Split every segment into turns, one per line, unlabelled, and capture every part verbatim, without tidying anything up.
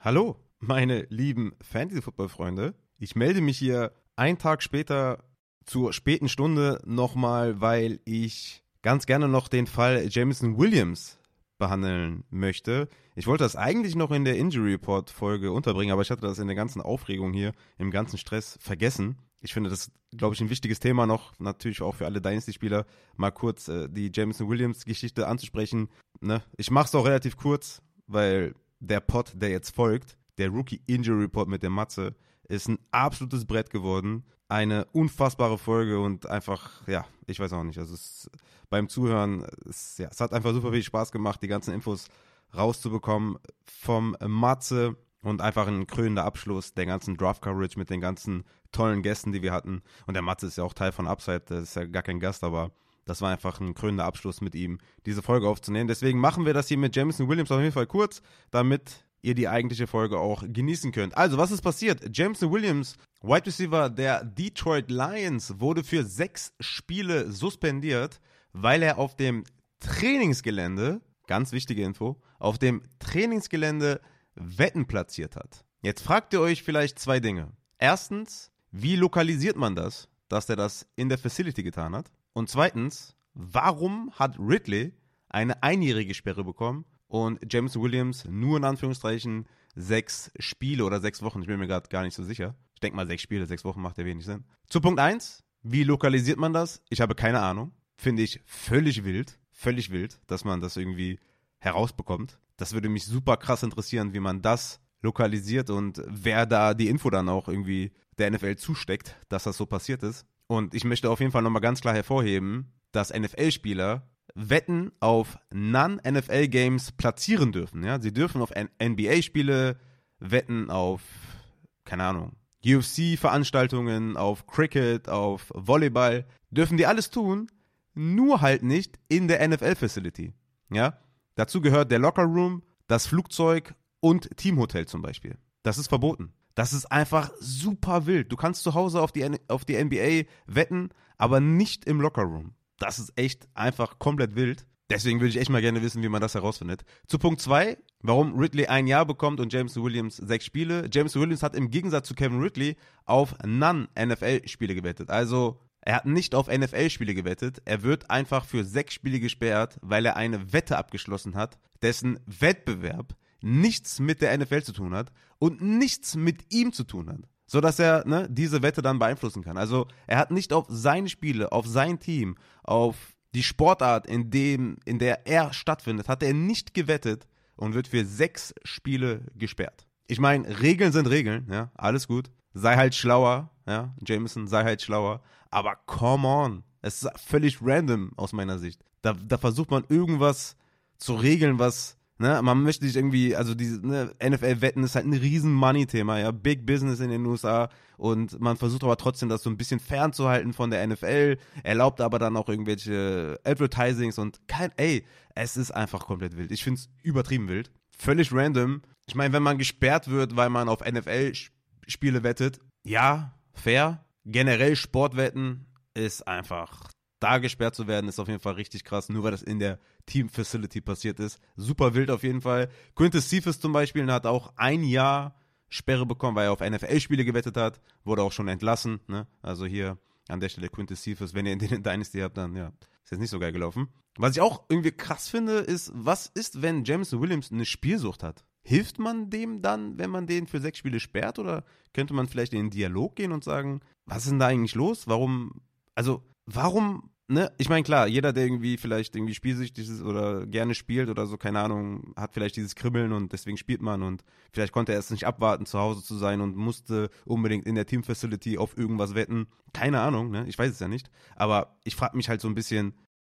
Hallo, meine lieben Fantasy-Football-Freunde. Ich melde mich hier einen Tag später zur späten Stunde nochmal, weil ich ganz gerne noch den Fall Jameson Williams behandeln möchte. Ich wollte das eigentlich noch in der Injury Report-Folge unterbringen, aber ich hatte das in der ganzen Aufregung hier, im ganzen Stress vergessen. Ich finde das, glaube ich, ein wichtiges Thema noch, natürlich auch für alle Dynasty-Spieler, mal kurz äh, die Jameson Williams-Geschichte anzusprechen. Ne? Ich mache es auch relativ kurz, weil der Pod, der jetzt folgt, der Rookie Injury Report mit der Matze, ist ein absolutes Brett geworden. Eine unfassbare Folge und einfach, ja, ich weiß auch nicht, also es, beim Zuhören, es, ja, es hat einfach super viel Spaß gemacht, die ganzen Infos rauszubekommen vom Matze und einfach ein krönender Abschluss der ganzen Draft-Coverage mit den ganzen tollen Gästen, die wir hatten. Und der Matze ist ja auch Teil von Upside, das ist ja gar kein Gast, aber das war einfach ein krönender Abschluss mit ihm, diese Folge aufzunehmen. Deswegen machen wir das hier mit Jameson Williams auf jeden Fall kurz, damit ihr die eigentliche Folge auch genießen könnt. Also, was ist passiert? Jameson Williams, Wide Receiver der Detroit Lions, wurde für sechs Spiele suspendiert, weil er auf dem Trainingsgelände, ganz wichtige Info, auf dem Trainingsgelände Wetten platziert hat. Jetzt fragt ihr euch vielleicht zwei Dinge. Erstens, wie lokalisiert man das, dass er das in der Facility getan hat? Und zweitens, warum hat Ridley eine einjährige Sperre bekommen und James Williams nur in Anführungszeichen sechs Spiele oder sechs Wochen? Ich bin mir gerade gar nicht so sicher. Ich denke mal, sechs Spiele, sechs Wochen macht ja wenig Sinn. Zu Punkt eins, wie lokalisiert man das? Ich habe keine Ahnung. Finde ich völlig wild, völlig wild, dass man das irgendwie herausbekommt. Das würde mich super krass interessieren, wie man das lokalisiert und wer da die Info dann auch irgendwie der N F L zusteckt, dass das so passiert ist. Und ich möchte auf jeden Fall nochmal ganz klar hervorheben, dass N F L-Spieler Wetten auf Non-N F L-Games platzieren dürfen. Ja? Sie dürfen auf N B A-Spiele wetten, auf, keine Ahnung, U F C-Veranstaltungen, auf Cricket, auf Volleyball. Dürfen die alles tun, nur halt nicht in der N F L-Facility. Ja? Dazu gehört der Lockerroom, das Flugzeug und Teamhotel zum Beispiel. Das ist verboten. Das ist einfach super wild. Du kannst zu Hause auf die, auf die N B A wetten, aber nicht im Lockerroom. Das ist echt einfach komplett wild. Deswegen würde ich echt mal gerne wissen, wie man das herausfindet. Zu Punkt zwei, warum Ridley ein Jahr bekommt und James Williams sechs Spiele. James Williams hat im Gegensatz zu Kevin Ridley auf Non-N F L-Spiele gewettet. Also er hat nicht auf N F L-Spiele gewettet. Er wird einfach für sechs Spiele gesperrt, weil er eine Wette abgeschlossen hat, dessen Wettbewerb nichts mit der N F L zu tun hat und nichts mit ihm zu tun hat, sodass er ne, diese Wette dann beeinflussen kann. Also er hat nicht auf seine Spiele, auf sein Team, auf die Sportart, in, dem, in der er stattfindet, hat er nicht gewettet und wird für sechs Spiele gesperrt. Ich meine, Regeln sind Regeln, ja, alles gut. Sei halt schlauer, ja, Jameson, sei halt schlauer. Aber come on, es ist völlig random aus meiner Sicht. Da, da versucht man irgendwas zu regeln, was Ne, man möchte sich irgendwie, also diese ne, N F L-Wetten ist halt ein riesen Money-Thema, ja, Big Business in den U S A und man versucht aber trotzdem das so ein bisschen fernzuhalten von der N F L, erlaubt aber dann auch irgendwelche Advertisings und kein, ey, es ist einfach komplett wild. Ich finde es übertrieben wild, völlig random. Ich meine, wenn man gesperrt wird, weil man auf N F L-Spiele wettet, ja, fair. Generell Sportwetten ist einfach... Da gesperrt zu werden, ist auf jeden Fall richtig krass, nur weil das in der Team-Facility passiert ist. Super wild auf jeden Fall. Quintus Cephas zum Beispiel hat auch ein Jahr Sperre bekommen, weil er auf N F L-Spiele gewettet hat. Wurde auch schon entlassen. Ne? Also hier an der Stelle Quintus Cephas, wenn ihr den in Dynasty habt, dann ja, ist jetzt nicht so geil gelaufen. Was ich auch irgendwie krass finde, ist, was ist, wenn Jameson Williams eine Spielsucht hat? Hilft man dem dann, wenn man den für sechs Spiele sperrt? Oder könnte man vielleicht in den Dialog gehen und sagen, was ist denn da eigentlich los? Warum, also, warum... Ne, ich meine, klar, jeder, der irgendwie vielleicht irgendwie spielsüchtig ist oder gerne spielt oder so, keine Ahnung, hat vielleicht dieses Kribbeln und deswegen spielt man und vielleicht konnte er es nicht abwarten, zu Hause zu sein und musste unbedingt in der Team-Facility auf irgendwas wetten. Keine Ahnung, ne, ich weiß es ja nicht. Aber ich frage mich halt so ein bisschen,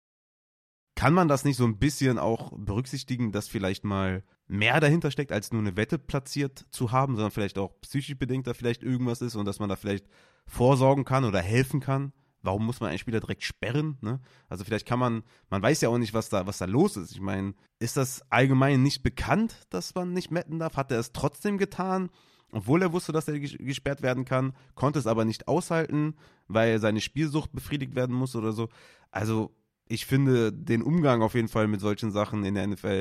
kann man das nicht so ein bisschen auch berücksichtigen, dass vielleicht mal mehr dahinter steckt, als nur eine Wette platziert zu haben, sondern vielleicht auch psychisch bedingt da vielleicht irgendwas ist und dass man da vielleicht vorsorgen kann oder helfen kann? Warum muss man einen Spieler direkt sperren? Ne? Also vielleicht kann man, man weiß ja auch nicht, was da, was da los ist. Ich meine, ist das allgemein nicht bekannt, dass man nicht wetten darf? Hat er es trotzdem getan, obwohl er wusste, dass er gesperrt werden kann, konnte es aber nicht aushalten, weil seine Spielsucht befriedigt werden muss oder so. Also ich finde den Umgang auf jeden Fall mit solchen Sachen in der N F L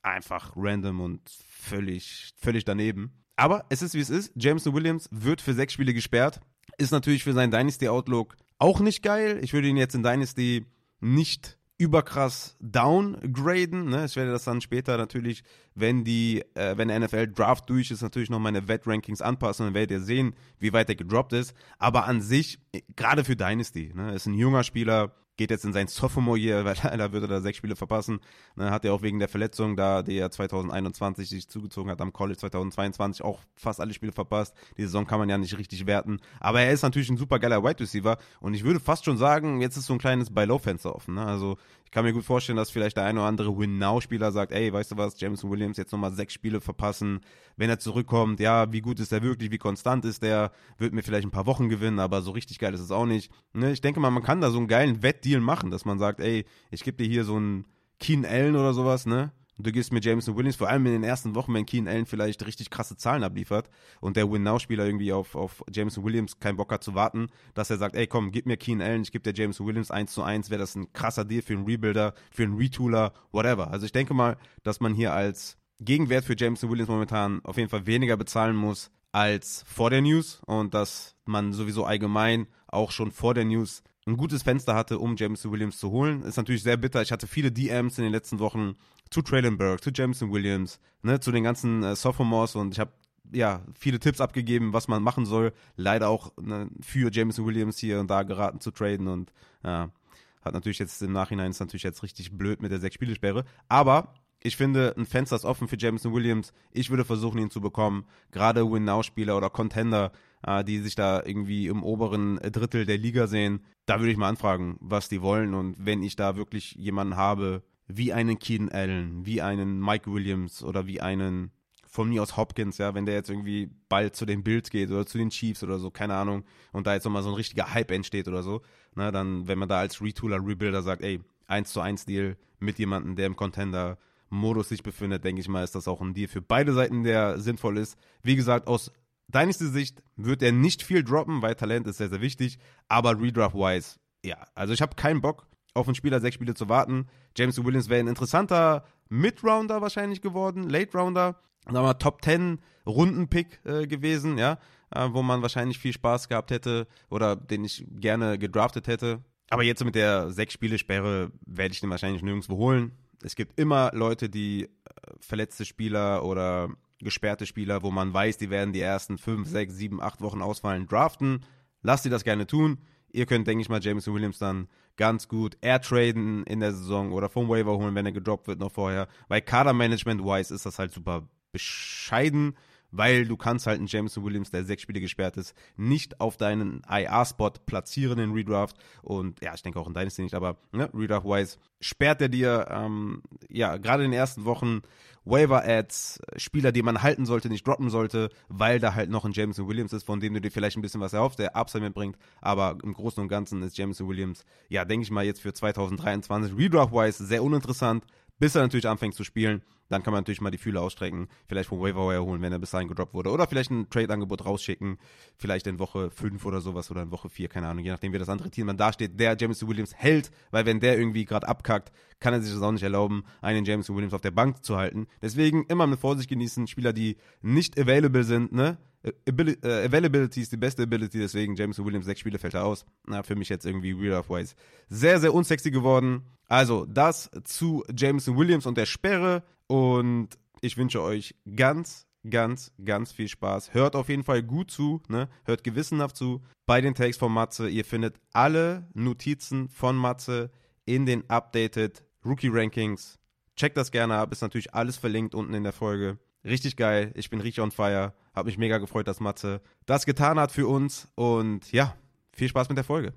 einfach random und völlig, völlig daneben. Aber es ist, wie es ist. Jameson Williams wird für sechs Spiele gesperrt. Ist natürlich für seinen Dynasty-Outlook auch nicht geil. Ich würde ihn jetzt in Dynasty nicht überkrass downgraden. Ne? Ich werde das dann später natürlich, wenn die, äh, wenn der N F L-Draft durch ist, natürlich noch meine Vet-Rankings anpassen. Dann werdet ihr sehen, wie weit er gedroppt ist. Aber an sich, gerade für Dynasty, ne, ist ein junger Spieler, geht jetzt in sein Sophomore-Year, weil leider würde er da sechs Spiele verpassen. Dann hat er auch wegen der Verletzung, da die er zwanzig einundzwanzig sich zugezogen hat, am College zweitausendzweiundzwanzig auch fast alle Spiele verpasst. Die Saison kann man ja nicht richtig werten. Aber er ist natürlich ein super geiler Wide Receiver und ich würde fast schon sagen, jetzt ist so ein kleines Buy-Low-Fenster offen. Ne? Also ich kann mir gut vorstellen, dass vielleicht der ein oder andere Win-Now-Spieler sagt, ey, weißt du was, Jameson Williams jetzt nochmal sechs Spiele verpassen. Wenn er zurückkommt, ja, wie gut ist er wirklich, wie konstant ist der, wird mir vielleicht ein paar Wochen gewinnen, aber so richtig geil ist es auch nicht. Ne? Ich denke mal, man kann da so einen geilen Wettdeal machen, dass man sagt, ey, ich gebe dir hier so einen Keenan Allen oder sowas, ne? Und du gibst mir Jameson Williams, vor allem in den ersten Wochen, wenn Keenan Allen vielleicht richtig krasse Zahlen abliefert und der Win-Now-Spieler irgendwie auf, auf Jameson Williams keinen Bock hat zu warten, dass er sagt, ey komm, gib mir Keenan Allen, ich gebe dir Jameson Williams eins zu eins, wäre das ein krasser Deal für einen Rebuilder, für einen Retooler, whatever. Also ich denke mal, dass man hier als Gegenwert für Jameson Williams momentan auf jeden Fall weniger bezahlen muss als vor der News und dass man sowieso allgemein auch schon vor der News ein gutes Fenster hatte, um Jameson Williams zu holen. Ist natürlich sehr bitter. Ich hatte viele D Ms in den letzten Wochen zu Traylon Burke, zu Jameson Williams, ne, zu den ganzen äh, Sophomores und ich habe ja viele Tipps abgegeben, was man machen soll. Leider auch ne, für Jameson Williams hier und da geraten zu traden und ja, hat natürlich jetzt im Nachhinein ist natürlich jetzt richtig blöd mit der sechs-Spiele-Sperre. Aber ich finde, ein Fenster ist offen für Jameson Williams. Ich würde versuchen, ihn zu bekommen. Gerade Win-Now-Spieler oder Contender, äh, die sich da irgendwie im oberen Drittel der Liga sehen, da würde ich mal anfragen, was die wollen. Und wenn ich da wirklich jemanden habe, wie einen Keenan Allen, wie einen Mike Williams oder wie einen von mir aus Hopkins, ja, wenn der jetzt irgendwie bald zu den Bills geht oder zu den Chiefs oder so, keine Ahnung, und da jetzt nochmal so ein richtiger Hype entsteht oder so, na, dann, wenn man da als Retooler, Rebuilder sagt, ey, eins zu eins Deal mit jemandem, der im Contender Modus sich befindet, denke ich mal, ist das auch ein Deal für beide Seiten, der sinnvoll ist. Wie gesagt, aus Dynasty Sicht wird er nicht viel droppen, weil Talent ist sehr, sehr wichtig, aber Redraft-wise, ja, also ich habe keinen Bock, auf einen Spieler sechs Spiele zu warten. Jameson Williams wäre ein interessanter Mid-Rounder wahrscheinlich geworden, Late-Rounder, sagen wir mal Top zehn Runden-Pick äh, gewesen, ja, äh, wo man wahrscheinlich viel Spaß gehabt hätte oder den ich gerne gedraftet hätte. Aber jetzt mit der sechs Spiele Sperre werde ich den wahrscheinlich nirgendwo holen. Es gibt immer Leute, die äh, verletzte Spieler oder gesperrte Spieler, wo man weiß, die werden die ersten fünf, sechs, sieben, acht Wochen ausfallen, draften. Lasst sie das gerne tun. Ihr könnt, denke ich mal, Jameson Williams dann ganz gut airtraden in der Saison oder vom Waiver holen, wenn er gedroppt wird noch vorher. Weil Kadermanagement-wise ist das halt super bescheiden, weil du kannst halt einen Jameson Williams, der sechs Spiele gesperrt ist, nicht auf deinen I R-Spot platzieren in Redraft. Und ja, ich denke auch in Dynasty nicht, aber ne, Redraft-wise sperrt er dir, ähm, ja, gerade in den ersten Wochen Waiver-Ads, Spieler, die man halten sollte, nicht droppen sollte, weil da halt noch ein Jameson Williams ist, von dem du dir vielleicht ein bisschen was erhoffst, der Upside mitbringt. Aber im Großen und Ganzen ist Jameson Williams, ja, denke ich mal, jetzt für zwanzig dreiundzwanzig Redraft-wise sehr uninteressant, bis er natürlich anfängt zu spielen. Dann kann man natürlich mal die Fühler ausstrecken, vielleicht vom Waiver Wire holen, wenn er bis dahin gedroppt wurde. Oder vielleicht ein Trade-Angebot rausschicken, vielleicht in Woche fünf oder sowas oder in Woche vier, keine Ahnung, je nachdem, wie das andere Team dann dasteht, der Jameson Williams hält, weil wenn der irgendwie gerade abkackt, kann er sich das auch nicht erlauben, einen Jameson Williams auf der Bank zu halten. Deswegen immer mit Vorsicht genießen, Spieler, die nicht available sind, ne? Abili- äh, Availability ist die beste Ability, deswegen Jameson Williams, sechs Spiele fällt er aus. Na, für mich jetzt irgendwie Real-Life-wise sehr, sehr unsexy geworden. Also, das zu Jameson Williams und der Sperre und ich wünsche euch ganz, ganz, ganz viel Spaß. Hört auf jeden Fall gut zu, ne? Hört gewissenhaft zu bei den Takes von Matze. Ihr findet alle Notizen von Matze in den Updated Rookie Rankings. Checkt das gerne ab, ist natürlich alles verlinkt unten in der Folge. Richtig geil, ich bin richtig on fire. Hab mich mega gefreut, dass Matze das getan hat für uns. Und ja, viel Spaß mit der Folge.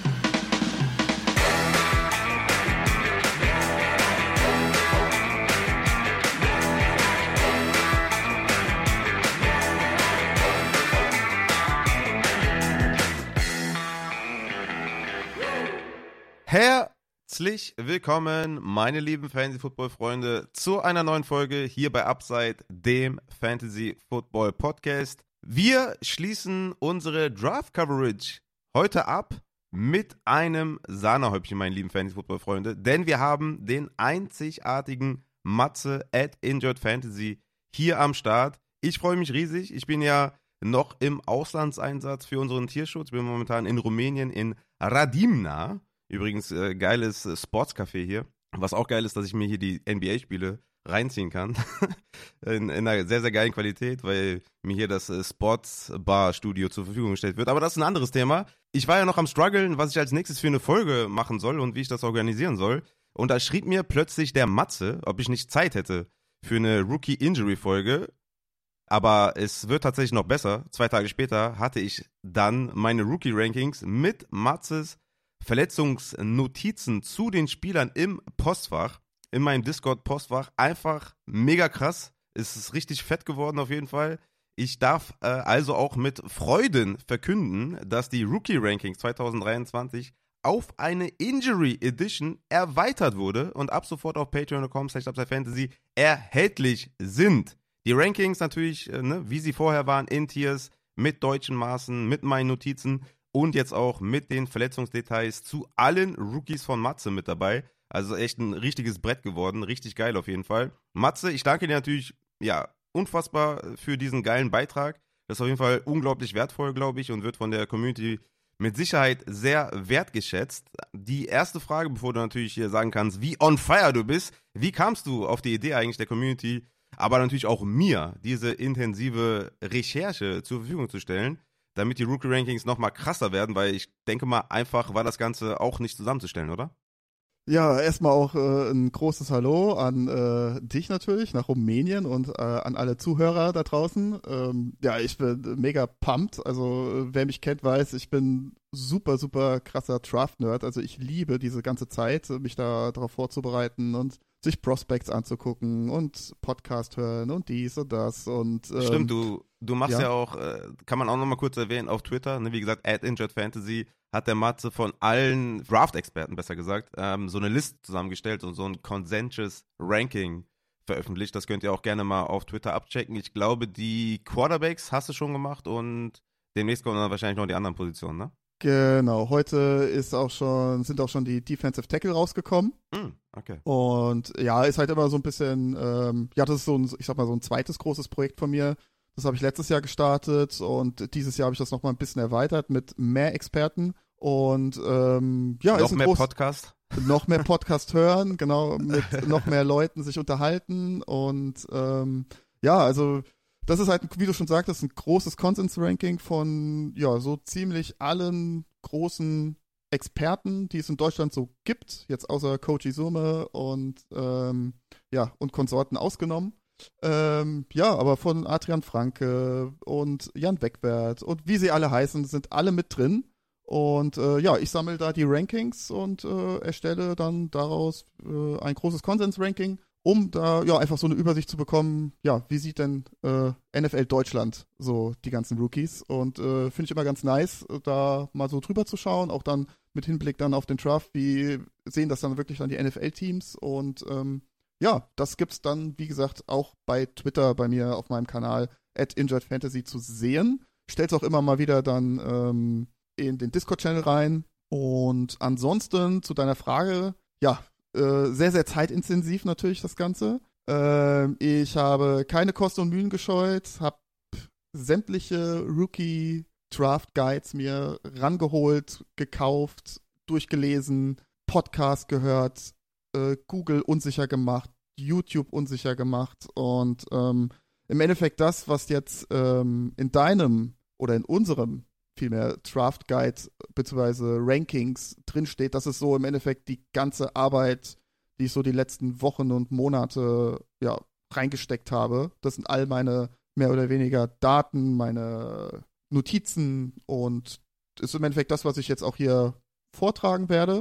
Herzlich willkommen, meine lieben Fantasy-Football-Freunde, zu einer neuen Folge hier bei Upside, dem Fantasy-Football-Podcast. Wir schließen unsere Draft-Coverage heute ab mit einem Sahnehäubchen, meine lieben Fantasy-Football-Freunde, denn wir haben den einzigartigen Matze at Injured Fantasy hier am Start. Ich freue mich riesig. Ich bin ja noch im Auslandseinsatz für unseren Tierschutz. Ich bin momentan in Rumänien, in Radimna. Übrigens, äh, geiles äh, Sportscafé hier. Was auch geil ist, dass ich mir hier die N B A-Spiele reinziehen kann. in, in einer sehr, sehr geilen Qualität, weil mir hier das äh, Sportsbar-Studio zur Verfügung gestellt wird. Aber das ist ein anderes Thema. Ich war ja noch am struggeln, was ich als nächstes für eine Folge machen soll und wie ich das organisieren soll. Und da schrieb mir plötzlich der Matze, ob ich nicht Zeit hätte für eine Rookie-Injury-Folge. Aber es wird tatsächlich noch besser. Zwei Tage später hatte ich dann meine Rookie-Rankings mit Matzes Verletzungsnotizen zu den Spielern im Postfach, in meinem Discord-Postfach. Einfach mega krass. Es ist richtig fett geworden auf jeden Fall. Ich darf äh, also auch mit Freuden verkünden, dass die Rookie-Rankings zwanzig dreiundzwanzig auf eine Injury Edition erweitert wurde und ab sofort auf patreon punkt com slash upsidefantasy erhältlich sind. Die Rankings natürlich, äh, ne, wie sie vorher waren, in Tiers, mit deutschen Maßen, mit meinen Notizen und jetzt auch mit den Verletzungsdetails zu allen Rookies von Matze mit dabei. Also echt ein richtiges Brett geworden, richtig geil auf jeden Fall. Matze, ich danke dir natürlich, ja, unfassbar für diesen geilen Beitrag. Das ist auf jeden Fall unglaublich wertvoll, glaube ich, und wird von der Community mit Sicherheit sehr wertgeschätzt. Die erste Frage, bevor du natürlich hier sagen kannst, wie on fire du bist, wie kamst du auf die Idee eigentlich der Community, aber natürlich auch mir, diese intensive Recherche zur Verfügung zu stellen, damit die Rookie-Rankings nochmal krasser werden, weil ich denke mal, einfach war das Ganze auch nicht zusammenzustellen, oder?
Ja, erstmal auch äh, ein großes Hallo an äh, dich natürlich, nach Rumänien und äh, an alle Zuhörer da draußen. Ähm, ja, ich bin mega pumped. Also äh, wer mich kennt, weiß, ich bin super, super krasser Draft-Nerd. Also ich liebe diese ganze Zeit, mich da darauf vorzubereiten und sich Prospects anzugucken und Podcast hören und dies und das. Und, ähm,
Stimmt, du, du machst ja,
ja
auch, äh, kann man auch nochmal kurz erwähnen, auf Twitter, ne, wie gesagt, at Injured Fantasy hat der Matze von allen Draft-Experten, besser gesagt, ähm, so eine Liste zusammengestellt und so ein Consensus Ranking veröffentlicht. Das könnt ihr auch gerne mal auf Twitter abchecken. Ich glaube, die Quarterbacks hast du schon gemacht und demnächst kommen dann wahrscheinlich noch die anderen Positionen, ne?
Genau, heute ist auch schon, sind auch schon die Defensive Tackle rausgekommen.
Mm, okay.
Und ja, ist halt immer so ein bisschen, ähm, ja, das ist so ein, ich sag mal, so ein zweites großes Projekt von mir. Das habe ich letztes Jahr gestartet und dieses Jahr habe ich das nochmal ein bisschen erweitert mit mehr Experten und ähm, ja,
noch
ist ein
mehr
groß,
Podcast.
noch mehr Podcast hören, genau, mit noch mehr Leuten sich unterhalten und ähm, ja, also das ist halt, wie du schon sagtest, ein großes Konsens-Ranking von ja so ziemlich allen großen Experten, die es in Deutschland so gibt, jetzt außer Coach Izume und ähm, ja und Konsorten ausgenommen. Ähm, ja, aber von Adrian Franke und Jan Wegwert und wie sie alle heißen, sind alle mit drin. Und äh, ja, ich sammle da die Rankings und äh, erstelle dann daraus äh, ein großes Konsens-Ranking, um da ja einfach so eine Übersicht zu bekommen, ja, wie sieht denn äh, N F L Deutschland so die ganzen Rookies und äh, finde ich immer ganz nice, da mal so drüber zu schauen, auch dann mit Hinblick dann auf den Draft, wie sehen das dann wirklich dann die N F L-Teams und ähm, ja, das gibt's dann, wie gesagt, auch bei Twitter bei mir auf meinem Kanal at Injured Fantasy zu sehen. Stell's auch immer mal wieder dann ähm, in den Discord-Channel rein und ansonsten zu deiner Frage, ja, Äh, sehr, sehr zeitintensiv natürlich das Ganze. Ähm, ich habe keine Kosten und Mühen gescheut, habe sämtliche Rookie-Draft-Guides mir rangeholt, gekauft, durchgelesen, Podcast gehört, äh, Google unsicher gemacht, YouTube unsicher gemacht und ähm, im Endeffekt das, was jetzt ähm, in deinem oder in unserem vielmehr Draft Guide bzw. Rankings drinsteht, das ist so im Endeffekt die ganze Arbeit, die ich so die letzten Wochen und Monate ja, reingesteckt habe. Das sind all meine mehr oder weniger Daten, meine Notizen und ist im Endeffekt das, was ich jetzt auch hier vortragen werde.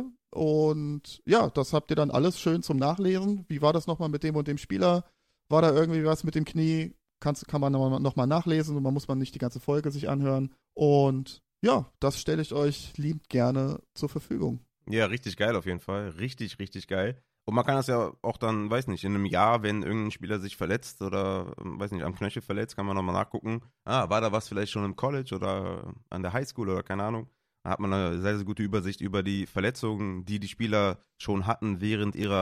Und ja, das habt ihr dann alles schön zum Nachlesen. Wie war das nochmal mit dem und dem Spieler? War da irgendwie was mit dem Knie? Kannst, kann man nochmal nachlesen und man muss man nicht die ganze Folge sich anhören. Und ja, das stelle ich euch liebend gerne zur Verfügung.
Ja, richtig geil auf jeden Fall. Richtig, richtig geil. Und man kann das ja auch dann, weiß nicht, in einem Jahr, wenn irgendein Spieler sich verletzt oder, weiß nicht, am Knöchel verletzt, kann man nochmal nachgucken. Ah, war da was vielleicht schon im College oder an der Highschool oder keine Ahnung. Da hat man eine sehr, sehr gute Übersicht über die Verletzungen, die die Spieler schon hatten während ihrer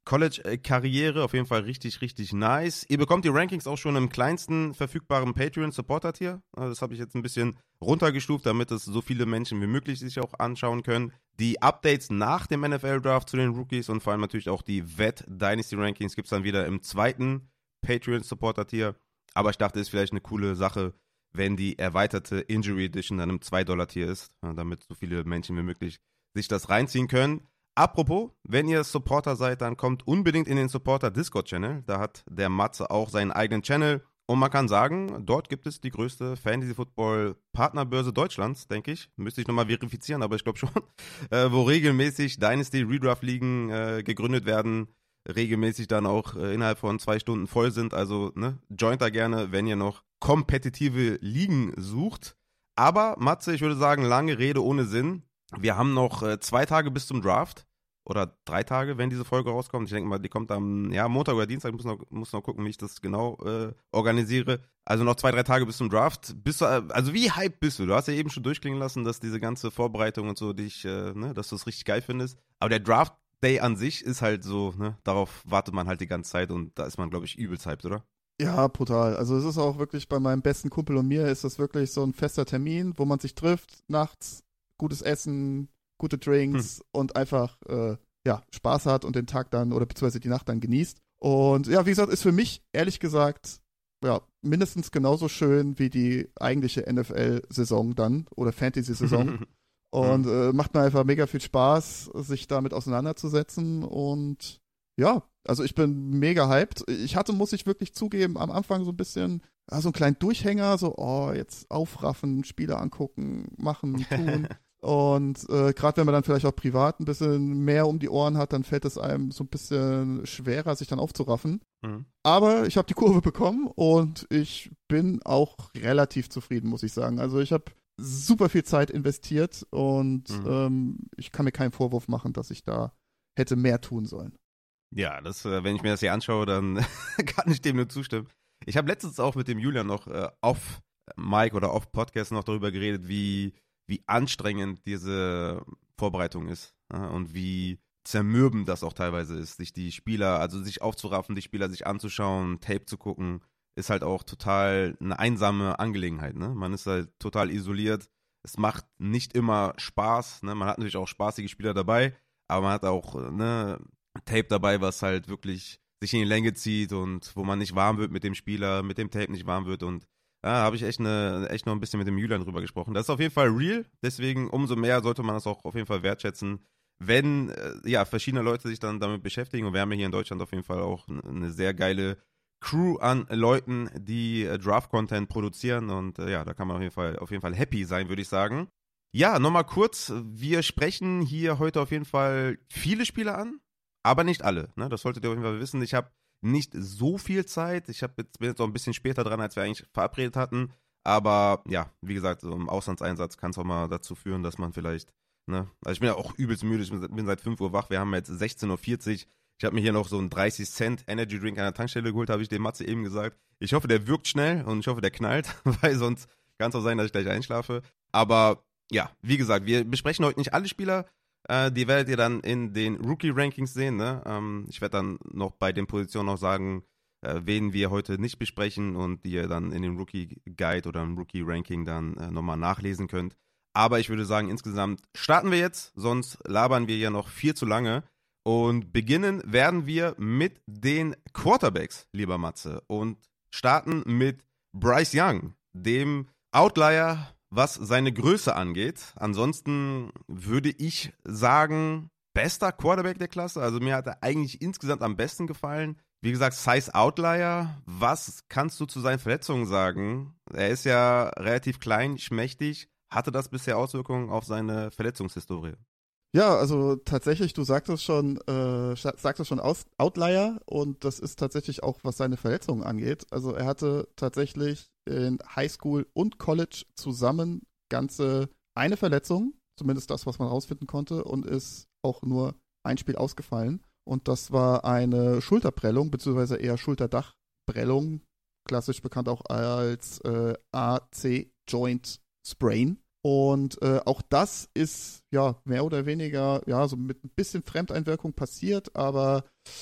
College-Karriere. Auf jeden Fall richtig, richtig nice. Ihr bekommt die Rankings auch schon im kleinsten verfügbaren Patreon-Supporter-Tier. Das habe ich jetzt ein bisschen runtergestuft, damit es so viele Menschen wie möglich sich auch anschauen können. Die Updates nach dem N F L-Draft zu den Rookies und vor allem natürlich auch die Vet Dynasty Rankings gibt es dann wieder im zweiten Patreon-Supporter-Tier. Aber ich dachte, es ist vielleicht eine coole Sache, wenn die erweiterte Injury Edition dann im zwei Dollar Tier ist, damit so viele Menschen wie möglich sich das reinziehen können. Apropos, wenn ihr Supporter seid, dann kommt unbedingt in den Supporter-Discord-Channel. Da hat der Matze auch seinen eigenen Channel. Und man kann sagen, dort gibt es die größte Fantasy-Football-Partnerbörse Deutschlands, denke ich. Müsste ich nochmal verifizieren, aber ich glaube schon. Äh, wo regelmäßig Dynasty-Redraft-Ligen äh, gegründet werden, regelmäßig dann auch äh, innerhalb von zwei Stunden voll sind. Also ne, joint da gerne, wenn ihr noch kompetitive Ligen sucht. Aber Matze, ich würde sagen, lange Rede ohne Sinn. Wir haben noch äh, zwei Tage bis zum Draft. Oder drei Tage, wenn diese Folge rauskommt. Ich denke mal, die kommt am ja, Montag oder Dienstag. Ich muss noch, muss noch gucken, wie ich das genau äh, organisiere. Also noch zwei, drei Tage bis zum Draft. Bist du, also wie hyped bist du? Du hast ja eben schon durchklingen lassen, dass diese ganze Vorbereitung und so dich, äh, ne, dass du es richtig geil findest. Aber der Draft Day an sich ist halt so, ne, darauf wartet man halt die ganze Zeit und da ist man, glaube ich, übelst hyped, oder?
Ja, brutal. Also es ist auch wirklich bei meinem besten Kumpel und mir ist das wirklich so ein fester Termin, wo man sich trifft, nachts, gutes Essen, gute Drinks hm. und einfach äh, ja, Spaß hat und den Tag dann oder beziehungsweise die Nacht dann genießt. Und ja, wie gesagt, ist für mich ehrlich gesagt ja, mindestens genauso schön wie die eigentliche N F L-Saison dann oder Fantasy-Saison. Und äh, macht mir einfach mega viel Spaß, sich damit auseinanderzusetzen. Und ja, also ich bin mega hyped. Ich hatte, muss ich wirklich zugeben, am Anfang so ein bisschen, ja, so einen kleinen Durchhänger, so, oh, jetzt aufraffen, Spiele angucken, machen, tun. Und äh, gerade wenn man dann vielleicht auch privat ein bisschen mehr um die Ohren hat, dann fällt es einem so ein bisschen schwerer, sich dann aufzuraffen. Mhm. Aber ich habe die Kurve bekommen und ich bin auch relativ zufrieden, muss ich sagen. Also ich habe super viel Zeit investiert und mhm. ähm, ich kann mir keinen Vorwurf machen, dass ich da hätte mehr tun sollen.
Ja, das, äh, wenn ich mir das hier anschaue, dann kann ich dem nur zustimmen. Ich habe letztens auch mit dem Julian noch äh, off Mic oder off Podcast noch darüber geredet, wie wie anstrengend diese Vorbereitung ist, ja, und wie zermürbend das auch teilweise ist, sich die Spieler, also sich aufzuraffen, die Spieler sich anzuschauen, Tape zu gucken, ist halt auch total eine einsame Angelegenheit, ne? Man ist halt total isoliert, es macht nicht immer Spaß, ne? Man hat natürlich auch spaßige Spieler dabei, aber man hat auch ne, Tape dabei, was halt wirklich sich in die Länge zieht und wo man nicht warm wird mit dem Spieler, mit dem Tape nicht warm wird und da ja, habe ich echt, eine, echt noch ein bisschen mit dem Julian drüber gesprochen. Das ist auf jeden Fall real, deswegen umso mehr sollte man das auch auf jeden Fall wertschätzen, wenn äh, ja, verschiedene Leute sich dann damit beschäftigen. Und wir haben ja hier in Deutschland auf jeden Fall auch eine sehr geile Crew an Leuten, die äh, Draft-Content produzieren. Und äh, ja, da kann man auf jeden Fall, auf jeden Fall happy sein, würde ich sagen. Ja, nochmal kurz, wir sprechen hier heute auf jeden Fall viele Spieler an, aber nicht alle. Ne? Das solltet ihr auf jeden Fall wissen. Ich habe nicht so viel Zeit. Ich hab jetzt, bin jetzt auch ein bisschen später dran, als wir eigentlich verabredet hatten. Aber ja, wie gesagt, so im Auslandseinsatz kann es auch mal dazu führen, dass man vielleicht, ne, also ich bin ja auch übelst müde. Ich bin seit fünf Uhr wach. Wir haben jetzt sechzehn Uhr vierzig. Ich habe mir hier noch so einen dreißig Cent Energy Drink an der Tankstelle geholt, habe ich dem Matze eben gesagt. Ich hoffe, der wirkt schnell und ich hoffe, der knallt, weil sonst kann es auch sein, dass ich gleich einschlafe. Aber ja, wie gesagt, wir besprechen heute nicht alle Spieler. Äh, die werdet ihr dann in den Rookie-Rankings sehen. Ne? Ähm, ich werde dann noch bei den Positionen noch sagen, äh, wen wir heute nicht besprechen und die ihr dann in den Rookie-Guide oder im Rookie-Ranking dann äh, nochmal nachlesen könnt. Aber ich würde sagen, insgesamt starten wir jetzt, sonst labern wir ja noch viel zu lange. Und beginnen werden wir mit den Quarterbacks, lieber Matze. Und starten mit Bryce Young, dem Outlier, was seine Größe angeht. Ansonsten würde ich sagen, bester Quarterback der Klasse. Also mir hat er eigentlich insgesamt am besten gefallen. Wie gesagt, Size Outlier. Was kannst du zu seinen Verletzungen sagen? Er ist ja relativ klein, schmächtig. Hatte das bisher Auswirkungen auf seine Verletzungshistorie?
Ja, also tatsächlich, du sagtest schon, äh, sagtest schon Aus- Outlier und das ist tatsächlich auch, was seine Verletzungen angeht. Also er hatte tatsächlich in Highschool und College zusammen ganze eine Verletzung, zumindest das, was man rausfinden konnte, und ist auch nur ein Spiel ausgefallen. Und das war eine Schulterprellung, beziehungsweise eher Schulterdachprellung, klassisch bekannt auch als äh, A C Joint Sprain. Und äh, auch das ist ja mehr oder weniger ja so mit ein bisschen Fremdeinwirkung passiert, aber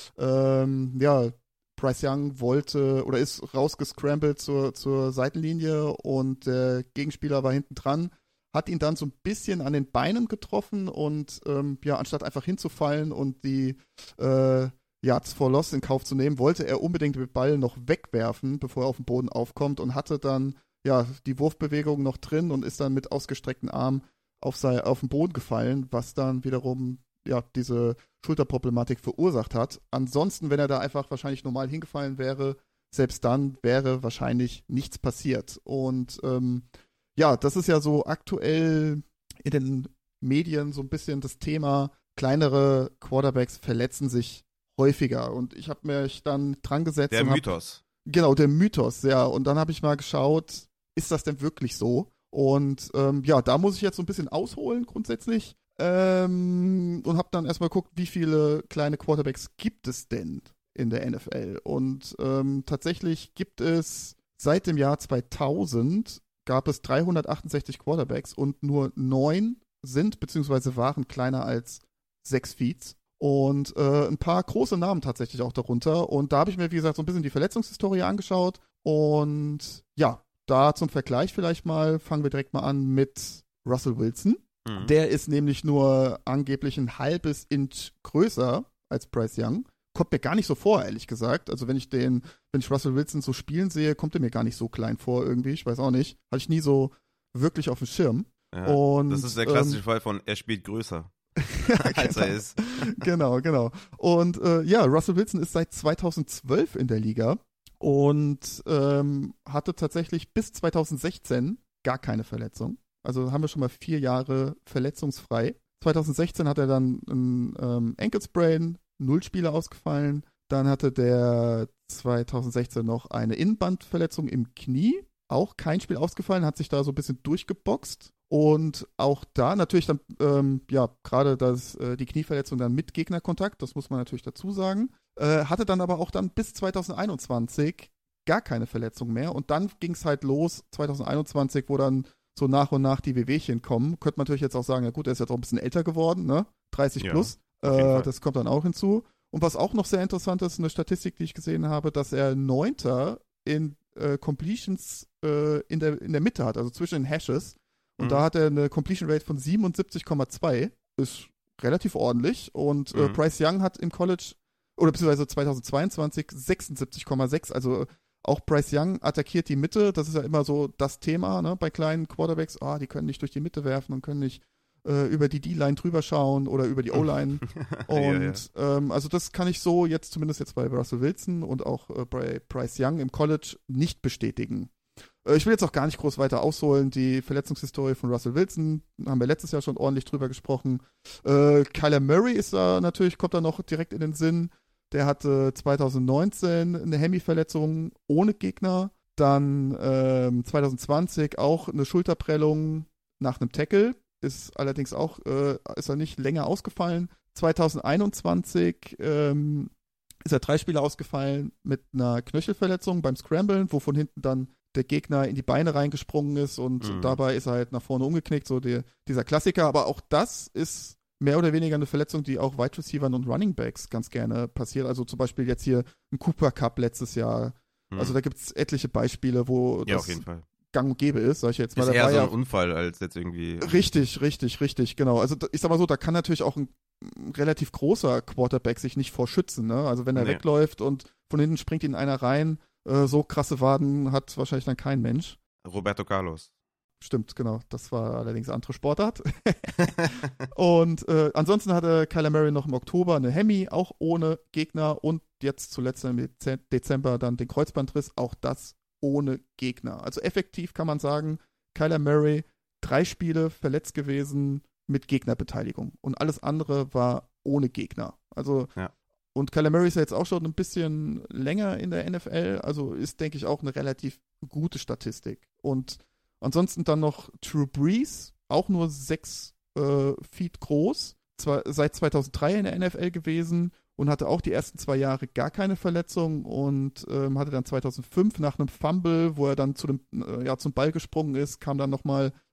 ähm, ja, Bryce Young wollte oder ist rausgescrambled zur, zur Seitenlinie und der Gegenspieler war hinten dran, hat ihn dann so ein bisschen an den Beinen getroffen und ähm, ja, anstatt einfach hinzufallen und die äh, Yards for Loss in Kauf zu nehmen, wollte er unbedingt den Ball noch wegwerfen, bevor er auf den Boden aufkommt und hatte dann ja die Wurfbewegung noch drin und ist dann mit ausgestreckten Armen auf, sei, auf den Boden gefallen, was dann wiederum ja diese Schulterproblematik verursacht hat. Ansonsten, wenn er da einfach wahrscheinlich normal hingefallen wäre, selbst dann wäre wahrscheinlich nichts passiert. Und ähm, ja, das ist ja so aktuell in den Medien so ein bisschen das Thema, kleinere Quarterbacks verletzen sich häufiger. Und ich habe mich dann dran gesetzt.
Der
und hab,
Mythos.
Genau, der Mythos, ja. Und dann habe ich mal geschaut, ist das denn wirklich so? Und ähm, ja, da muss ich jetzt so ein bisschen ausholen grundsätzlich. Ähm, und habe dann erstmal geguckt, wie viele kleine Quarterbacks gibt es denn in der N F L? Und ähm, tatsächlich gibt es seit dem Jahr zweitausend gab es dreihundertachtundsechzig Quarterbacks und nur neun sind bzw. waren kleiner als sechs Feet. Und äh, ein paar große Namen tatsächlich auch darunter. Und da habe ich mir, wie gesagt, so ein bisschen die Verletzungshistorie angeschaut. Und ja, da zum Vergleich vielleicht mal, fangen wir direkt mal an mit Russell Wilson. Mhm. Der ist nämlich nur angeblich ein halbes Inch größer als Bryce Young. Kommt mir gar nicht so vor, ehrlich gesagt. Also wenn ich den, wenn ich Russell Wilson so spielen sehe, kommt er mir gar nicht so klein vor irgendwie. Ich weiß auch nicht. Hatte ich nie so wirklich auf dem Schirm.
Ja,
und,
das ist der klassische
ähm,
Fall von, er spielt größer,
ja,
als
genau.
er ist.
Genau, genau. Und äh, ja, Russell Wilson ist seit zweitausendzwölf in der Liga und ähm, hatte tatsächlich bis zweitausendsechzehn gar keine Verletzung. Also haben wir schon mal vier Jahre verletzungsfrei. zweitausendsechzehn hat er dann ein ähm, Ankle Sprain, null Spiele ausgefallen. Dann hatte der zweitausendsechzehn noch eine Innenbandverletzung im Knie, auch kein Spiel ausgefallen, hat sich da so ein bisschen durchgeboxt. Und auch da natürlich dann, ähm, ja, gerade das, äh, die Knieverletzung dann mit Gegnerkontakt, das muss man natürlich dazu sagen. Äh, hatte dann aber auch dann bis zweitausendeinundzwanzig gar keine Verletzung mehr. Und dann ging es halt los, zweitausendeinundzwanzig, wo dann so nach und nach die Wehwehchen kommen. Könnte man natürlich jetzt auch sagen, ja gut, er ist jetzt auch ein bisschen älter geworden, ne? dreißig
Ja,
plus. Äh, das kommt dann auch hinzu. Und was auch noch sehr interessant ist, eine Statistik, die ich gesehen habe, dass er Neunter in äh, Completions äh, in, der, in der Mitte hat, also zwischen den Hashes. Und mhm. da hat er eine Completion Rate von siebenundsiebzig Komma zwei. Ist relativ ordentlich. Und mhm. äh, Bryce Young hat im College, oder beziehungsweise zweitausendzweiundzwanzig, sechsundsiebzig Komma sechs. Also auch Bryce Young attackiert die Mitte. Das ist ja immer so das Thema, ne, bei kleinen Quarterbacks. Ah, die können nicht durch die Mitte werfen und können nicht äh, über die D-Line drüber schauen oder über die O-Line. Und ja, ja. Ähm, also das kann ich so jetzt, zumindest jetzt bei Russell Wilson und auch äh, bei Bryce Young im College nicht bestätigen. Äh, ich will jetzt auch gar nicht groß weiter ausholen. Die Verletzungshistorie von Russell Wilson haben wir letztes Jahr schon ordentlich drüber gesprochen. Äh, Kyler Murray ist da natürlich, kommt da noch direkt in den Sinn. Der hatte zweitausendneunzehn eine Hemi-Verletzung ohne Gegner. Dann ähm, zweitausendzwanzig auch eine Schulterprellung nach einem Tackle. Ist allerdings auch, äh, ist er nicht länger ausgefallen. zweitausendeinundzwanzig ähm, ist er drei Spiele ausgefallen mit einer Knöchelverletzung beim Scramblen, wo von hinten dann der Gegner in die Beine reingesprungen ist und mhm. dabei ist er halt nach vorne umgeknickt, so die, dieser Klassiker. Aber auch das ist mehr oder weniger eine Verletzung, die auch Wide Receivern und Running Backs ganz gerne passiert. Also zum Beispiel jetzt hier ein Cooper Cup letztes Jahr. Mhm. Also da gibt es etliche Beispiele, wo
ja,
das
auf jeden Fall.
gang und gäbe ist, sag ich jetzt mal.
Ist eher so
ja
ein Unfall als jetzt irgendwie...
Richtig, richtig, richtig, genau. Also ich sag mal so, da kann natürlich auch ein relativ großer Quarterback sich nicht vor schützen, ne? Also wenn er nee. wegläuft und von hinten springt ihn einer rein, äh, so krasse Waden hat wahrscheinlich dann kein Mensch.
Roberto Carlos.
Stimmt, genau. Das war allerdings eine andere Sportart. Und äh, ansonsten hatte Kyler Murray noch im Oktober eine Hemi, auch ohne Gegner und jetzt zuletzt im Dezember dann den Kreuzbandriss, auch das ohne Gegner. Also effektiv kann man sagen, Kyler Murray, drei Spiele verletzt gewesen mit Gegnerbeteiligung und alles andere war ohne Gegner. Also
ja.
Und Kyler Murray ist ja jetzt auch schon ein bisschen länger in der N F L, also ist, denke ich, auch eine relativ gute Statistik. Und ansonsten dann noch Drew Brees, auch nur sechs äh, Feet groß, zwar seit zweitausenddrei in der N F L gewesen und hatte auch die ersten zwei Jahre gar keine Verletzung und ähm, hatte dann zweitausendfünf nach einem Fumble, wo er dann zu dem, äh, ja, zum Ball gesprungen ist, kam dann nochmal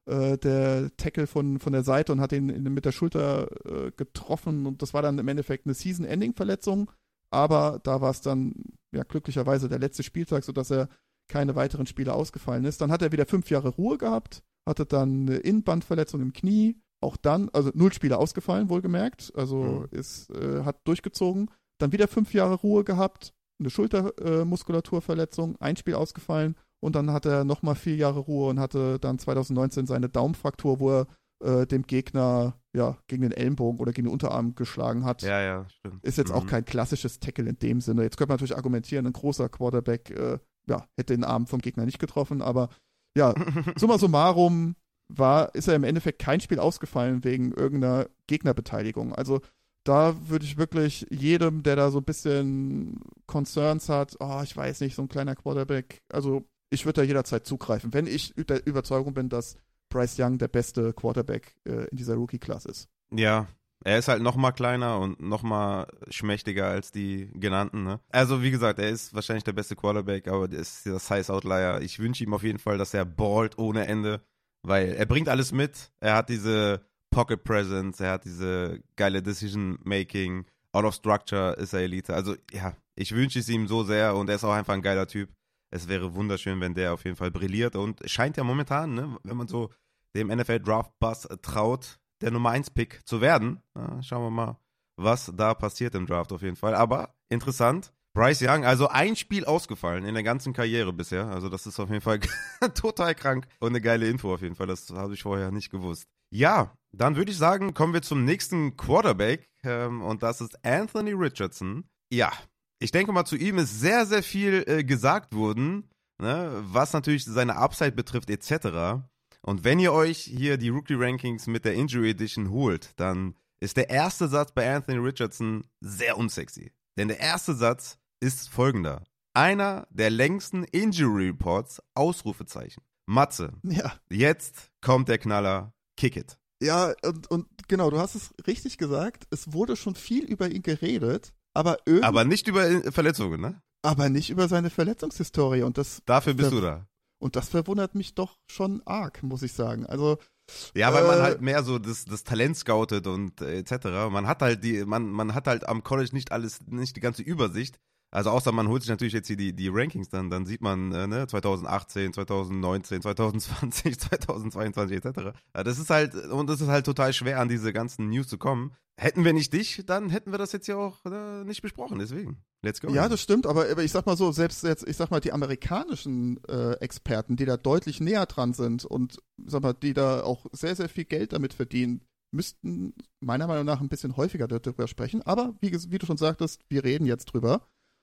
äh, der Tackle von, von der Seite und hat ihn in, mit der Schulter äh, getroffen und das war dann im Endeffekt eine Season-Ending-Verletzung, aber da war es dann ja glücklicherweise der letzte Spieltag, sodass er keine weiteren Spiele ausgefallen ist. Dann hat er wieder fünf Jahre Ruhe gehabt, hatte dann eine Innenbandverletzung im Knie, auch dann, also null Spiele ausgefallen, wohlgemerkt, also mhm. ist, äh, hat durchgezogen, dann wieder fünf Jahre Ruhe gehabt, eine Schultermuskulaturverletzung, ein Spiel ausgefallen und dann hat er nochmal vier Jahre Ruhe und hatte dann zwanzig neunzehn seine Daumenfraktur, wo er äh, dem Gegner ja gegen den Ellenbogen oder gegen den Unterarm geschlagen hat.
Ja, ja, stimmt.
Ist jetzt
mhm.
auch kein klassisches Tackle in dem Sinne. Jetzt könnte man natürlich argumentieren, ein großer Quarterback äh, ja, hätte den Arm vom Gegner nicht getroffen, aber ja, summa summarum war, ist er im Endeffekt kein Spiel ausgefallen wegen irgendeiner Gegnerbeteiligung. Also da würde ich wirklich jedem, der da so ein bisschen Concerns hat, oh, ich weiß nicht, so ein kleiner Quarterback, also ich würde da jederzeit zugreifen, wenn ich der Überzeugung bin, dass Bryce Young der beste Quarterback äh, in dieser Rookie-Class ist.
Ja, er ist halt noch mal kleiner und noch mal schmächtiger als die genannten. Ne? Also wie gesagt, er ist wahrscheinlich der beste Quarterback, aber der ist der Size-Outlier. Ich wünsche ihm auf jeden Fall, dass er ballt ohne Ende, weil er bringt alles mit. Er hat diese Pocket Presence, er hat diese geile Decision-Making, out of structure ist er Elite. Also ja, ich wünsche es ihm so sehr und er ist auch einfach ein geiler Typ. Es wäre wunderschön, wenn der auf jeden Fall brilliert und scheint ja momentan, ne, wenn man so dem N F L-Draft-Bus traut, der Nummer eins Pick zu werden. Ja, schauen wir mal, was da passiert im Draft auf jeden Fall. Aber interessant, Bryce Young, also ein Spiel ausgefallen in der ganzen Karriere bisher. Also das ist auf jeden Fall total krank und eine geile Info auf jeden Fall. Das habe ich vorher nicht gewusst. Ja, dann würde ich sagen, kommen wir zum nächsten Quarterback ähm, und das ist Anthony Richardson. Ja, ich denke mal, zu ihm ist sehr, sehr viel äh, gesagt worden, ne, was natürlich seine Upside betrifft et cetera. Und wenn ihr euch hier die Rookie-Rankings mit der Injury Edition holt, dann ist der erste Satz bei Anthony Richardson sehr unsexy. Denn der erste Satz ist folgender. Einer der längsten Injury Reports, Ausrufezeichen. Matze,
ja.
Jetzt kommt der Knaller, kick it.
Ja, und, und genau, du hast es richtig gesagt, es wurde schon viel über ihn geredet, aber irgendwie...
Aber nicht über Verletzungen, ne?
Aber nicht über seine Verletzungshistorie und das...
Dafür bist du da.
Und das verwundert mich doch schon arg, muss ich sagen. Also
ja, weil
äh,
man halt mehr so das, das Talent scoutet und äh, et cetera. Man hat halt die, man, man hat halt am College nicht alles, nicht die ganze Übersicht. Also außer man holt sich natürlich jetzt hier die, die Rankings, dann, dann sieht man äh, ne, zwanzig achtzehn, zwanzig neunzehn, zwanzig zwanzig, zwanzig zweiundzwanzig et cetera. Ja, das ist halt, und das ist halt total schwer, an diese ganzen News zu kommen. Hätten wir nicht dich, dann hätten wir das jetzt ja auch äh, nicht besprochen, deswegen. Let's go.
Ja, das stimmt, aber, aber ich sag mal so, selbst jetzt, ich sag mal, die amerikanischen äh, Experten, die da deutlich näher dran sind und sag mal, die da auch sehr, sehr viel Geld damit verdienen, müssten meiner Meinung nach ein bisschen häufiger darüber sprechen. Aber wie, wie du schon sagtest, wir reden jetzt drüber.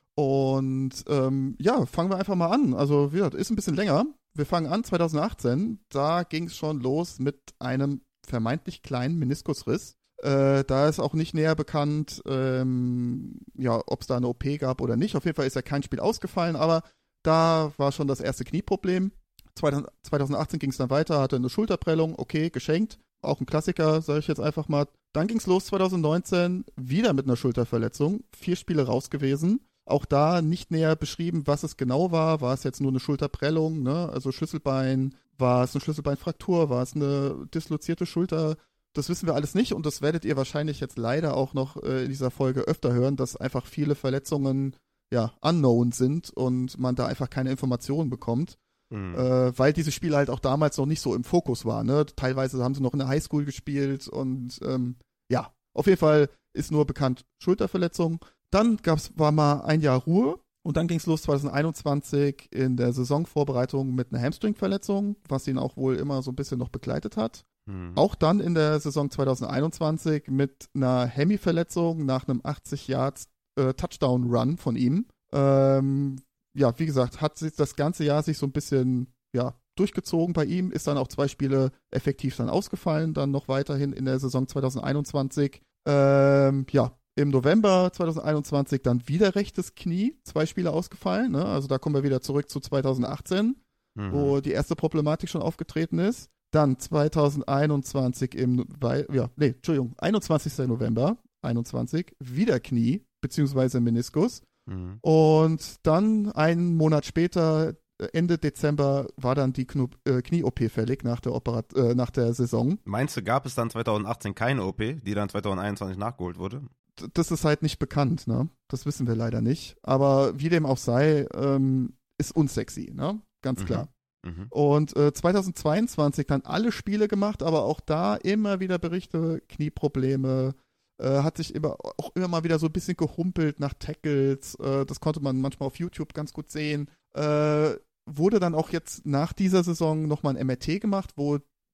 Und ähm, ja, fangen wir einfach mal an. Also, wie gesagt, ist ein bisschen länger. Wir fangen an zwanzig achtzehn. Da ging es schon los mit einem vermeintlich kleinen Meniskusriss. Äh, da ist auch nicht näher bekannt, ähm, ja, ob es da eine O P gab oder nicht. Auf jeden Fall ist ja kein Spiel ausgefallen, aber da war schon das erste Knieproblem. zwanzig achtzehn ging es dann weiter, hatte eine Schulterprellung, okay, geschenkt. Auch ein Klassiker, sage ich jetzt einfach mal. Dann ging es los zwanzig neunzehn, wieder mit einer Schulterverletzung. Vier Spiele raus gewesen. Auch da nicht näher beschrieben, was es genau war. War es jetzt nur eine Schulterprellung, ne? Also Schlüsselbein, war es eine Schlüsselbeinfraktur, war es eine dislozierte Schulter? Das wissen wir alles nicht und das werdet ihr wahrscheinlich jetzt leider auch noch äh, in dieser Folge öfter hören, dass einfach viele Verletzungen ja unknown sind und man da einfach keine Informationen bekommt, mhm. äh, weil diese Spiele halt auch damals noch nicht so im Fokus waren. Ne? Teilweise haben sie noch in der Highschool gespielt und ähm, ja, auf jeden Fall ist nur bekannt Schulterverletzung. Dann gab's, war mal ein Jahr Ruhe und dann ging es los zwanzig einundzwanzig in der Saisonvorbereitung mit einer Hamstringverletzung, was ihn auch wohl immer so ein bisschen noch begleitet hat. Mhm. Auch dann in der Saison zwanzig einundzwanzig mit einer Hemi-Verletzung nach einem achtzig Yards äh, Touchdown-Run von ihm. Ähm, ja, wie gesagt, hat sich das ganze Jahr sich so ein bisschen ja, durchgezogen bei ihm, ist dann auch zwei Spiele effektiv dann ausgefallen, dann noch weiterhin in der Saison zwanzig einundzwanzig. Ähm, ja, im November zwanzig einundzwanzig dann wieder rechtes Knie, zwei Spiele ausgefallen. Ne? Also da kommen wir wieder zurück zu zwanzig achtzehn, mhm. wo die erste Problematik schon aufgetreten ist. Dann zwanzig einundzwanzig im, ja, nee, Entschuldigung, einundzwanzigsten November einundzwanzig, wieder Knie, beziehungsweise Meniskus. Mhm. Und dann einen Monat später Ende Dezember war dann die Knu- äh, Knie-O P fällig nach der, Operat- äh, nach der Saison.
Meinst du, gab es dann zwanzig achtzehn keine O P, die dann zwanzig einundzwanzig nachgeholt wurde?
D- Das ist halt nicht bekannt, ne? Das wissen wir leider nicht. Aber wie dem auch sei, ähm, ist unsexy, ne? Ganz klar.
Mhm.
Und äh, zweitausendzweiundzwanzig dann alle Spiele gemacht, aber auch da immer wieder Berichte, Knieprobleme, äh, hat sich immer, auch immer mal wieder so ein bisschen gehumpelt nach Tackles, äh, das konnte man manchmal auf YouTube ganz gut sehen. Äh, wurde dann auch jetzt nach dieser Saison nochmal ein M R T gemacht, wo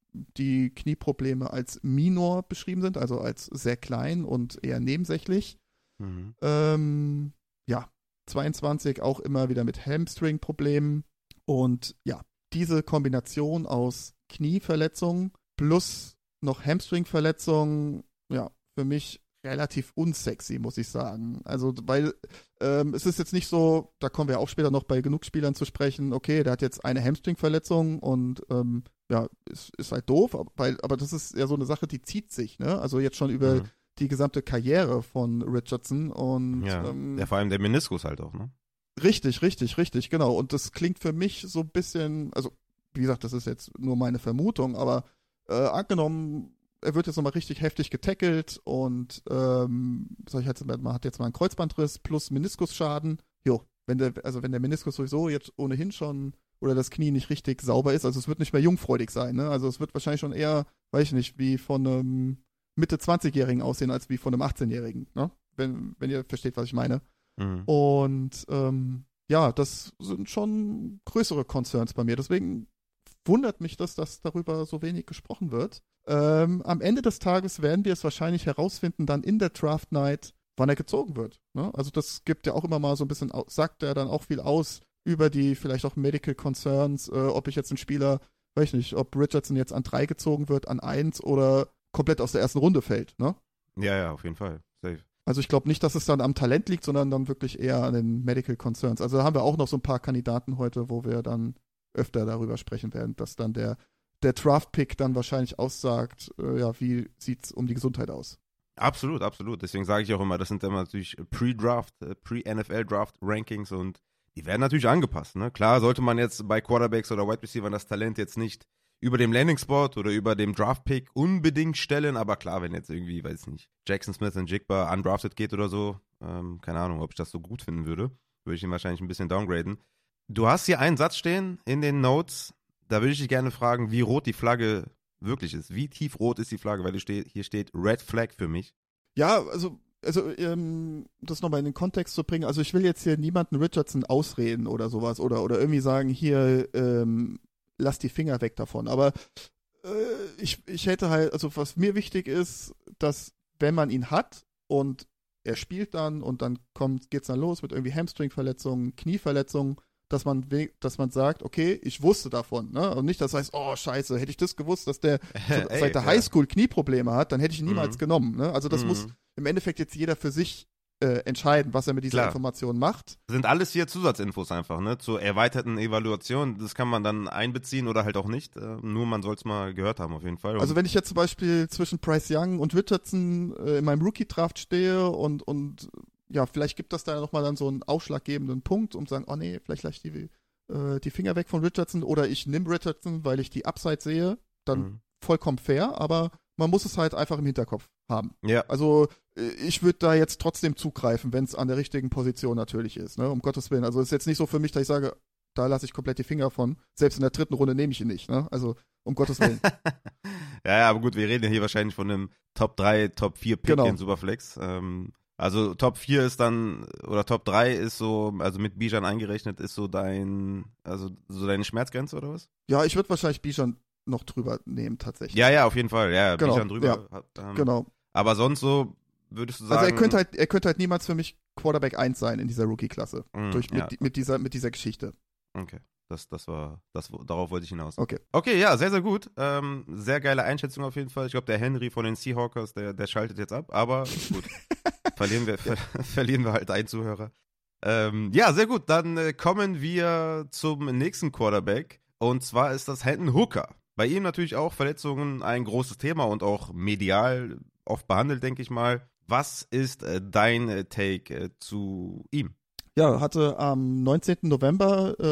die Knieprobleme als minor beschrieben sind, also als sehr klein und eher nebensächlich.
Mhm.
Ähm, ja, zweiundzwanzig auch immer wieder mit Hamstring-Problemen und ja, diese Kombination aus Knieverletzungen plus noch Hamstring-Verletzungen, ja, für mich relativ unsexy, muss ich sagen. Also, weil ähm, es ist jetzt nicht so, da kommen wir auch später noch bei genug Spielern zu sprechen, okay, der hat jetzt eine Hamstring-Verletzung und ähm, ja, ist, ist halt doof, aber, weil, aber das ist ja so eine Sache, die zieht sich, ne? Also jetzt schon über
Mhm.
die gesamte Karriere von Richardson und
Ja.
ähm,
ja, vor allem der Meniskus halt auch, ne?
Richtig, richtig, richtig, genau. Und das klingt für mich so ein bisschen, also wie gesagt, das ist jetzt nur meine Vermutung, aber äh, angenommen, er wird jetzt nochmal richtig heftig getackelt und ähm, sag ich jetzt, man hat jetzt mal einen Kreuzbandriss plus Meniskusschaden. Jo, wenn der, also wenn der Meniskus sowieso jetzt ohnehin schon oder das Knie nicht richtig sauber ist, also es wird nicht mehr jungfreudig sein, ne? Also es wird wahrscheinlich schon eher, weiß ich nicht, wie von einem Mitte zwanzigjährigen aussehen, als wie von einem achtzehnjährigen, ne? Wenn, wenn ihr versteht, was ich meine.
Mhm.
Und ähm, ja, das sind schon größere Concerns bei mir. Deswegen wundert mich das, dass darüber so wenig gesprochen wird. Ähm, am Ende des Tages werden wir es wahrscheinlich herausfinden, dann in der Draft Night, wann er gezogen wird. Ne? Also das gibt ja auch immer mal so ein bisschen, au- sagt er dann auch viel aus über die vielleicht auch Medical Concerns, äh, ob ich jetzt einen Spieler, weiß ich nicht, ob Richardson jetzt an drei gezogen wird, an eins oder komplett aus der ersten Runde fällt. Ne?
Ja, ja, auf jeden Fall. Safe.
Also ich glaube nicht, dass es dann am Talent liegt, sondern dann wirklich eher an den Medical Concerns. Also da haben wir auch noch so ein paar Kandidaten heute, wo wir dann öfter darüber sprechen werden, dass dann der, der Draft-Pick dann wahrscheinlich aussagt, äh, ja, wie sieht's um die Gesundheit aus.
Absolut, absolut. Deswegen sage ich auch immer, das sind immer natürlich Pre-Draft, äh, Pre-N F L-Draft-Rankings und die werden natürlich angepasst. Ne? Klar sollte man jetzt bei Quarterbacks oder Wide Receivers das Talent jetzt nicht über dem Landing-Spot oder über dem Draft-Pick unbedingt stellen, aber klar, wenn jetzt irgendwie, weiß nicht, Jackson Smith und Jigba undrafted geht oder so, ähm, keine Ahnung, ob ich das so gut finden würde, würde ich ihn wahrscheinlich ein bisschen downgraden. Du hast hier einen Satz stehen in den Notes, da würde ich dich gerne fragen, wie rot die Flagge wirklich ist. Wie tiefrot ist die Flagge, weil hier steht, hier steht Red Flag für mich.
Ja, also, also ähm, das nochmal in den Kontext zu bringen, also ich will jetzt hier niemanden Richardson ausreden oder sowas oder, oder irgendwie sagen, hier, ähm, lass die Finger weg davon. Aber äh, ich, ich hätte halt, also was mir wichtig ist, dass wenn man ihn hat und er spielt dann und dann kommt, geht's dann los mit irgendwie Hamstring-Verletzungen, Knieverletzungen, dass man, we- dass man sagt, okay, ich wusste davon, ne? Und nicht, dass heißt, oh scheiße, hätte ich das gewusst, dass der schon
Ey,
seit der
ja.
Highschool Knieprobleme hat, dann hätte ich ihn niemals
Mhm.
genommen, ne? Also das
Mhm.
muss im Endeffekt jetzt jeder für sich äh, entscheiden, was er mit dieser
Klar.
Information macht.
Das sind alles hier Zusatzinfos einfach, ne? Zur erweiterten Evaluation. Das kann man dann einbeziehen oder halt auch nicht. Äh, nur man soll es mal gehört haben, auf jeden Fall. Und
Also wenn ich jetzt zum Beispiel zwischen Bryce Young und Richardson äh, in meinem Rookie-Draft stehe und, und ja, vielleicht gibt das da nochmal dann so einen ausschlaggebenden Punkt, um zu sagen, oh nee, vielleicht lasse ich die, äh, die Finger weg von Richardson oder ich nehme Richardson, weil ich die Upside sehe, dann
Mhm.
vollkommen fair, aber man muss es halt einfach im Hinterkopf haben.
Ja,
Also äh, ich würde da jetzt trotzdem zugreifen, wenn es an der richtigen Position natürlich ist, ne? Um Gottes Willen. Also es ist jetzt nicht so für mich, dass ich sage, da lasse ich komplett die Finger von. Selbst in der dritten Runde nehme ich ihn nicht, ne? Also um Gottes Willen.
ja, ja, aber gut, wir reden ja hier wahrscheinlich von einem Top drei, Top vier Pick
Genau.
in Superflex. Ähm, also Top vier ist dann, oder Top drei ist so, also mit Bijan eingerechnet, ist so dein, also so deine Schmerzgrenze oder was?
Ja, ich würde wahrscheinlich Bijan noch drüber nehmen, tatsächlich.
Ja, ja, auf jeden Fall. Ja,
Genau,
Bijan drüber.
ja.
Hat, ähm,
Genau.
Aber sonst so, würdest du sagen.
Also er könnte halt, er könnte halt niemals für mich Quarterback eins sein in dieser Rookie-Klasse.
Mm,
Durch,
ja.
mit, mit, dieser, mit dieser Geschichte.
Okay, das, das war, das, darauf wollte ich hinaus.
Okay.
Okay, ja, sehr, sehr gut. Ähm, sehr geile Einschätzung auf jeden Fall. Ich glaube, der Henry von den Seahawkers, der, der schaltet jetzt ab, aber gut. verlieren, wir, ver, verlieren wir halt einen Zuhörer. Ähm, ja, sehr gut. Dann äh, kommen wir zum nächsten Quarterback. Und zwar ist das Hendon Hooker. Bei ihm natürlich auch Verletzungen ein großes Thema und auch medial oft behandelt, denke ich mal. Was ist äh, dein äh, Take äh, zu ihm?
Ja, hatte am neunzehnten November äh,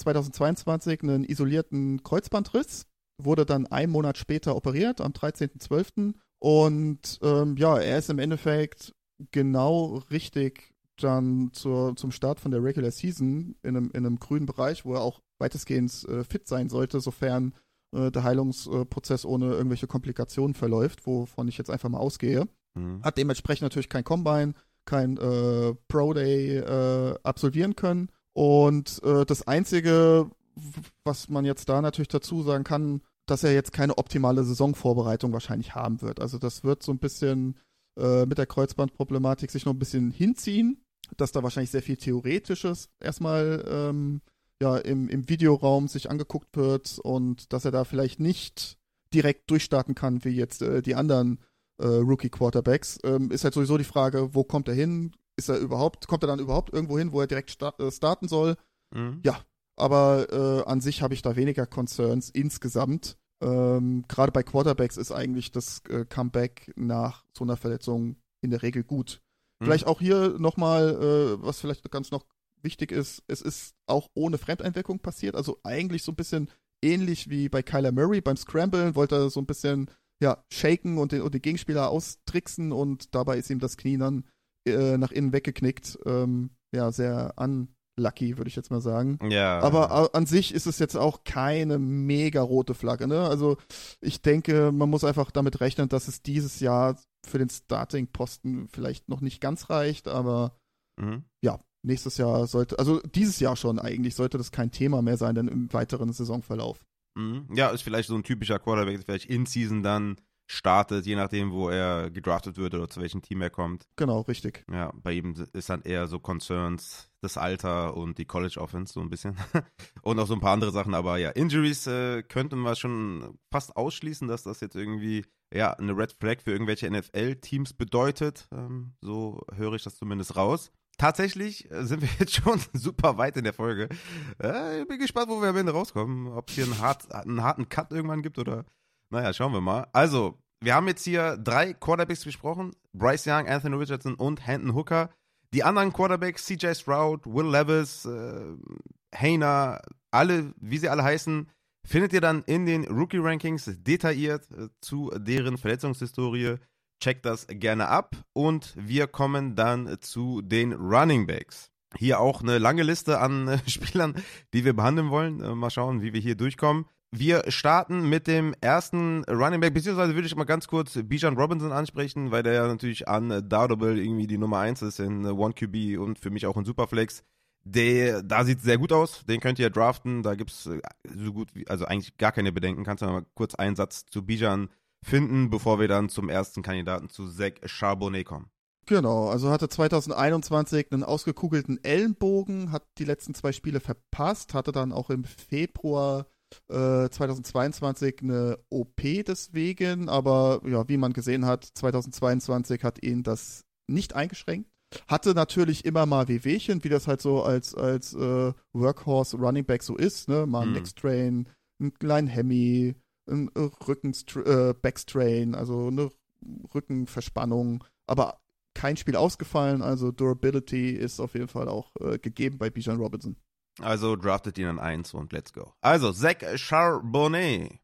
zweitausendzweiundzwanzig einen isolierten Kreuzbandriss, wurde dann einen Monat später operiert, am dreizehnten zwölften Und ähm, ja, er ist im Endeffekt genau richtig dann zur, zum Start von der Regular Season in einem, in einem grünen Bereich, wo er auch weitestgehend äh, fit sein sollte, sofern äh, der Heilungsprozess ohne irgendwelche Komplikationen verläuft, wovon ich jetzt einfach mal ausgehe. Mhm. Hat dementsprechend natürlich kein Combine, kein äh, Pro Day äh, absolvieren können. Und äh, das Einzige, was man jetzt da natürlich dazu sagen kann, dass er jetzt keine optimale Saisonvorbereitung wahrscheinlich haben wird. Also das wird so ein bisschen äh, mit der Kreuzbandproblematik sich noch ein bisschen hinziehen, dass da wahrscheinlich sehr viel Theoretisches erstmal ähm, ja, im, im Videoraum sich angeguckt wird und dass er da vielleicht nicht direkt durchstarten kann, wie jetzt äh, die anderen äh, Rookie-Quarterbacks. Ähm, ist halt sowieso die Frage, wo kommt er hin? Ist er überhaupt, kommt er dann überhaupt irgendwo hin, wo er direkt sta- äh, starten soll? Mhm. Ja, aber äh, an sich habe ich da weniger Concerns insgesamt. Ähm, Gerade bei Quarterbacks ist eigentlich das äh, Comeback nach so einer Verletzung in der Regel gut. Mhm. Vielleicht auch hier nochmal, äh, was vielleicht ganz noch wichtig ist, es ist auch ohne Fremdeinwirkung passiert, also eigentlich so ein bisschen ähnlich wie bei Kyler Murray beim Scramblen, wollte er so ein bisschen ja, shaken und den, und den Gegenspieler austricksen und dabei ist ihm das Knie dann äh, nach innen weggeknickt. Ähm, ja, sehr unlucky, würde ich jetzt mal sagen.
Ja.
Aber an sich ist es jetzt auch keine mega rote Flagge, ne? Also ich denke, man muss einfach damit rechnen, dass es dieses Jahr für den Starting-Posten vielleicht noch nicht ganz reicht, aber mhm. ja, nächstes Jahr sollte, also dieses Jahr schon eigentlich, sollte das kein Thema mehr sein, denn im weiteren Saisonverlauf.
Mhm. Ja, ist vielleicht so ein typischer Quarterback, der vielleicht in Season dann startet, je nachdem, wo er gedraftet wird oder zu welchem Team er kommt.
Genau, richtig.
Ja, bei ihm ist dann eher so Concerns, das Alter und die College Offense so ein bisschen. Und auch so ein paar andere Sachen, aber ja, Injuries äh, könnten wir schon fast ausschließen, dass das jetzt irgendwie ja eine Red Flag für irgendwelche N F L-Teams bedeutet. Ähm, so höre ich das zumindest raus. Tatsächlich sind wir jetzt schon super weit in der Folge. Äh, ich bin gespannt, wo wir am Ende rauskommen. Ob es hier einen, hart, einen harten Cut irgendwann gibt oder. Naja, schauen wir mal. Also, wir haben jetzt hier drei Quarterbacks besprochen. Bryce Young, Anthony Richardson und Hendon Hooker. Die anderen Quarterbacks, C J Stroud, Will Levis, äh, Hainer, alle, wie sie alle heißen, findet ihr dann in den Rookie-Rankings detailliert äh, zu deren Verletzungshistorie. Checkt das gerne ab und wir kommen dann zu den Running Backs. Hier auch eine lange Liste an äh, Spielern, die wir behandeln wollen. Äh, mal schauen, wie wir hier durchkommen. Wir starten mit dem ersten Running Back, beziehungsweise würde ich mal ganz kurz Bijan Robinson ansprechen, weil der ja natürlich undoubtable irgendwie die Nummer eins ist in One Q B und für mich auch in Superflex. Der, da sieht es sehr gut aus, den könnt ihr draften, da gibt es so gut wie, also eigentlich gar keine Bedenken. Kannst du mal kurz einen Satz zu Bijan finden, bevor wir dann zum ersten Kandidaten zu Zach Charbonnet kommen.
Genau, also hatte zweitausendeinundzwanzig einen ausgekugelten Ellenbogen, hat die letzten zwei Spiele verpasst, hatte dann auch im Februar äh, zweitausendzweiundzwanzig eine O P deswegen, aber ja, wie man gesehen hat, zweitausendzweiundzwanzig hat ihn das nicht eingeschränkt. Hatte natürlich immer mal Wehwehchen, wie das halt so als, als äh, Workhorse Running Back so ist, ne? Mal ein hm. Neckstrain, einen kleinen Hemi, ein Rücken äh, Backstrain, also eine Rückenverspannung, aber kein Spiel ausgefallen, also Durability ist auf jeden Fall auch äh, gegeben bei Bijan Robinson.
Also draftet ihn an eins und let's go. Also Zach Charbonnet.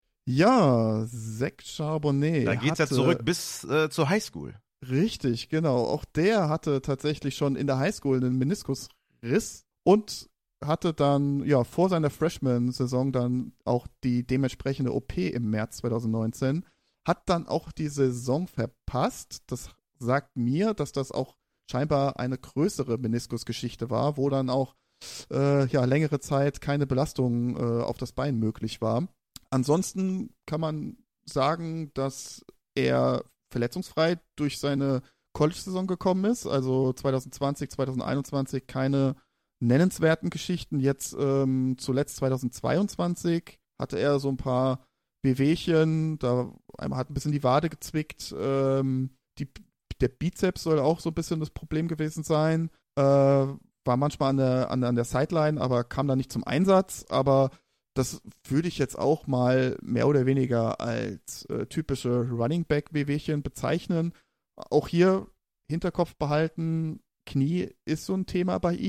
Ja, Zach Charbonnet.
Da geht's hatte, ja zurück bis äh, zur Highschool.
Richtig, genau. Auch der hatte tatsächlich schon in der Highschool einen Meniskusriss und hatte dann, ja, vor seiner Freshman-Saison dann auch die dementsprechende O P im März zweitausendneunzehn. Hat dann auch die Saison verpasst. Das sagt mir, dass das auch scheinbar eine größere Meniskusgeschichte war, wo dann auch äh, ja, längere Zeit keine Belastung äh, auf das Bein möglich war. Ansonsten kann man sagen, dass er verletzungsfrei durch seine College-Saison gekommen ist. Also zweitausendzwanzig, zweitausendeinundzwanzig keine nennenswerten Geschichten. Jetzt ähm, zuletzt zweitausendzweiundzwanzig hatte er so ein paar Wehwehchen. Da einmal hat ein bisschen die Wade gezwickt. Ähm, die, der Bizeps soll auch so ein bisschen das Problem gewesen sein. Äh, war manchmal an der, an, an der Sideline, aber kam da nicht zum Einsatz. Aber das würde ich jetzt auch mal mehr oder weniger als äh, typische Running Back-Wehwehchen bezeichnen. Auch hier Hinterkopf behalten, Knie ist so ein Thema bei ihm.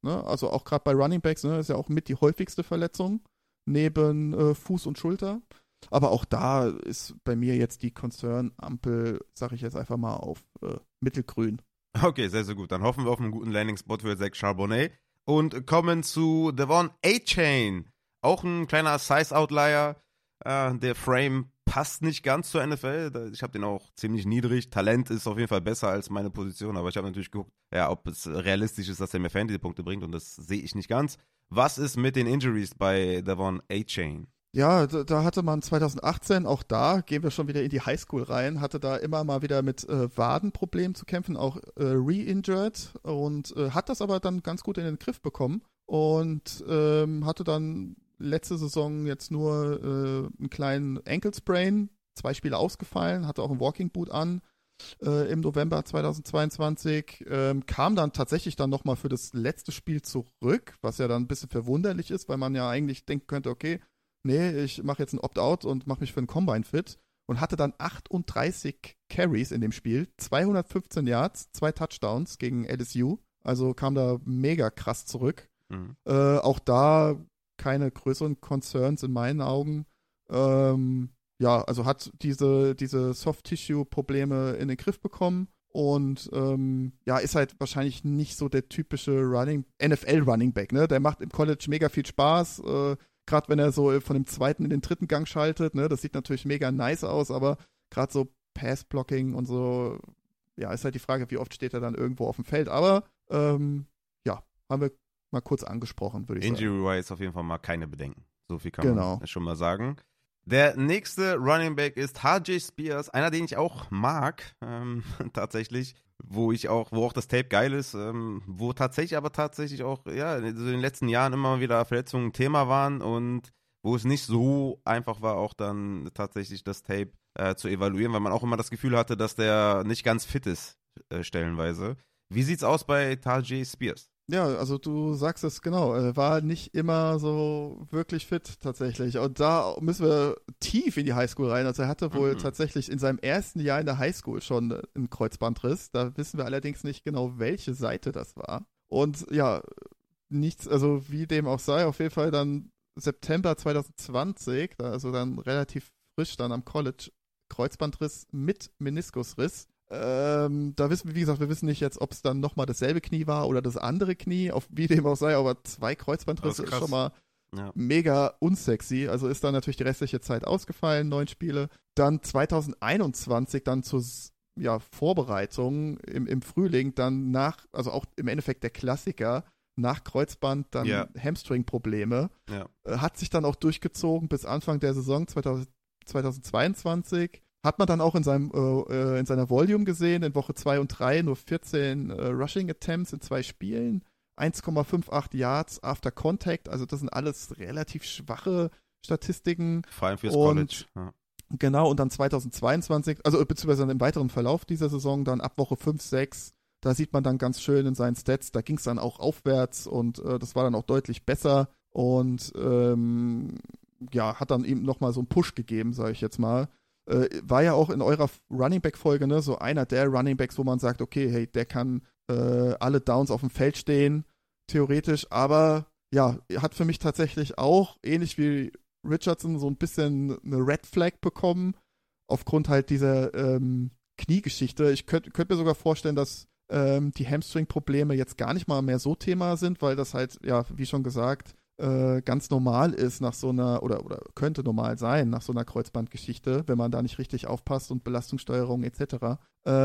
Ne? Also auch gerade bei Running Backs, ne, ist ja auch mit die häufigste Verletzung neben äh, Fuß und Schulter. Aber auch da ist bei mir jetzt die Concern-Ampel, sage ich jetzt einfach mal, auf äh, mittelgrün.
Okay, sehr, sehr gut. Dann hoffen wir auf einen guten Landing-Spot für Zach Charbonnet und kommen zu Devon A-Chain. Auch ein kleiner Size-Outlier. Äh, der Frame passt nicht ganz zur N F L. Ich habe den auch ziemlich niedrig. Talent ist auf jeden Fall besser als meine Position, aber ich habe natürlich geguckt, ja, ob es realistisch ist, dass er mir Fantasy-Punkte bringt, und das sehe ich nicht ganz. Was ist mit den Injuries bei Devon A-Chain?
Ja, da, da hatte man zwanzig achtzehn, auch da gehen wir schon wieder in die Highschool rein, hatte da immer mal wieder mit äh, Wadenproblemen zu kämpfen, auch äh, re-injured, und äh, hat das aber dann ganz gut in den Griff bekommen und ähm, hatte dann letzte Saison jetzt nur äh, einen kleinen Ankle Sprain, zwei Spiele ausgefallen, hatte auch ein Walking Boot an äh, im November zweitausendzweiundzwanzig, ähm, kam dann tatsächlich dann nochmal für das letzte Spiel zurück, was ja dann ein bisschen verwunderlich ist, weil man ja eigentlich denken könnte, okay, nee, ich mache jetzt ein Opt-out und mache mich für einen Combine fit, und hatte dann achtunddreißig Carries in dem Spiel, zweihundertfünfzehn Yards, zwei Touchdowns gegen L S U, also kam da mega krass zurück. Mhm. Äh, auch da keine größeren Concerns in meinen Augen. Ähm, ja, also hat diese, diese Soft-Tissue-Probleme in den Griff bekommen und ähm, ja, ist halt wahrscheinlich nicht so der typische Running, N F L-Running-Back, ne? Der macht im College mega viel Spaß, äh, gerade wenn er so von dem zweiten in den dritten Gang schaltet, ne? Das sieht natürlich mega nice aus, aber gerade so Pass-Blocking und so, ja, ist halt die Frage, wie oft steht er dann irgendwo auf dem Feld. Aber ähm, ja, haben wir mal kurz angesprochen, würde ich sagen.
Injury-wise auf jeden Fall mal keine Bedenken. So viel kann
genau.
man schon mal sagen. Der nächste Running Back ist H J Spears, einer, den ich auch mag, ähm, tatsächlich, wo ich auch, wo auch das Tape geil ist, ähm, wo tatsächlich aber tatsächlich auch, ja, in den letzten Jahren immer wieder Verletzungen ein Thema waren und wo es nicht so einfach war, auch dann tatsächlich das Tape äh, zu evaluieren, weil man auch immer das Gefühl hatte, dass der nicht ganz fit ist, äh, stellenweise. Wie sieht's aus bei H J Spears?
Ja, also du sagst es genau, er war nicht immer so wirklich fit tatsächlich. Und da müssen wir tief in die Highschool rein. Also er hatte wohl mhm. tatsächlich in seinem ersten Jahr in der Highschool schon einen Kreuzbandriss. Da wissen wir allerdings nicht genau, welche Seite das war. Und ja, nichts, also wie dem auch sei, auf jeden Fall dann September zwanzig zwanzig, also dann relativ frisch dann am College, Kreuzbandriss mit Meniskusriss. Ähm, da wissen wir, wie gesagt, wir wissen nicht jetzt, ob es dann nochmal dasselbe Knie war oder das andere Knie, auf wie dem auch sei, aber zwei Kreuzbandrisse ist, ist schon mal ja. mega unsexy, also ist dann natürlich die restliche Zeit ausgefallen, neun Spiele. Dann zwanzig einundzwanzig dann zur ja, Vorbereitung im, im Frühling, dann nach, also auch im Endeffekt der Klassiker, nach Kreuzband dann yeah. Hamstring-Probleme. Yeah. Äh, hat sich dann auch durchgezogen bis Anfang der Saison zwanzig zweitausendzweiundzwanzig. Hat man dann auch in, seinem, äh, in seiner Volume gesehen, in Woche zwei und drei nur vierzehn äh, Rushing Attempts in zwei Spielen, eins Komma achtundfünfzig Yards after Contact, also das sind alles relativ schwache Statistiken.
Vor allem fürs
und,
College. Ja.
Genau, und dann zweitausendzweiundzwanzig, also beziehungsweise dann im weiteren Verlauf dieser Saison, dann ab Woche fünf, sechs, da sieht man dann ganz schön in seinen Stats, da ging es dann auch aufwärts und äh, das war dann auch deutlich besser und ähm, ja, hat dann eben nochmal so einen Push gegeben, sage ich jetzt mal. Äh, war ja auch in eurer Running Back Folge, ne, so einer der Running Backs, wo man sagt, okay, hey, der kann äh, alle Downs auf dem Feld stehen, theoretisch, aber ja, hat für mich tatsächlich auch, ähnlich wie Richardson, so ein bisschen eine Red Flag bekommen, aufgrund halt dieser ähm, Kniegeschichte. Ich könnte könnt mir sogar vorstellen, dass ähm, die Hamstring-Probleme jetzt gar nicht mal mehr so Thema sind, weil das halt, ja, wie schon gesagt, äh, ganz normal ist nach so einer, oder, oder könnte normal sein nach so einer Kreuzbandgeschichte, wenn man da nicht richtig aufpasst und Belastungssteuerung et cetera.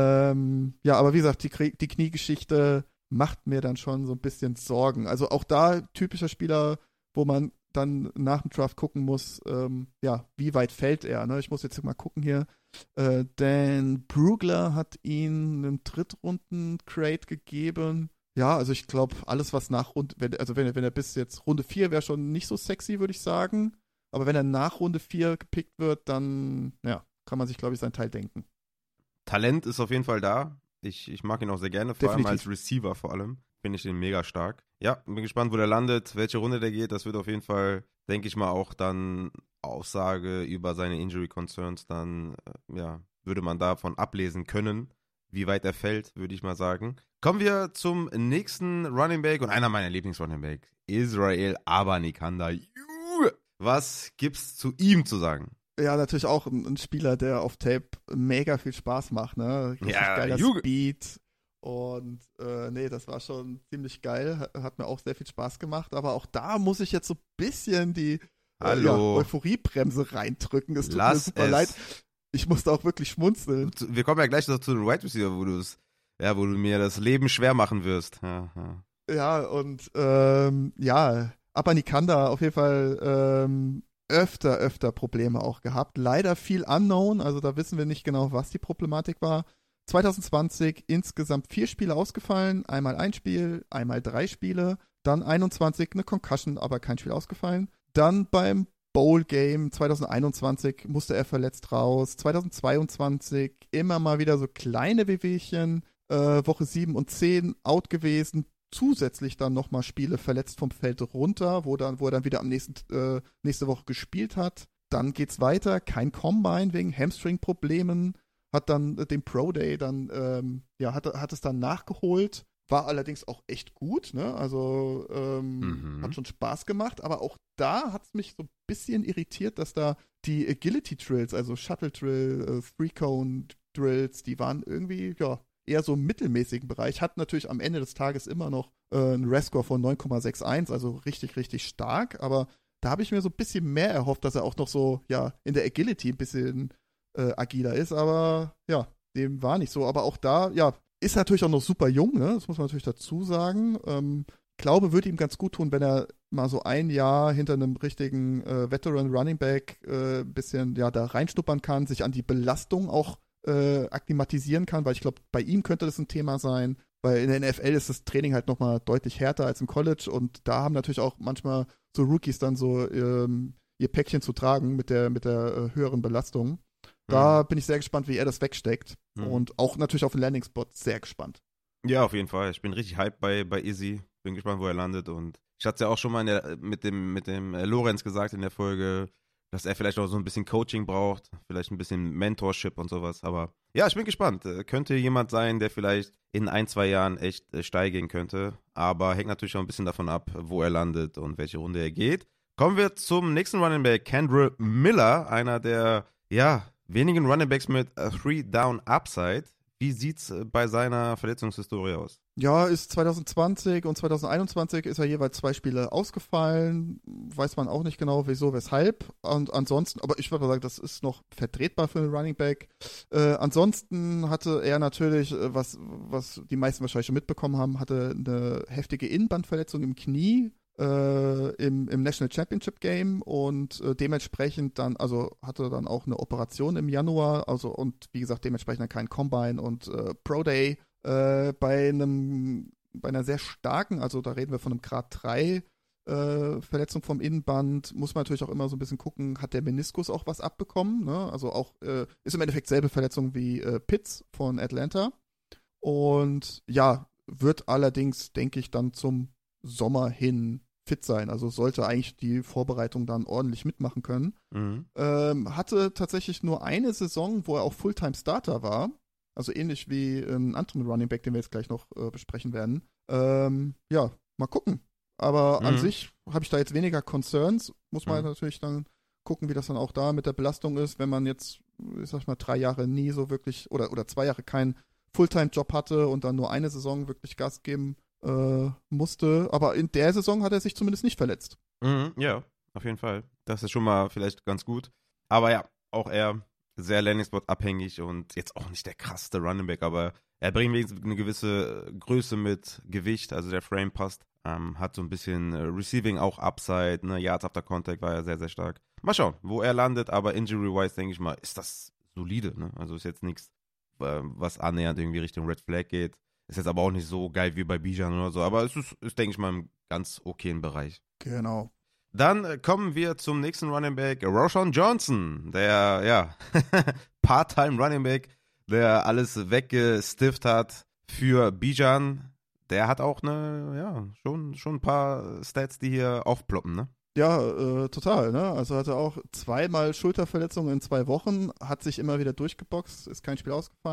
Ähm, ja, aber wie gesagt, die, die Kniegeschichte macht mir dann schon so ein bisschen Sorgen. Also auch da typischer Spieler, wo man dann nach dem Draft gucken muss, ähm, ja, wie weit fällt er, ne? Ich muss jetzt mal gucken hier. Äh, Dan Brugler hat ihn einen Drittrunden-Crate gegeben. Ja, also ich glaube, alles, was nach Runde, wenn, also wenn, wenn er bis jetzt Runde vier wäre schon nicht so sexy, würde ich sagen. Aber wenn er nach Runde vier gepickt wird, dann, ja, kann man sich, glaube ich, seinen Teil denken.
Talent ist auf jeden Fall da. Ich, ich mag ihn auch sehr gerne, vor Definitiv. allem als Receiver vor allem. Finde ich den mega stark. Ja, bin gespannt, wo der landet, welche Runde der geht. Das wird auf jeden Fall, denke ich mal, auch dann Aussage über seine Injury Concerns dann, äh, ja, würde man davon ablesen können, wie weit er fällt, würde ich mal sagen. Kommen wir zum nächsten Running Back und einer meiner Lieblings-Running Back, Israel Abanikanda. Was gibt's zu ihm zu sagen?
Ja, natürlich auch ein, ein Spieler, der auf Tape mega viel Spaß macht, ne? Richtig
Ja,
geiler
Juge.
Speed. Und äh, nee, das war schon ziemlich geil. Hat, hat mir auch sehr viel Spaß gemacht. Aber auch da muss ich jetzt so ein bisschen die äh, ja, Euphoriebremse reindrücken. Es tut
Lass
mir super
es.
leid. Ich musste auch wirklich schmunzeln.
Wir kommen ja gleich noch zu den Wide Receiver, wo du es, ja, wo du mir das Leben schwer machen wirst. Ja, ja.
Ja, und ähm, ja, Abanikanda auf jeden Fall ähm, öfter, öfter Probleme auch gehabt. Leider viel unknown, also da wissen wir nicht genau, was die Problematik war. zwanzig zwanzig insgesamt vier Spiele ausgefallen, einmal ein Spiel, einmal drei Spiele, dann einundzwanzig eine Concussion, aber kein Spiel ausgefallen. Dann beim Bowl-Game zwanzig einundzwanzig musste er verletzt raus, zwanzig zweiundzwanzig immer mal wieder so kleine Wehwehchen, äh, Woche sieben und zehn out gewesen, zusätzlich dann nochmal Spiele verletzt vom Feld runter, wo, dann, wo er dann wieder am nächsten, äh, nächste Woche gespielt hat. Dann geht's weiter, kein Combine wegen Hamstring-Problemen, hat dann äh, den Pro Day dann, ähm, ja, hat, hat es dann nachgeholt, war allerdings auch echt gut, ne, also ähm,
Mhm.
hat schon Spaß gemacht, aber auch da hat es mich so ein bisschen irritiert, dass da die Agility-Drills, also Shuttle-Drill, äh, Three-Cone-Drills, die waren irgendwie, ja, eher so im mittelmäßigen Bereich, hat natürlich am Ende des Tages immer noch äh, einen R A S-Score von neun Komma einundsechzig, also richtig, richtig stark, aber da habe ich mir so ein bisschen mehr erhofft, dass er auch noch so, ja, in der Agility ein bisschen äh, agiler ist, aber ja, dem war nicht so, aber auch da, ja, ist natürlich auch noch super jung, ne, das muss man natürlich dazu sagen, ähm, glaube, würde ihm ganz gut tun, wenn er mal so ein Jahr hinter einem richtigen äh, Veteran Running Back ein äh, bisschen, ja, da reinschnuppern kann, sich an die Belastung auch Äh, akklimatisieren kann, weil ich glaube, bei ihm könnte das ein Thema sein, weil in der N F L ist das Training halt nochmal deutlich härter als im College und da haben natürlich auch manchmal so Rookies dann so ähm, ihr Päckchen zu tragen mit der, mit der äh, höheren Belastung. Da mhm. bin ich sehr gespannt, wie er das wegsteckt mhm. und auch natürlich auf den Landing-Spot sehr gespannt.
Ja, auf jeden Fall. Ich bin richtig hyped bei, bei Izzy. Bin gespannt, wo er landet und ich hatte es ja auch schon mal in der, mit dem, mit dem äh, Lorenz gesagt in der Folge, dass er vielleicht auch so ein bisschen Coaching braucht, vielleicht ein bisschen Mentorship und sowas. Aber ja, ich bin gespannt. Könnte jemand sein, der vielleicht in ein, zwei Jahren echt äh, steil gehen könnte. Aber hängt natürlich auch ein bisschen davon ab, wo er landet und welche Runde er geht. Kommen wir zum nächsten Running Back, Kendre Miller, einer der ja wenigen Running Backs mit Three-Down-Upside. Wie sieht's bei seiner Verletzungshistorie aus?
Ja, ist zwanzig zwanzig und zwanzig einundzwanzig ist er jeweils zwei Spiele ausgefallen. Weiß man auch nicht genau, wieso, weshalb. Und ansonsten, aber ich würde sagen, das ist noch vertretbar für einen Running Back. Äh, ansonsten hatte er natürlich, was, was die meisten wahrscheinlich schon mitbekommen haben, hatte eine heftige Innenbandverletzung im Knie. Äh, im, im National Championship Game und äh, dementsprechend dann, also hatte dann auch eine Operation im Januar, also und wie gesagt, dementsprechend dann kein Combine und äh, Pro Day äh, bei einem, bei einer sehr starken, also da reden wir von einem Grad drei äh, Verletzung vom Innenband, muss man natürlich auch immer so ein bisschen gucken, hat der Meniskus auch was abbekommen, ne? Also auch, äh, ist im Endeffekt selbe Verletzung wie äh, Pitts von Atlanta und ja, wird allerdings, denke ich, dann zum Sommer hin fit sein. Also sollte eigentlich die Vorbereitung dann ordentlich mitmachen können. Mhm. Ähm, hatte tatsächlich nur eine Saison, wo er auch Fulltime-Starter war. Also ähnlich wie ein anderen Running Back, den wir jetzt gleich noch äh, besprechen werden. Ähm, ja, mal gucken. Aber mhm. an sich habe ich da jetzt weniger Concerns. Muss man mhm. natürlich dann gucken, wie das dann auch da mit der Belastung ist, wenn man jetzt, ich sag mal, drei Jahre nie so wirklich oder, oder zwei Jahre keinen Fulltime-Job hatte und dann nur eine Saison wirklich Gas geben Äh, musste, aber in der Saison hat er sich zumindest nicht verletzt.
Mhm, ja, auf jeden Fall. Das ist schon mal vielleicht ganz gut. Aber ja, auch er sehr Landing-Spot abhängig und jetzt auch nicht der krasseste Running Back, aber er bringt wenigstens eine gewisse Größe mit Gewicht, also der Frame passt. Ähm, hat so ein bisschen äh, Receiving auch Upside, ne, Yards after Contact war er sehr, sehr stark. Mal schauen, wo er landet, aber Injury-wise, denke ich mal, ist das solide, ne? Also ist jetzt nichts, äh, was annähernd irgendwie Richtung Red Flag geht. Ist jetzt aber auch nicht so geil wie bei Bijan oder so, aber es ist, ist denke ich mal, im ganz okayen Bereich.
Genau.
Dann äh, kommen wir zum nächsten Running Back, Roschon Johnson, der, ja, Part-Time Running Back, der alles weggestifft hat für Bijan. Der hat auch eine, ja, schon, schon ein paar Stats, die hier aufploppen, ne?
Ja, äh, total, ne? Also hatte auch zweimal Schulterverletzungen in zwei Wochen, hat sich immer wieder durchgeboxt, ist kein Spiel ausgefallen.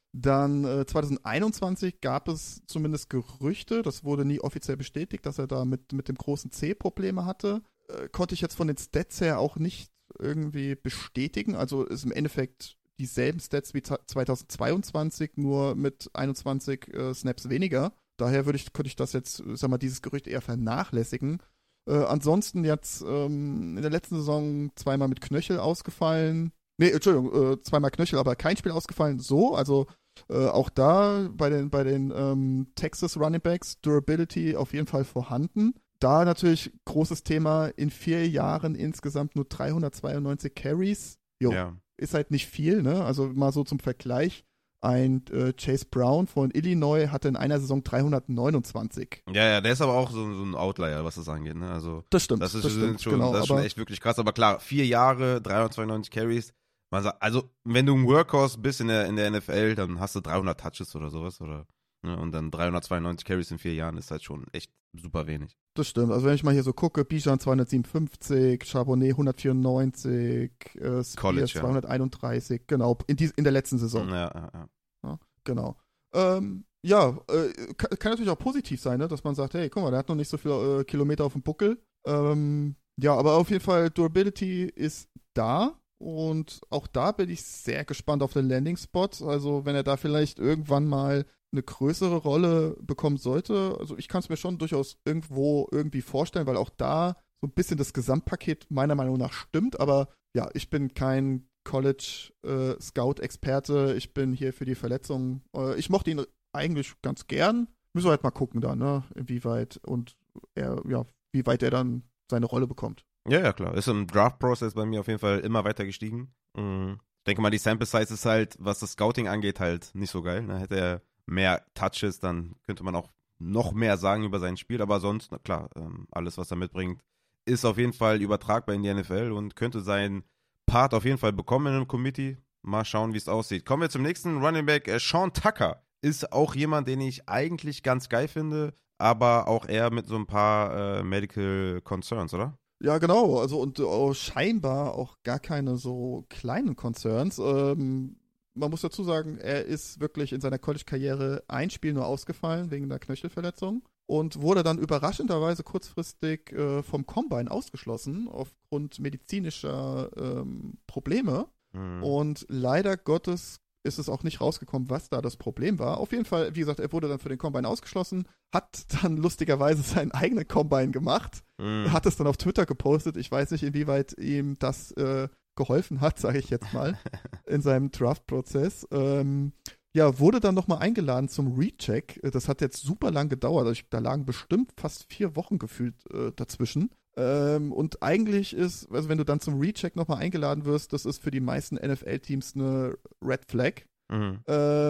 Dann äh, zwanzig einundzwanzig gab es zumindest Gerüchte, das wurde nie offiziell bestätigt, dass er da mit, mit dem großen C Probleme hatte. Äh, konnte ich jetzt von den Stats her auch nicht irgendwie bestätigen. Also ist im Endeffekt dieselben Stats wie zweitausendzweiundzwanzig, nur mit einundzwanzig äh, Snaps weniger. Daher würde ich, könnte ich das jetzt, sag mal, dieses Gerücht eher vernachlässigen. Äh, ansonsten jetzt ähm, in der letzten Saison zweimal mit Knöchel ausgefallen. Nee, Entschuldigung, äh, zweimal Knöchel, aber kein Spiel ausgefallen. So, also äh, auch da bei den, bei den ähm, Texas Running Backs Durability auf jeden Fall vorhanden. Da natürlich großes Thema, in vier Jahren insgesamt nur dreihundertzweiundneunzig Carries. Jo, ja. Ist halt nicht viel, ne? Also mal so zum Vergleich. Ein äh, Chase Brown von Illinois hatte in einer Saison dreihundertneunundzwanzig.
Ja, ja, der ist aber auch so, so ein Outlier, was das angeht, ne? Also,
das stimmt.
Das ist,
das stimmt,
schon,
genau,
das ist schon echt wirklich krass. Aber klar, vier Jahre, dreihundertzweiundneunzig Carries. Man sagt, also, wenn du ein Workhorse bist in der, in der N F L, dann hast du dreihundert Touches oder sowas, oder? Ne? Und dann dreihundertzweiundneunzig Carries in vier Jahren ist halt schon echt super wenig.
Das stimmt. Also wenn ich mal hier so gucke, Bijan zweihundertsiebenundfünfzig, Charbonnet hundertvierundneunzig, äh, Spears College, ja. zweihunderteinunddreißig, genau, in, die, in der letzten Saison.
Ja, ja, ja.
ja genau. Ähm, ja, äh, kann, kann natürlich auch positiv sein, ne? Dass man sagt, hey, guck mal, der hat noch nicht so viele äh, Kilometer auf dem Buckel. Ähm, ja, aber auf jeden Fall, Durability ist da. Und auch da bin ich sehr gespannt auf den Landing-Spot. Also wenn er da vielleicht irgendwann mal eine größere Rolle bekommen sollte. Also ich kann es mir schon durchaus irgendwo irgendwie vorstellen, weil auch da so ein bisschen das Gesamtpaket meiner Meinung nach stimmt. Aber ja, ich bin kein College-Scout-Experte. Äh, ich bin hier für die Verletzungen. Äh, ich mochte ihn eigentlich ganz gern. Müssen wir halt mal gucken da, ne? Inwieweit und er, ja, wie weit er dann seine Rolle bekommt.
Ja, ja, klar. Ist im Draft-Prozess bei mir auf jeden Fall immer weiter gestiegen. Mhm. Ich denke mal, die Sample-Size ist halt, was das Scouting angeht, halt nicht so geil. Ne? Hätte er mehr Touches, dann könnte man auch noch mehr sagen über sein Spiel. Aber sonst, na klar, ähm, alles, was er mitbringt, ist auf jeden Fall übertragbar in die N F L und könnte seinen Part auf jeden Fall bekommen in einem Committee. Mal schauen, wie es aussieht. Kommen wir zum nächsten Running Back. Äh, Sean Tucker ist auch jemand, den ich eigentlich ganz geil finde, aber auch eher mit so ein paar äh, Medical Concerns, oder?
Ja, genau. Also und oh, scheinbar auch gar keine so kleinen Concerns. Ähm, man muss dazu sagen, er ist wirklich in seiner College-Karriere ein Spiel nur ausgefallen wegen einer Knöchelverletzung und wurde dann überraschenderweise kurzfristig äh, vom Combine ausgeschlossen aufgrund medizinischer ähm, Probleme. Mhm. Und leider Gottes ist es auch nicht rausgekommen, was da das Problem war. Auf jeden Fall, wie gesagt, er wurde dann für den Combine ausgeschlossen, hat dann lustigerweise seinen eigenen Combine gemacht, mm. hat es dann auf Twitter gepostet. Ich weiß nicht, inwieweit ihm das äh, geholfen hat, sage ich jetzt mal, in seinem Draft-Prozess. Ähm, ja, wurde dann nochmal eingeladen zum Recheck. Das hat jetzt super lang gedauert. Also ich, da lagen bestimmt fast vier Wochen gefühlt äh, dazwischen. Ähm, und eigentlich ist, also wenn du dann zum Recheck nochmal eingeladen wirst, das ist für die meisten N F L-Teams eine Red Flag. Mhm.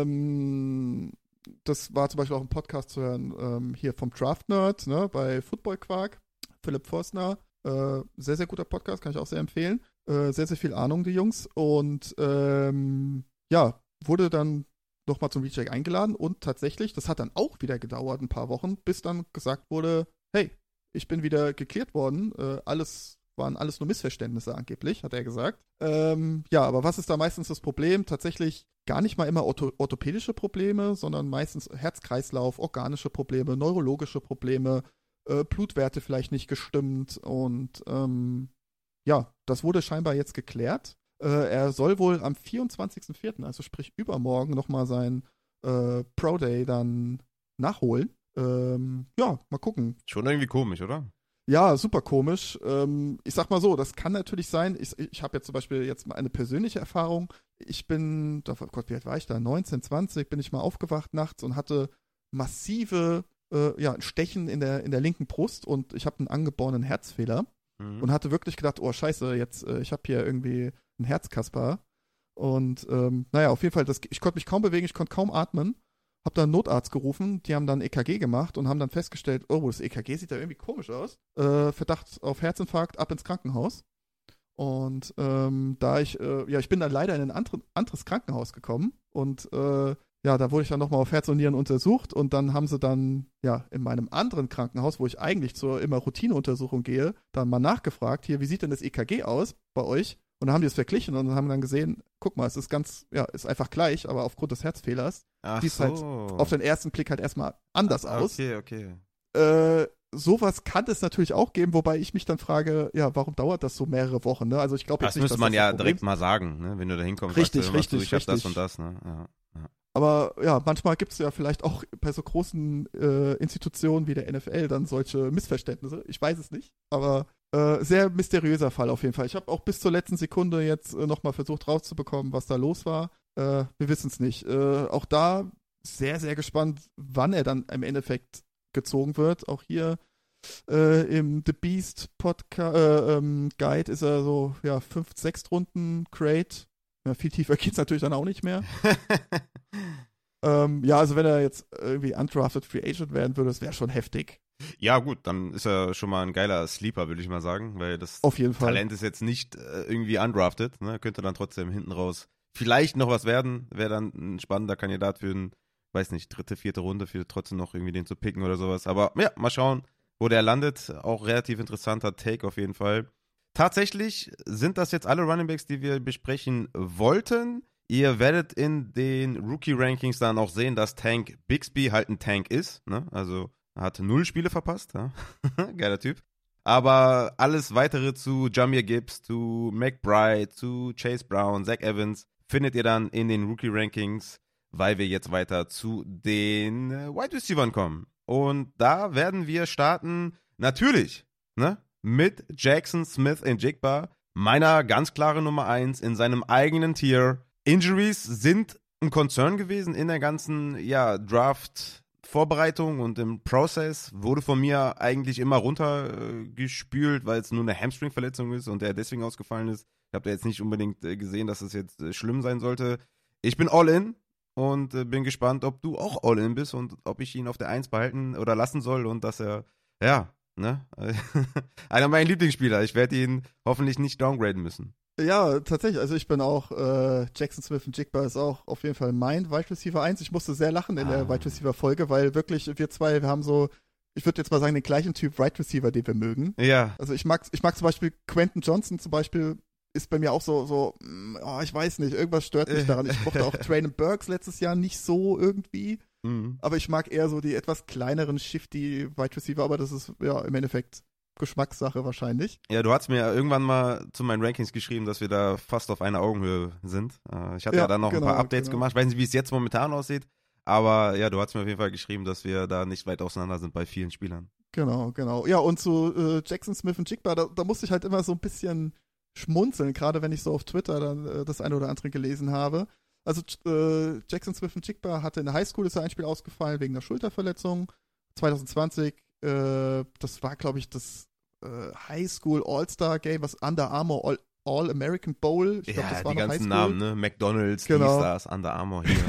Ähm, das war zum Beispiel auch ein Podcast zu hören, ähm, hier vom Draft Nerd, ne, bei Football Quark, Philipp Forstner. Äh, sehr, sehr guter Podcast, kann ich auch sehr empfehlen. Äh, sehr, sehr viel Ahnung, die Jungs. Und ähm, ja, wurde dann nochmal zum Recheck eingeladen und tatsächlich, das hat dann auch wieder gedauert, ein paar Wochen, bis dann gesagt wurde, hey, ich bin wieder geklärt worden. Äh, alles waren alles nur Missverständnisse angeblich, hat er gesagt. Ähm, ja, aber was ist da meistens das Problem? Tatsächlich gar nicht mal immer ortho- orthopädische Probleme, sondern meistens Herz-Kreislauf, organische Probleme, neurologische Probleme, äh, Blutwerte vielleicht nicht gestimmt und ähm, ja, das wurde scheinbar jetzt geklärt. Äh, er soll wohl am vierundzwanzigsten vierten, also sprich übermorgen, nochmal sein äh, Pro Day dann nachholen. Ähm, ja, mal gucken.
Schon irgendwie komisch, oder?
Ja, super komisch. Ähm, ich sag mal so, das kann natürlich sein. Ich, ich habe jetzt zum Beispiel jetzt mal eine persönliche Erfahrung. Ich bin, oh Gott, wie alt war ich da? neunzehn, zwanzig bin ich mal aufgewacht nachts und hatte massive äh, ja, Stechen in der, in der linken Brust und ich habe einen angeborenen Herzfehler mhm. und hatte wirklich gedacht, oh scheiße, jetzt, äh, ich habe hier irgendwie ein Herzkasper. Und ähm, naja, auf jeden Fall, das, ich konnte mich kaum bewegen, ich konnte kaum atmen. Hab dann einen Notarzt gerufen, die haben dann E K G gemacht und haben dann festgestellt, oh, das E K G sieht da irgendwie komisch aus. Äh, Verdacht auf Herzinfarkt, ab ins Krankenhaus. Und ähm, da ich, äh, ja, ich bin dann leider in ein andre, anderes Krankenhaus gekommen und äh, ja, da wurde ich dann nochmal auf Herz und Nieren untersucht und dann haben sie dann, ja, in meinem anderen Krankenhaus, wo ich eigentlich zur immer Routineuntersuchung gehe, dann mal nachgefragt, hier, wie sieht denn das E K G aus bei euch? Und dann haben die es verglichen und haben dann gesehen, guck mal, es ist ganz, ja, ist einfach gleich, aber aufgrund des Herzfehlers
Ach
sieht es
so.
halt auf den ersten Blick halt erstmal anders aus.
Okay, okay.
Äh, sowas kann es natürlich auch geben, wobei ich mich dann frage, ja, warum dauert das so mehrere Wochen, ne? Also ich glaube jetzt
Das
nicht,
müsste
dass
man
das
ja
das Problem
direkt
ist.
mal sagen, ne? Wenn du da hinkommst,
Richtig,
sagst du,
richtig,
du, ich hab das
richtig.
und das, ne? Ja, ja.
Aber ja, manchmal gibt es ja vielleicht auch bei so großen äh, Institutionen wie der N F L dann solche Missverständnisse. Ich weiß es nicht, aber äh, sehr mysteriöser Fall auf jeden Fall. Ich habe auch bis zur letzten Sekunde jetzt äh, nochmal versucht rauszubekommen, was da los war. Äh, wir wissen es nicht. Äh, auch da sehr, sehr gespannt, wann er dann im Endeffekt gezogen wird. Auch hier äh, im The Beast Podcast äh, ähm, Guide ist er so, ja, fünf, sechs Runden Crate. Ja, viel tiefer geht's natürlich dann auch nicht mehr. ähm, ja, also wenn er jetzt irgendwie undrafted Free Agent werden würde, das wäre schon heftig.
Ja, gut, dann ist er schon mal ein geiler Sleeper, würde ich mal sagen, weil das
Auf jeden Fall.
Talent ist jetzt nicht äh, irgendwie undrafted, ne? Könnte dann trotzdem hinten raus vielleicht noch was werden, wäre dann ein spannender Kandidat für ein, weiß nicht, dritte, vierte Runde, für trotzdem noch irgendwie den zu picken oder sowas. Aber ja, mal schauen, wo der landet. Auch relativ interessanter Take auf jeden Fall. Tatsächlich sind das jetzt alle Runningbacks, die wir besprechen wollten. Ihr werdet in den Rookie-Rankings dann auch sehen, dass Tank Bixby halt ein Tank ist. Ne? Also er hat null Spiele verpasst. Ja? Geiler Typ. Aber alles weitere zu Jahmyr Gibbs, zu McBride, zu Chase Brown, Zach Evans findet ihr dann in den Rookie-Rankings, weil wir jetzt weiter zu den äh, Wide Receivers kommen. Und da werden wir starten, natürlich, ne? Mit Jackson Smith-Njigba, meiner ganz klare Nummer eins in seinem eigenen Tier. Injuries sind ein Concern gewesen in der ganzen ja, Draft-Vorbereitung und im Prozess. Wurde von mir eigentlich immer runtergespült, äh, weil es nur eine Hamstring-Verletzung ist und er deswegen ausgefallen ist. Ich habe da jetzt nicht unbedingt äh, gesehen, dass es jetzt äh, schlimm sein sollte. Ich bin all in und äh, bin gespannt, ob du auch all in bist und ob ich ihn auf der eins behalten oder lassen soll und dass er, ja, ne? Einer meiner Lieblingsspieler. Ich werde ihn hoffentlich nicht downgraden müssen.
Ja, tatsächlich. Also ich bin auch, äh, Jackson Smith-Njigba ist auch auf jeden Fall mein Wide Receiver eins. Ich musste sehr lachen in
Ah.
der Wide Receiver Folge, weil wirklich wir zwei, wir haben so, ich würde jetzt mal sagen, den gleichen Typ Wide Receiver, den wir mögen.
Ja.
Also ich mag, ich mag zum Beispiel Quentin Johnson zum Beispiel, ist bei mir auch so, so, oh, ich weiß nicht, irgendwas stört mich daran. Ich mochte auch Traylon Burks letztes Jahr nicht so irgendwie.
Mhm.
Aber ich mag eher so die etwas kleineren, shifty Wide Receiver, aber das ist ja im Endeffekt Geschmackssache wahrscheinlich.
Ja, du hast mir irgendwann mal zu meinen Rankings geschrieben, dass wir da fast auf einer Augenhöhe sind. Äh, ich hatte ja,
Ja,
dann noch
genau,
ein paar Updates
genau.
gemacht. Ich weiß nicht, wie es jetzt momentan aussieht. Aber ja, du hast mir auf jeden Fall geschrieben, dass wir da nicht weit auseinander sind bei vielen Spielern.
Genau, genau. Ja, und zu äh, Jackson Smith-Njigba, da, da musste ich halt immer so ein bisschen schmunzeln, gerade wenn ich so auf Twitter dann äh, das eine oder andere gelesen habe. Also äh, Jackson Smith-Njigba hatte in der Highschool, ist er ein Spiel ausgefallen wegen einer Schulterverletzung. zwanzig zwanzig, äh, das war, glaube ich, das äh, Highschool All-Star-Game, was Under Armour All- All-American Bowl. Ich glaube,
Ja,
das war
die
noch
ganzen
Highschool.
Namen, ne? McDonald's,
Genau.
dies, das, Under Armour hier.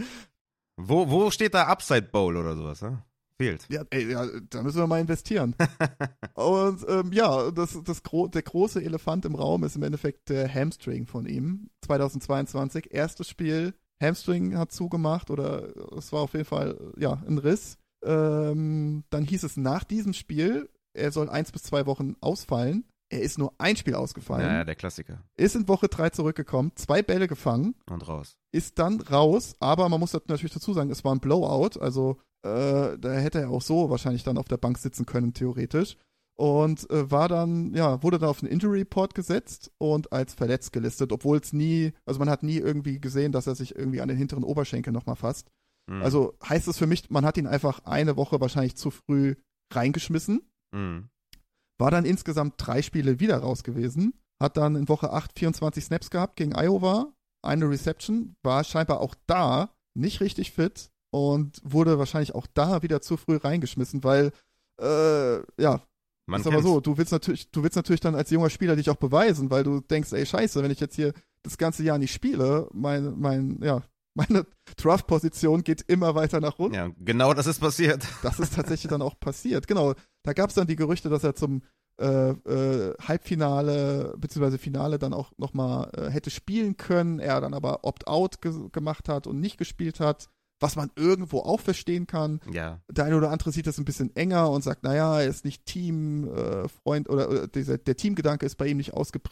wo, wo steht da Upside Bowl oder sowas, ne? Fehlt.
Ja, ey, ja, da müssen wir mal investieren. Und ähm, ja, das, das gro- der große Elefant im Raum ist im Endeffekt der Hamstring von ihm. zweitausendzweiundzwanzig, erstes Spiel, Hamstring hat zugemacht oder es war auf jeden Fall, ja, ein Riss. Ähm, dann hieß es nach diesem Spiel, er soll eins bis zwei Wochen ausfallen. Er ist nur ein Spiel ausgefallen.
Ja, ja, der Klassiker.
Ist in Woche drei zurückgekommen, zwei Bälle gefangen,
Und raus.
ist dann raus, aber man muss natürlich dazu sagen, es war ein Blowout, also äh, da hätte er auch so wahrscheinlich dann auf der Bank sitzen können, theoretisch. Und äh, war dann, ja, wurde dann auf den Injury Report gesetzt und als verletzt gelistet, obwohl es nie, also man hat nie irgendwie gesehen, dass er sich irgendwie an den hinteren Oberschenkel nochmal fasst.
Mhm.
Also heißt es für mich, man hat ihn einfach eine Woche wahrscheinlich zu früh reingeschmissen.
Mhm.
War dann insgesamt drei Spiele wieder raus gewesen. Hat dann in Woche acht vierundzwanzig Snaps gehabt gegen Iowa. Eine Reception. War scheinbar auch da nicht richtig fit und wurde wahrscheinlich auch da wieder zu früh reingeschmissen, weil, äh, ja,
Man
ist aber
kennt's.
so, du willst natürlich, du willst natürlich dann als junger Spieler dich auch beweisen, weil du denkst, ey, scheiße, wenn ich jetzt hier das ganze Jahr nicht spiele, mein, mein, ja, meine Draft-Position geht immer weiter nach unten.
Ja, genau das ist passiert.
Das ist tatsächlich dann auch passiert. Genau, da gab es dann die Gerüchte, dass er zum äh, äh, Halbfinale bzw. Finale dann auch nochmal äh, hätte spielen können, er dann aber Opt-out ge- gemacht hat und nicht gespielt hat, was man irgendwo auch verstehen kann.
Ja.
Der eine oder andere sieht das ein bisschen enger und sagt, naja, er ist nicht Teamfreund äh, oder, oder dieser, der Teamgedanke ist bei ihm nicht ausgeprägt.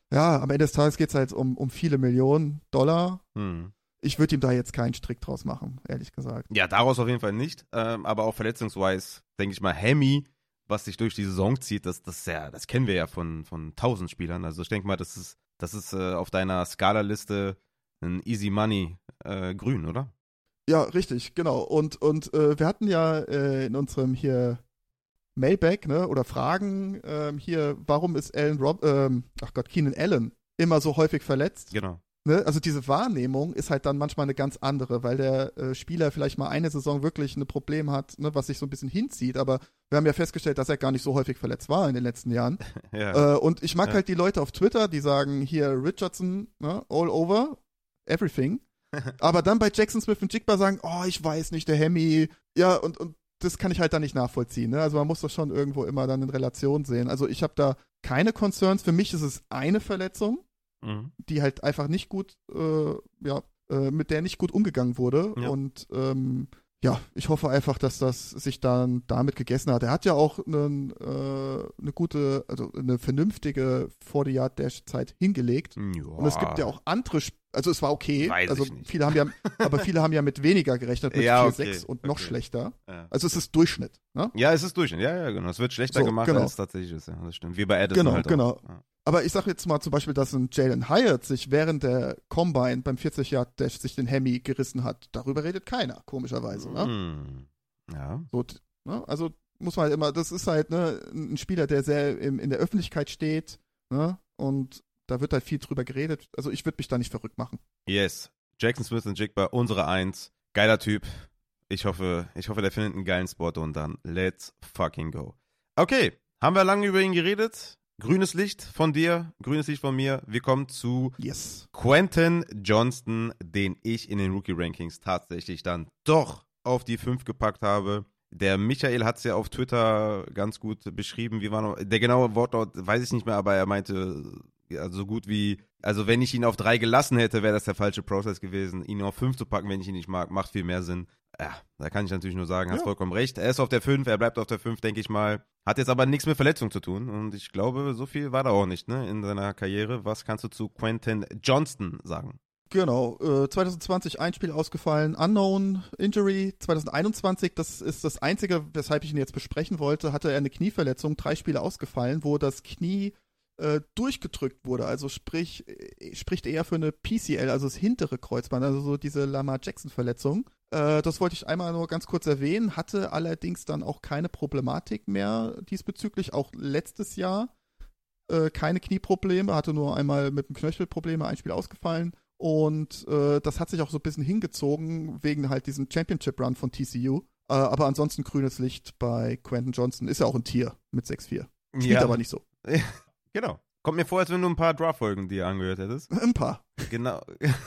ja, am Ende des Tages geht es halt um, um viele Millionen Dollar.
Hm.
Ich würde ihm da jetzt keinen Strick draus machen, ehrlich gesagt.
Ja, daraus auf jeden Fall nicht. Ähm, aber auch verletzungsweise, denke ich mal, Hemi, was sich durch die Saison zieht, das, das, ja, das kennen wir ja von, von tausend Spielern. Also ich denke mal, das ist, das ist äh, auf deiner Skala-Liste ein Easy Money äh, grün, oder?
Ja, richtig, genau. Und, und äh, wir hatten ja äh, in unserem hier Mailback, ne, oder Fragen ähm, hier, warum ist Allen Rob, ähm, ach Gott, Keenan Allen immer so häufig verletzt?
Genau.
Ne? Also diese Wahrnehmung ist halt dann manchmal eine ganz andere, weil der äh, Spieler vielleicht mal eine Saison wirklich ein Problem hat, ne, was sich so ein bisschen hinzieht, aber wir haben ja festgestellt, dass er gar nicht so häufig verletzt war in den letzten Jahren.
Ja.
Äh, und ich mag
Ja.
halt die Leute auf Twitter, die sagen, hier Richardson, ne, all over, everything. Aber dann bei Jackson Smith und Jigba sagen, oh, ich weiß nicht, der Hemi. Ja, und, und das kann ich halt dann nicht nachvollziehen. Ne? Also man muss das schon irgendwo immer dann in Relation sehen. Also ich habe da keine Concerns. Für mich ist es eine Verletzung,
Mhm.
die halt einfach nicht gut, äh, ja, äh, mit der nicht gut umgegangen wurde.
Ja.
Und ähm, ja, ich hoffe einfach, dass das sich dann damit gegessen hat. Er hat ja auch einen, äh, eine gute, also eine vernünftige forty-Yard-Dash-Zeit hingelegt.
Ja.
Und es gibt ja auch andere, Sp- also es war okay.
Weiß
also
ich nicht.
viele haben ja, aber viele haben ja mit weniger gerechnet, mit
Ja,
vier
okay,
sechs und noch
okay.
schlechter.
Ja.
Also es ist Durchschnitt. Ne?
Ja, es ist durch. Ja, ja, genau. Es wird schlechter
So,
gemacht,
genau.
als es tatsächlich ist. Ja, das stimmt. Wie bei Addison
Genau,
halt auch.
genau.
Ja.
Aber ich sage jetzt mal zum Beispiel, dass ein Jalen Hyatt sich während der Combine beim vierzig-Yard-Dash sich den Hemi gerissen hat. Darüber redet keiner, komischerweise. Ne?
Hm. Ja.
So, ne? Also muss man halt immer, das ist halt ne, ein Spieler, der sehr im, in der Öffentlichkeit steht, ne? Und da wird halt viel drüber geredet. Also ich würde mich da nicht verrückt machen.
Yes. Jackson Smith und Jigba, unsere Eins. Geiler Typ. Ich hoffe, ich hoffe, der findet einen geilen Spot und dann let's fucking go. Okay, haben wir lange über ihn geredet. Grünes Licht von dir, grünes Licht von mir. Wir kommen zu
Yes.
Quentin Johnston, den ich in den Rookie-Rankings tatsächlich dann doch auf die fünf gepackt habe. Der Michael hat es ja auf Twitter ganz gut beschrieben. Wie war noch, der genaue Wortlaut weiß ich nicht mehr, aber er meinte, ja, so gut wie, also wenn ich ihn auf drei gelassen hätte, wäre das der falsche Prozess gewesen. Ihn auf fünf zu packen, wenn ich ihn nicht mag, macht viel mehr Sinn. Ja, da kann ich natürlich nur sagen, hast
Ja.
vollkommen recht. Er ist auf der fünf, er bleibt auf der fünf, denke ich mal. Hat jetzt aber nichts mit Verletzung zu tun und ich glaube, so viel war da auch nicht, ne, in seiner Karriere. Was kannst du zu Quentin Johnston sagen?
Genau, äh, zwanzig zwanzig ein Spiel ausgefallen, Unknown Injury. zwanzig einundzwanzig, das ist das Einzige, weshalb ich ihn jetzt besprechen wollte, hatte er eine Knieverletzung, drei Spiele ausgefallen, wo das Knie äh, durchgedrückt wurde. Also sprich, äh, spricht eher für eine P C L, also das hintere Kreuzband, also so diese Lamar-Jackson-Verletzung. Äh, das wollte ich einmal nur ganz kurz erwähnen, hatte allerdings dann auch keine Problematik mehr diesbezüglich, auch letztes Jahr äh, keine Knieprobleme, hatte nur einmal mit dem Knöchel Probleme, ein Spiel ausgefallen. Und äh, das hat sich auch so ein bisschen hingezogen, wegen halt diesem Championship-Run von T C U. Äh, aber ansonsten grünes Licht bei Quentin Johnston. Ist ja auch ein Tier mit sechs vier. Spielt
Ja.
aber nicht so.
Genau. Kommt mir vor, als wenn du ein paar Draft-Folgen dir angehört hättest.
Ein paar.
Genau.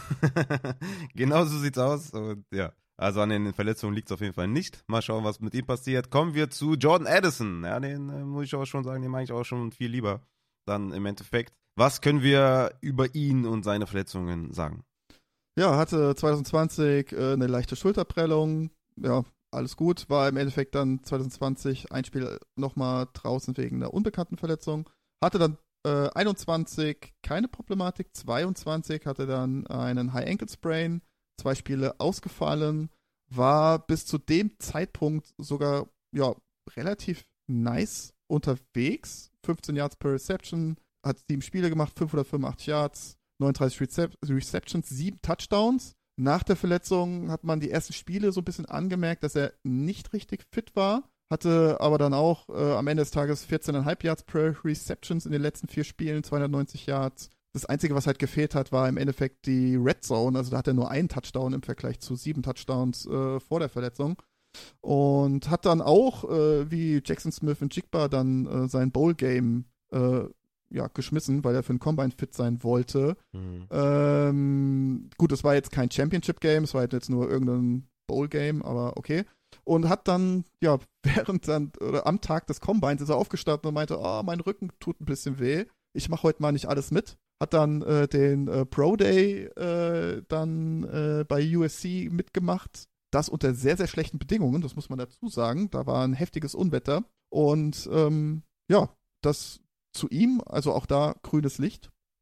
Genau so sieht's aus. Und ja, also an den Verletzungen liegt es auf jeden Fall nicht. Mal schauen, was mit ihm passiert. Kommen wir zu Jordan Addison. Ja, den äh, muss ich auch schon sagen, den mag ich auch schon viel lieber. Dann im Endeffekt. Was können wir über ihn und seine Verletzungen sagen?
Ja, hatte zwanzig zwanzig äh, eine leichte Schulterprellung. Ja, alles gut. War im Endeffekt dann zwanzig zwanzig ein Spiel nochmal draußen wegen einer unbekannten Verletzung. Hatte dann äh, einundzwanzig keine Problematik. zweiundzwanzig hatte dann einen High Ankle Sprain. Zwei Spiele ausgefallen. War bis zu dem Zeitpunkt sogar ja relativ nice unterwegs. fünfzehn Yards per Reception. Hat sieben Spiele gemacht, fünfhundertfünfundachtzig Yards, neununddreißig Recep- Receptions, sieben Touchdowns. Nach der Verletzung hat man die ersten Spiele so ein bisschen angemerkt, dass er nicht richtig fit war. Hatte aber dann auch äh, am Ende des Tages vierzehn Komma fünf Yards per Receptions in den letzten vier Spielen, zweihundertneunzig Yards. Das Einzige, was halt gefehlt hat, war im Endeffekt die Red Zone. Also da hat er nur einen Touchdown im Vergleich zu sieben Touchdowns äh, vor der Verletzung. Und hat dann auch, äh, wie Jackson Smith und Jigba, dann äh, sein Bowl-Game äh, ja, geschmissen, weil er für den Combine fit sein wollte.
Mhm.
Ähm, gut, es war jetzt kein Championship-Game, es war jetzt nur irgendein Bowl-Game, aber okay. Und hat dann, ja, während dann, oder am Tag des Combines ist er aufgestanden und meinte, oh, mein Rücken tut ein bisschen weh, ich mache heute mal nicht alles mit. Hat dann äh, den äh, Pro Day äh, dann äh, bei U S C mitgemacht. Das unter sehr, sehr schlechten Bedingungen, das muss man dazu sagen. Da war ein heftiges Unwetter. Und ähm, ja, das zu ihm, also auch da grünes Licht.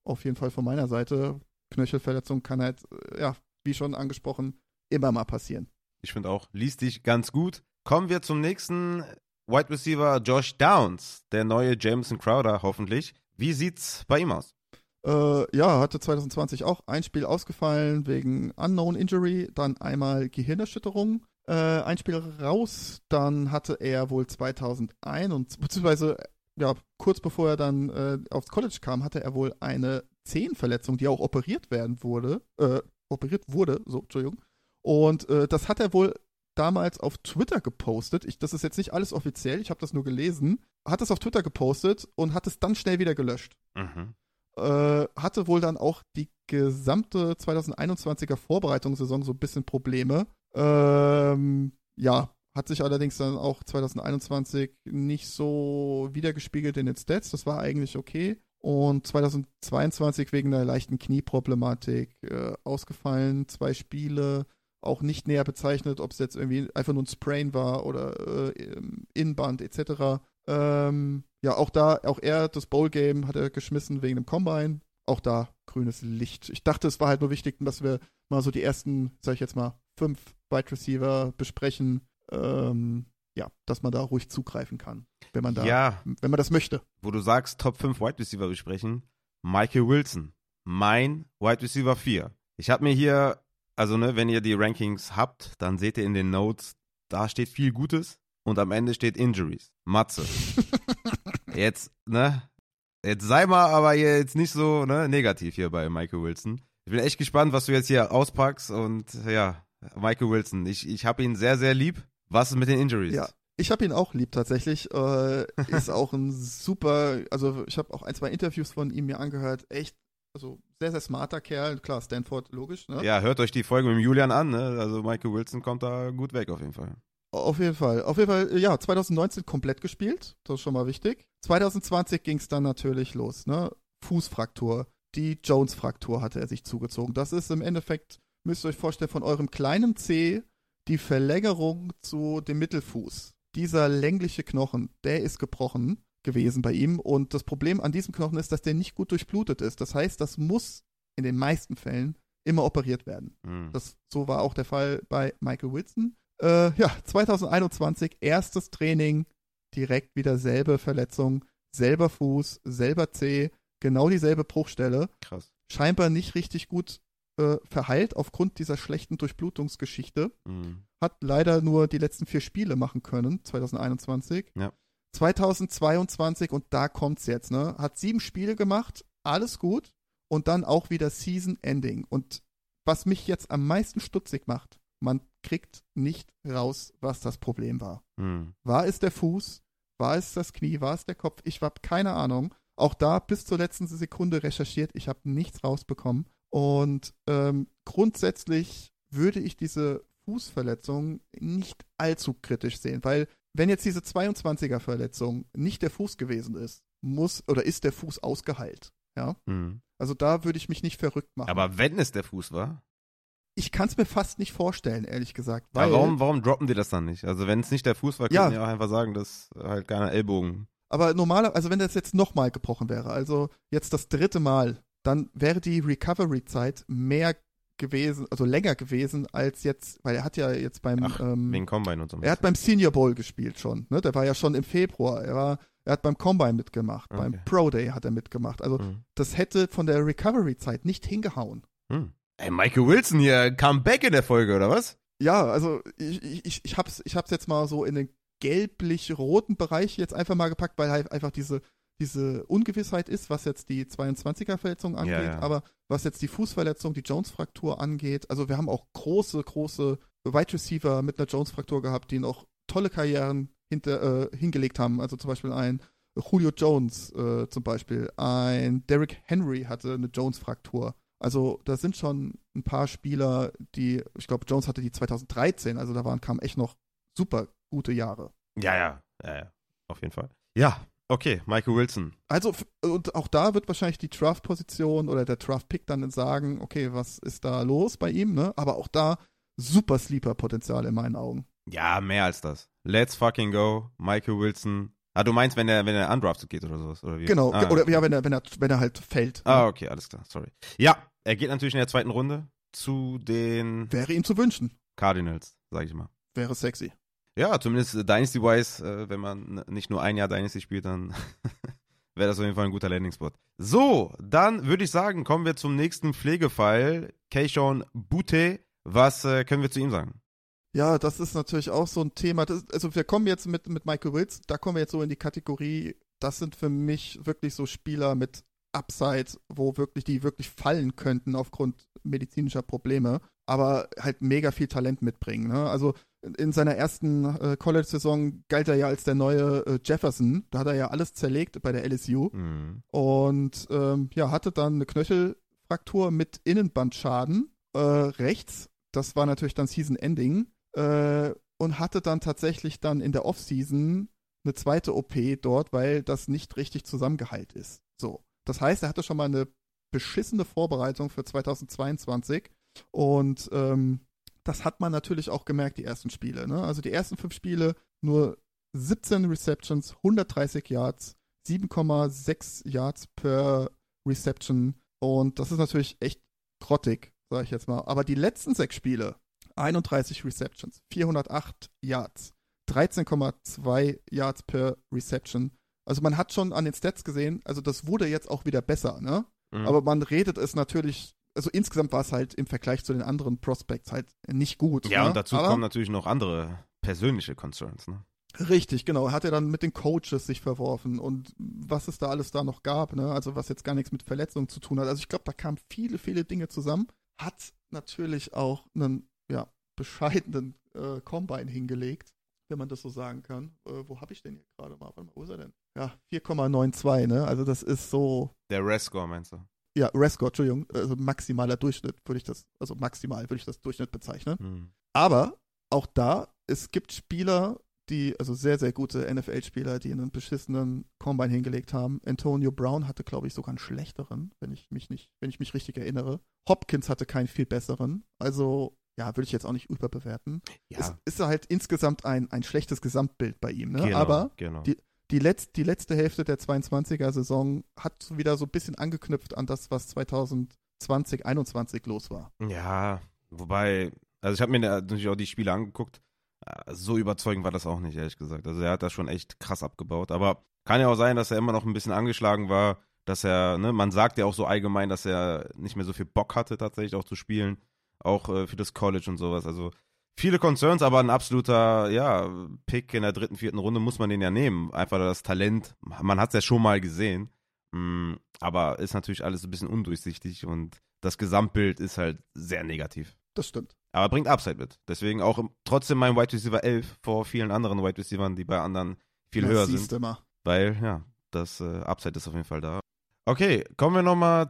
auf jeden Fall von meiner Seite. Knöchelverletzung kann halt, ja, wie schon angesprochen, immer mal passieren.
Ich finde auch, liest dich ganz gut. Kommen wir zum nächsten Wide Receiver, Josh Downs, der neue Jamison Crowder hoffentlich. Wie sieht's bei ihm aus?
Äh, ja, hatte zwanzig zwanzig auch ein Spiel ausgefallen wegen Unknown Injury, dann einmal Gehirnerschütterung, äh, ein Spiel raus, dann hatte er wohl zweitausendeins, beziehungsweise ja, kurz bevor er dann äh, aufs College kam, hatte er wohl eine Zehenverletzung, die auch operiert werden wurde, äh, operiert wurde, so, Entschuldigung. Und äh, das hat er wohl damals auf Twitter gepostet. Ich, das ist jetzt nicht alles offiziell, ich habe das nur gelesen. Hat es auf Twitter gepostet und hat es dann schnell wieder gelöscht.
Mhm.
Äh, hatte wohl dann auch die gesamte zwanzig einundzwanziger Vorbereitungssaison so ein bisschen Probleme. Ähm, ja, hat sich allerdings dann auch zwanzig einundzwanzig nicht so wiedergespiegelt in den Stats. Das war eigentlich okay. Und zwanzig zweiundzwanzig wegen einer leichten Knieproblematik äh, ausgefallen. Zwei Spiele, auch nicht näher bezeichnet, ob es jetzt irgendwie einfach nur ein Sprain war oder äh, Innenband et cetera. Ähm, ja, auch da, auch er, das Bowl-Game hat er geschmissen wegen dem Combine. Auch da grünes Licht. Ich dachte, es war halt nur wichtig, dass wir mal so die ersten, sag ich jetzt mal, fünf Wide Receiver besprechen. Ähm, ja, dass man da ruhig zugreifen kann, wenn man da,
ja,
wenn man das möchte.
Wo du sagst, Top fünf Wide Receiver besprechen, Michael Wilson, mein Wide Receiver vier. Ich habe mir hier, also ne, wenn ihr die Rankings habt, dann seht ihr in den Notes, da steht viel Gutes und am Ende steht Injuries. Matze. Jetzt, ne, jetzt sei mal aber jetzt nicht so ne, negativ hier bei Michael Wilson. Ich bin echt gespannt, was du jetzt hier auspackst und ja, Michael Wilson, ich, ich habe ihn sehr, sehr lieb. Was ist mit den Injuries?
Ja, ich habe ihn auch lieb tatsächlich. Äh, ist auch ein super, also ich habe auch ein, zwei Interviews von ihm mir angehört. Echt, also sehr, sehr smarter Kerl. Klar, Stanford, logisch, ne?
Ja, hört euch die Folge mit Julian an, ne? Also Michael Wilson kommt da gut weg auf jeden Fall.
Auf jeden Fall. Auf jeden Fall, ja, zwanzig neunzehn komplett gespielt. Das ist schon mal wichtig. zwanzig zwanzig ging es dann natürlich los, ne? Fußfraktur. Die Jones-Fraktur hatte er sich zugezogen. Das ist im Endeffekt, müsst ihr euch vorstellen, von eurem kleinen Zeh die Verlängerung zu dem Mittelfuß. Dieser längliche Knochen, der ist gebrochen gewesen bei ihm. Und das Problem an diesem Knochen ist, dass der nicht gut durchblutet ist. Das heißt, das muss in den meisten Fällen immer operiert werden.
Mhm.
Das, so war auch der Fall bei Michael Wilson. Äh, ja, zwanzig einundzwanzig, erstes Training, direkt wieder selbe Verletzung, selber Fuß, selber Zeh, genau dieselbe Bruchstelle.
Krass.
Scheinbar nicht richtig gut äh, verheilt aufgrund dieser schlechten Durchblutungsgeschichte.
Mhm.
Hat leider nur die letzten vier Spiele machen können, zwanzig einundzwanzig.
Ja.
zwanzig zweiundzwanzig, und da kommt's jetzt, ne? Hat sieben Spiele gemacht, alles gut. Und dann auch wieder Season Ending. Und was mich jetzt am meisten stutzig macht, man kriegt nicht raus, was das Problem war.
Mhm.
War es der Fuß? War es das Knie? War es der Kopf? Ich habe keine Ahnung. Auch da bis zur letzten Sekunde recherchiert. Ich habe nichts rausbekommen. Und ähm, grundsätzlich würde ich diese Fußverletzung nicht allzu kritisch sehen, weil wenn jetzt diese zweiundzwanziger-Verletzung nicht der Fuß gewesen ist, muss oder ist der Fuß ausgeheilt. Ja?
Mhm.
Also da würde ich mich nicht verrückt machen.
Aber wenn es der Fuß war?
Ich kann es mir fast nicht vorstellen, ehrlich gesagt. Weil,
Aber warum, warum droppen die das dann nicht? Also wenn es nicht der Fuß war,
Ja.
könnten die auch einfach sagen, dass halt keiner Ellbogen.
Aber normaler, also wenn das jetzt nochmal gebrochen wäre, also jetzt das dritte Mal, dann wäre die Recovery-Zeit mehr gewesen, also länger gewesen als jetzt, weil er hat ja jetzt beim
Ach,
ähm,
wegen Combine und so.
er hat beim Senior Bowl gespielt schon, ne? Der war ja schon im Februar. Er war, er hat beim Combine mitgemacht,
Okay.
beim Pro Day hat er mitgemacht. Also
Mhm.
das hätte von der Recovery-Zeit nicht hingehauen.
Hm. Ey, Michael Wilson hier, Comeback in der Folge, oder was?
Ja, also ich, ich, ich hab's, ich hab's jetzt mal so in den gelblich-roten Bereich jetzt einfach mal gepackt, weil halt einfach diese, diese Ungewissheit ist, was jetzt die zweiundzwanziger-Verletzung angeht,
Ja, ja.
aber was jetzt die Fußverletzung, die Jones-Fraktur angeht, also wir haben auch große, große Wide Receiver mit einer Jones-Fraktur gehabt, die noch tolle Karrieren hinter, äh, hingelegt haben, also zum Beispiel ein Julio Jones äh, zum Beispiel, ein Derrick Henry hatte eine Jones-Fraktur. Also da sind schon ein paar Spieler, die, ich glaube, Jones hatte die zwanzig dreizehn, also da waren, kamen echt noch super gute Jahre.
Ja, ja, ja, ja, auf jeden Fall. Ja, okay, Michael Wilson.
Also, f- und auch da wird wahrscheinlich die Draft-Position oder der Draft-Pick dann sagen, okay, was ist da los bei ihm, ne? Aber auch da super Sleeper-Potenzial in meinen Augen.
Ja, mehr als das. Let's fucking go. Michael Wilson, Ah, du meinst, wenn er, wenn er undrafted geht oder sowas? Oder wie?
Genau,
ah,
oder
okay.
ja, wenn er, wenn er, wenn er halt fällt.
Ah,
ne?
okay, alles klar, sorry. Ja, er geht natürlich in der zweiten Runde zu den
Wäre ihm zu wünschen.
Cardinals, sag ich mal.
Wäre sexy.
Ja, zumindest äh, Dynasty-wise, äh, wenn man n- nicht nur ein Jahr Dynasty spielt, dann wäre das auf jeden Fall ein guter Landing-Spot. So, dann würde ich sagen, kommen wir zum nächsten Pflegefall. Keishon Butte, was äh, können wir zu ihm sagen?
Ja, das ist natürlich auch so ein Thema. Das, also wir kommen jetzt mit, mit Michael Wills, da kommen wir jetzt so in die Kategorie, das sind für mich wirklich so Spieler mit Upside, wo wirklich die wirklich fallen könnten aufgrund medizinischer Probleme, aber halt mega viel Talent mitbringen. Ne? Also in seiner ersten äh, College-Saison galt er ja als der neue äh, Jefferson. Da hat er ja alles zerlegt bei der L S U
Mhm.
und ähm, ja, hatte dann eine Knöchelfraktur mit Innenbandschaden äh, rechts. Das war natürlich dann Season-Ending. Äh, und hatte dann tatsächlich dann in der Offseason eine zweite O P dort, weil das nicht richtig zusammengeheilt ist. So. Das heißt, er hatte schon mal eine beschissene Vorbereitung für zweitausendzweiundzwanzig und ähm, das hat man natürlich auch gemerkt, die ersten Spiele. Ne? Also die ersten fünf Spiele nur siebzehn Receptions, hundertdreißig Yards, sieben Komma sechs Yards per Reception und das ist natürlich echt grottig, sage ich jetzt mal. Aber die letzten sechs Spiele, einunddreißig Receptions, vierhundertacht Yards, dreizehn Komma zwei Yards per Reception. Also man hat schon an den Stats gesehen, also das wurde jetzt auch wieder besser, ne?
Mhm.
Aber man redet es natürlich, also insgesamt war es halt im Vergleich zu den anderen Prospects halt nicht gut.
Ja,
ne?
und dazu
Aber
kommen natürlich noch andere persönliche Concerns, ne?
richtig, genau. Hat er dann mit den Coaches sich verworfen und was es da alles da noch gab, ne? Also was jetzt gar nichts mit Verletzungen zu tun hat. Also ich glaube, da kamen viele, viele Dinge zusammen. Hat natürlich auch einen, ja, bescheidenen äh, Combine hingelegt, wenn man das so sagen kann. Äh, wo habe ich denn hier gerade mal? Warte mal, wo ist er denn? Ja, vier Komma zweiundneunzig, ne? Also das ist so,
Der Rescore, meinst du?
ja, Rescore, Entschuldigung, also maximaler Durchschnitt würde ich das, also maximal würde ich das Durchschnitt bezeichnen.
Mhm.
Aber auch da, es gibt Spieler, die, also sehr, sehr gute N F L-Spieler, die einen beschissenen Combine hingelegt haben. Antonio Brown hatte, glaube ich, sogar einen schlechteren, wenn ich mich nicht, wenn ich mich richtig erinnere. Hopkins hatte keinen viel besseren. Also, ja, würde ich jetzt auch nicht überbewerten.
Ja.
Es ist halt insgesamt ein, ein schlechtes Gesamtbild bei ihm, ne?
Genau,
Aber
genau.
die, die, Letz-, die letzte Hälfte der zweiundzwanziger-Saison hat so wieder so ein bisschen angeknüpft an das, was zweitausendzwanzig, einundzwanzig los war.
Ja, wobei, also ich habe mir natürlich auch die Spiele angeguckt. So überzeugend war das auch nicht, ehrlich gesagt. Also er hat das schon echt krass abgebaut. Aber kann ja auch sein, dass er immer noch ein bisschen angeschlagen war, dass er, ne, man sagt ja auch so allgemein, dass er nicht mehr so viel Bock hatte, tatsächlich auch zu spielen. Auch äh, für das College und sowas. Also viele Concerns, aber ein absoluter, ja, Pick in der dritten, vierten Runde muss man den ja nehmen. Einfach das Talent, man hat es ja schon mal gesehen. Mm, aber ist natürlich alles ein bisschen undurchsichtig und das Gesamtbild ist halt sehr negativ.
Das stimmt.
Aber bringt Upside mit. Deswegen auch im, trotzdem mein Wide Receiver elf vor vielen anderen Wide Receivern, die bei anderen viel
Ja,
höher
siehst
sind.
du mal.
Weil, ja, das äh, Upside ist auf jeden Fall da. Okay, kommen wir nochmal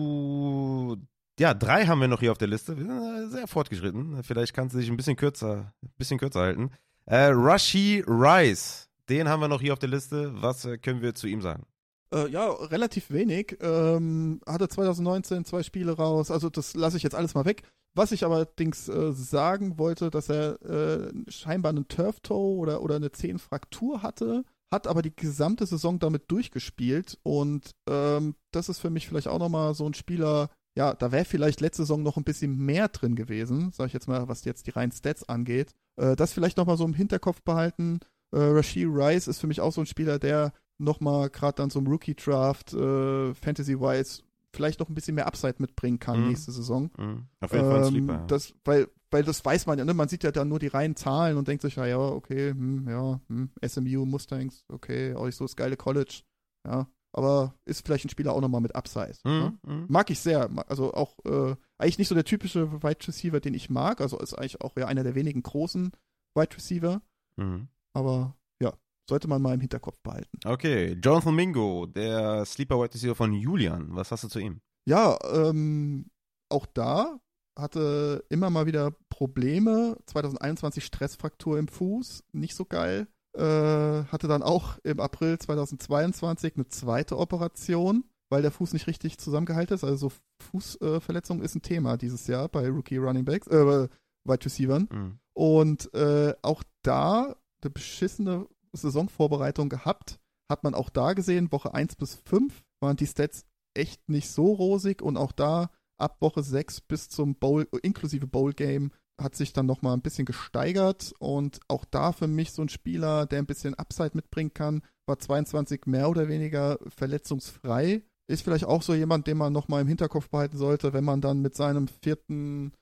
zu. Ja, drei haben wir noch hier auf der Liste. Wir sind äh, sehr fortgeschritten. Vielleicht kannst du dich ein bisschen kürzer, ein bisschen kürzer halten. Äh, Rashee Rice, den haben wir noch hier auf der Liste. Was äh, können wir zu ihm sagen?
Äh, ja, relativ wenig. Ähm, hatte zweitausendneunzehn zwei Spiele raus. Also das lasse ich jetzt alles mal weg. Was ich allerdings äh, sagen wollte, dass er äh, scheinbar einen Turf-Toe oder, oder eine Zehenfraktur hatte, hat aber die gesamte Saison damit durchgespielt. Und ähm, das ist für mich vielleicht auch nochmal so ein Spieler, ja, da wäre vielleicht letzte Saison noch ein bisschen mehr drin gewesen, sag ich jetzt mal, was jetzt die reinen Stats angeht. Äh, das vielleicht nochmal so im Hinterkopf behalten. Äh, Rashee Rice ist für mich auch so ein Spieler, der nochmal gerade dann so im Rookie-Draft, äh, Fantasy-wise, vielleicht noch ein bisschen mehr Upside mitbringen kann
Mhm.
nächste Saison.
Mhm. Auf jeden Fall ein
Ähm,
Sleeper. Ja.
das, weil, weil das weiß man ja, ne? Man sieht ja dann nur die reinen Zahlen und denkt sich, ja, ja, okay, hm, ja, hm, S M U, Mustangs, okay, auch nicht so das geile College, ja. Aber ist vielleicht ein Spieler auch nochmal mit Upside. Ne?
Mhm. Mhm.
Mag ich sehr. Also auch äh, eigentlich nicht so der typische Wide Receiver, den ich mag. Also ist eigentlich auch ja einer der wenigen großen Wide Receiver.
Mhm.
Aber ja, sollte man mal im Hinterkopf behalten.
Okay, Jonathan Mingo, der Sleeper Wide Receiver von Julian. Was hast du zu ihm?
Ja, ähm, auch da hatte immer mal wieder Probleme. zweitausendeinundzwanzig Stressfraktur im Fuß, nicht so geil. Äh, hatte dann auch im April zweitausendzweiundzwanzig eine zweite Operation, weil der Fuß nicht richtig zusammengehalten ist. Also so Fußverletzung äh, ist ein Thema dieses Jahr bei Rookie Running Backs, äh, Wide Receivern.
Mhm.
Und äh, auch da eine beschissene Saisonvorbereitung gehabt. Hat man auch da gesehen, Woche eins bis fünf waren die Stats echt nicht so rosig und auch da ab Woche sechs bis zum Bowl, inklusive Bowl-Game, hat sich dann nochmal ein bisschen gesteigert und auch da für mich so ein Spieler, der ein bisschen Upside mitbringen kann, war zweiundzwanzig mehr oder weniger verletzungsfrei. Ist vielleicht auch so jemand, den man nochmal im Hinterkopf behalten sollte, wenn man dann mit seinem vierten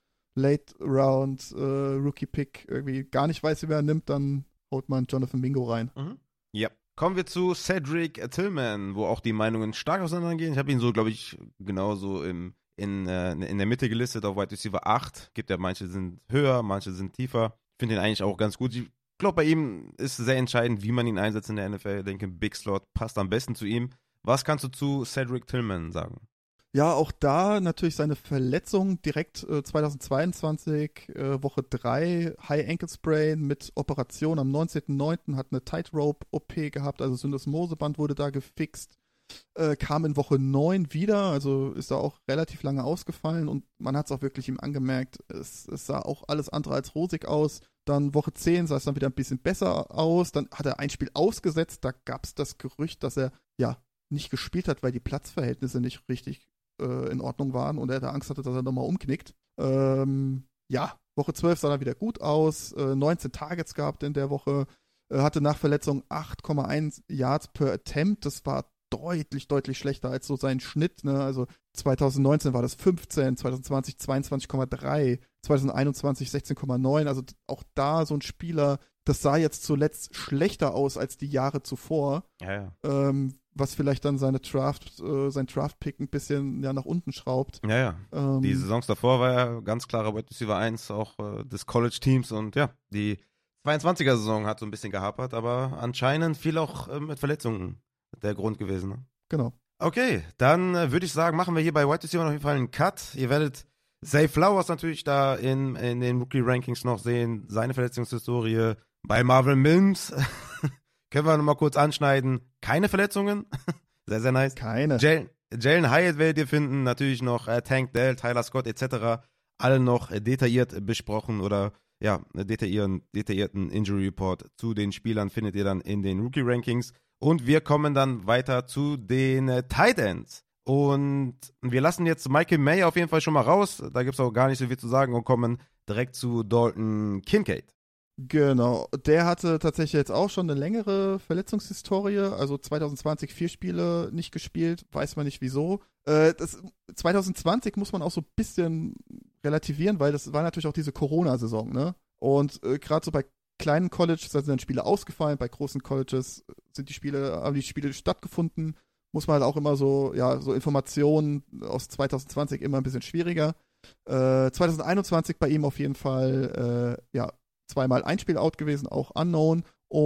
Late-Round-Rookie-Pick äh, irgendwie gar nicht weiß, wie er nimmt, dann haut man Jonathan Mingo rein.
Mhm. Ja. Kommen wir zu Cedric Tillman, wo auch die Meinungen stark auseinandergehen. Ich habe ihn so, glaube ich, genauso im In, äh, in der Mitte gelistet auf Wide Receiver acht. Gibt ja, manche sind höher, manche sind tiefer. Ich finde ihn eigentlich auch ganz gut. Ich glaube, bei ihm ist sehr entscheidend, wie man ihn einsetzt in der N F L. Ich denke, Big Slot passt am besten zu ihm. Was kannst du zu Cedric Tillman sagen?
Ja, auch da natürlich seine Verletzung direkt äh, zweitausendzweiundzwanzig, äh, Woche drei, High Ankle Sprain mit Operation am neunzehnten neunten hat eine Tightrope-O P gehabt, also Syndesmoseband wurde da gefixt. Äh, kam in Woche neun wieder, also ist da auch relativ lange ausgefallen und man hat es auch wirklich ihm angemerkt, es, es sah auch alles andere als rosig aus. Dann Woche zehn sah es dann wieder ein bisschen besser aus, dann hat er ein Spiel ausgesetzt, da gab es das Gerücht, dass er ja nicht gespielt hat, weil die Platzverhältnisse nicht richtig äh, in Ordnung waren und er da Angst hatte, dass er nochmal umknickt. Ähm, ja, Woche zwölf sah er wieder gut aus, äh, neunzehn Targets gehabt in der Woche, äh, hatte nach Verletzung acht Komma eins Yards per Attempt, das war deutlich, deutlich schlechter als so sein Schnitt, ne? Also zwanzig neunzehn war das fünfzehn, zwanzig zwanzig zweiundzwanzig Komma drei, zwanzig einundzwanzig sechzehn Komma neun, also auch da so ein Spieler, das sah jetzt zuletzt schlechter aus als die Jahre zuvor,
ja, ja.
Ähm, was vielleicht dann seine Draft, äh, sein Draft-Pick ein bisschen ja, nach unten schraubt.
Ja, ja.
Ähm,
die Saisons davor war er ganz klarer Wide Receiver eins auch äh, des College-Teams und ja, die zweiundzwanziger-Saison hat so ein bisschen gehapert, aber anscheinend viel auch äh, mit Verletzungen der Grund gewesen. Ne?
Genau.
Okay, dann äh, würde ich sagen, machen wir hier bei Wide Receiver auf jeden Fall einen Cut. Ihr werdet Zay Flowers natürlich da in, in den Rookie-Rankings noch sehen, seine Verletzungshistorie. Bei Marvin Mims können wir nochmal kurz anschneiden. Keine Verletzungen. Sehr, sehr nice.
Keine.
Jalen, Jalen Hyatt werdet ihr finden. Natürlich noch äh, Tank Dell, Tyler Scott et cetera. Alle noch äh, detailliert besprochen oder ja, detaillierten, detaillierten Injury Report zu den Spielern findet ihr dann in den Rookie-Rankings. Und wir kommen dann weiter zu den äh, Tight Ends. Und wir lassen jetzt Michael Mayer auf jeden Fall schon mal raus. Da gibt es auch gar nicht so viel zu sagen und kommen direkt zu Dalton Kincaid.
Genau, der hatte tatsächlich jetzt auch schon eine längere Verletzungshistorie, also zwanzig zwanzig vier Spiele nicht gespielt, weiß man nicht wieso. Äh, das, zwanzig zwanzig muss man auch so ein bisschen relativieren, weil das war natürlich auch diese Corona-Saison, ne? Und äh, gerade so bei kleinen Colleges sind dann Spiele ausgefallen, bei großen Colleges sind die Spiele, haben die Spiele stattgefunden, muss man halt auch immer so, ja, so Informationen aus zwanzig zwanzig immer ein bisschen schwieriger. Äh, zwanzig einundzwanzig bei ihm auf jeden Fall, äh, ja, zweimal ein Spiel out gewesen, auch unknown.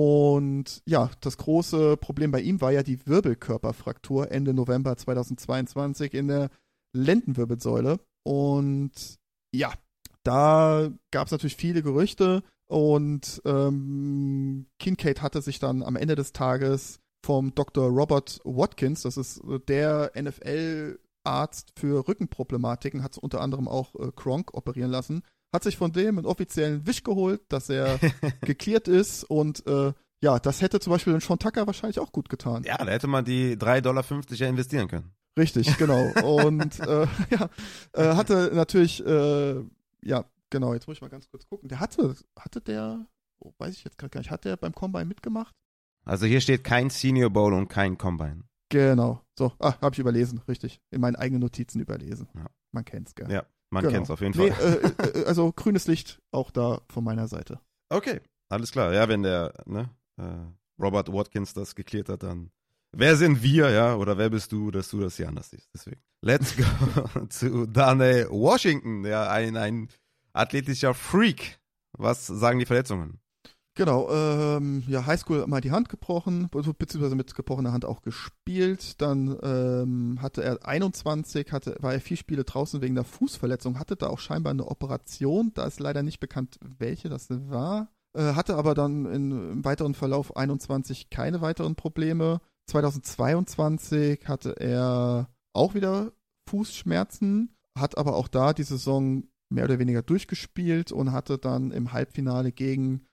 Und ja, das große Problem bei ihm war ja die Wirbelkörperfraktur Ende November zweitausendzweiundzwanzig in der Lendenwirbelsäule. Und ja, da gab es natürlich viele Gerüchte und ähm, Kincaid hatte sich dann am Ende des Tages vom Doktor Robert Watkins, das ist der N F L-Arzt für Rückenproblematiken, hat unter anderem auch äh, Gronk operieren lassen, hat sich von dem einen offiziellen Wisch geholt, dass er geklärt ist und äh, ja, das hätte zum Beispiel den Sean Tucker wahrscheinlich auch gut getan.
Ja, da hätte man die drei Dollar fünfzig ja investieren können.
Richtig, genau. Und äh, ja, äh, hatte natürlich, äh, ja, genau, jetzt muss ich mal ganz kurz gucken. Der hatte, hatte der, oh, weiß ich jetzt gerade gar nicht, hat der beim Combine mitgemacht?
Also hier steht kein Senior Bowl und kein Combine.
Genau, so, ah, habe ich überlesen, richtig. In meinen eigenen Notizen überlesen.
Ja.
Man kennt's, gell?
Ja. Man
genau.
kennt es auf jeden Fall.
Nee, äh, also grünes Licht auch da von meiner Seite.
Okay, alles klar. Ja, wenn der ne, äh, Robert Watkins das geklärt hat, dann wer sind wir, ja, oder wer bist du, dass du das hier anders siehst. Deswegen. Let's go zu Darnell Washington, ja, ein, ein athletischer Freak. Was sagen die Verletzungen?
Genau, ähm, ja, Highschool mal die Hand gebrochen, beziehungsweise mit gebrochener Hand auch gespielt. Dann ähm, hatte er einundzwanzig, hatte, war er vier Spiele draußen wegen einer Fußverletzung, hatte da auch scheinbar eine Operation. Da ist leider nicht bekannt, welche das war. Äh, hatte aber dann in, im weiteren Verlauf einundzwanzig keine weiteren Probleme. zweitausendzweiundzwanzig hatte er auch wieder Fußschmerzen, hat aber auch da die Saison mehr oder weniger durchgespielt und hatte dann im Halbfinale gegen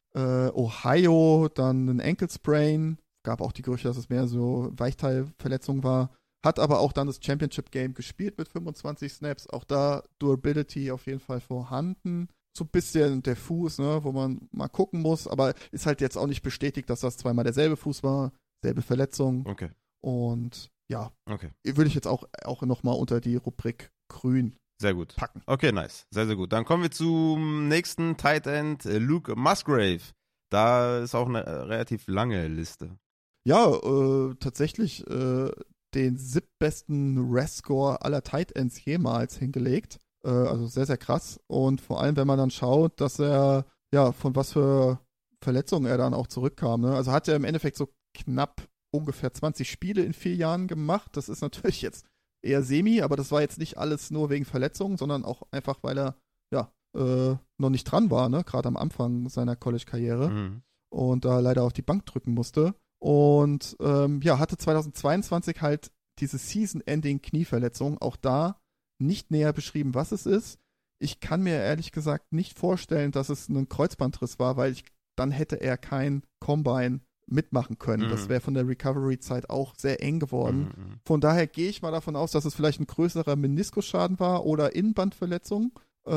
Äh, Ohio dann ein Ankle Sprain. Gab auch die Gerüchte, dass es mehr so Weichteilverletzung war. Hat aber auch dann das Championship-Game gespielt mit fünfundzwanzig Snaps. Auch da Durability auf jeden Fall vorhanden. So ein bisschen der Fuß, ne, wo man mal gucken muss. Aber ist halt jetzt auch nicht bestätigt, dass das zweimal derselbe Fuß war. Selbe Verletzung.
Okay.
Und ja,
okay.
würde ich jetzt auch, auch nochmal unter die Rubrik Grün
Sehr gut.
packen.
Okay, nice. Sehr, sehr gut. Dann kommen wir zum nächsten Tight End, Luke Musgrave. Da ist auch eine äh, relativ lange Liste.
Ja, äh, tatsächlich äh, den siebtbesten R A S-Score aller Tight Ends jemals hingelegt. Äh, also sehr, sehr krass. Und vor allem, wenn man dann schaut, dass er, ja, von was für Verletzungen er dann auch zurückkam. Ne? Also hat er im Endeffekt so knapp ungefähr zwanzig Spiele in vier Jahren gemacht. Das ist natürlich jetzt eher semi, aber das war jetzt nicht alles nur wegen Verletzungen, sondern auch einfach, weil er, ja, äh, noch nicht dran war, ne? Gerade am Anfang seiner College-Karriere.
Mhm.
Und da leider auf die Bank drücken musste. Und ähm, ja, hatte zweitausendzweiundzwanzig halt diese Season-Ending-Knieverletzung. Auch da nicht näher beschrieben, was es ist. Ich kann mir ehrlich gesagt nicht vorstellen, dass es ein Kreuzbandriss war, weil ich, dann hätte er kein Combine mitmachen können.
Mhm.
Das wäre von der Recovery-Zeit auch sehr eng geworden.
Mhm.
Von daher gehe ich mal davon aus, dass es vielleicht ein größerer Meniskusschaden war oder Innenbandverletzung.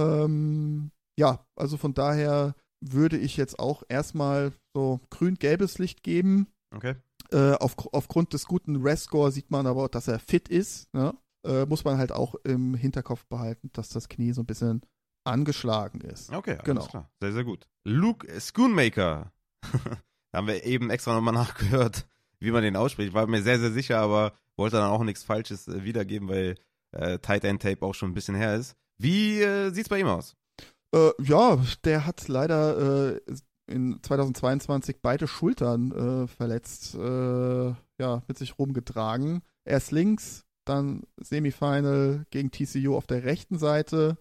Ähm, ja, also von daher würde ich jetzt auch erstmal so grün-gelbes Licht geben.
Okay.
Äh, auf, aufgrund des guten R A S-Score sieht man aber, dass er fit ist. Ne? Äh, muss man halt auch im Hinterkopf behalten, dass das Knie so ein bisschen angeschlagen ist.
Okay, alles
Genau.
klar. Sehr, sehr gut. Luke Schoonmaker. Da haben wir eben extra nochmal nachgehört, wie man den ausspricht. Ich war mir sehr, sehr sicher, aber wollte dann auch nichts Falsches äh, wiedergeben, weil äh, Tight End Tape auch schon ein bisschen her ist. Wie äh, sieht's bei ihm aus?
Äh, ja, der hat leider äh, in zweitausendzweiundzwanzig beide Schultern äh, verletzt, äh, ja, mit sich rumgetragen. Erst links, dann Semifinal gegen T C U auf der rechten Seite.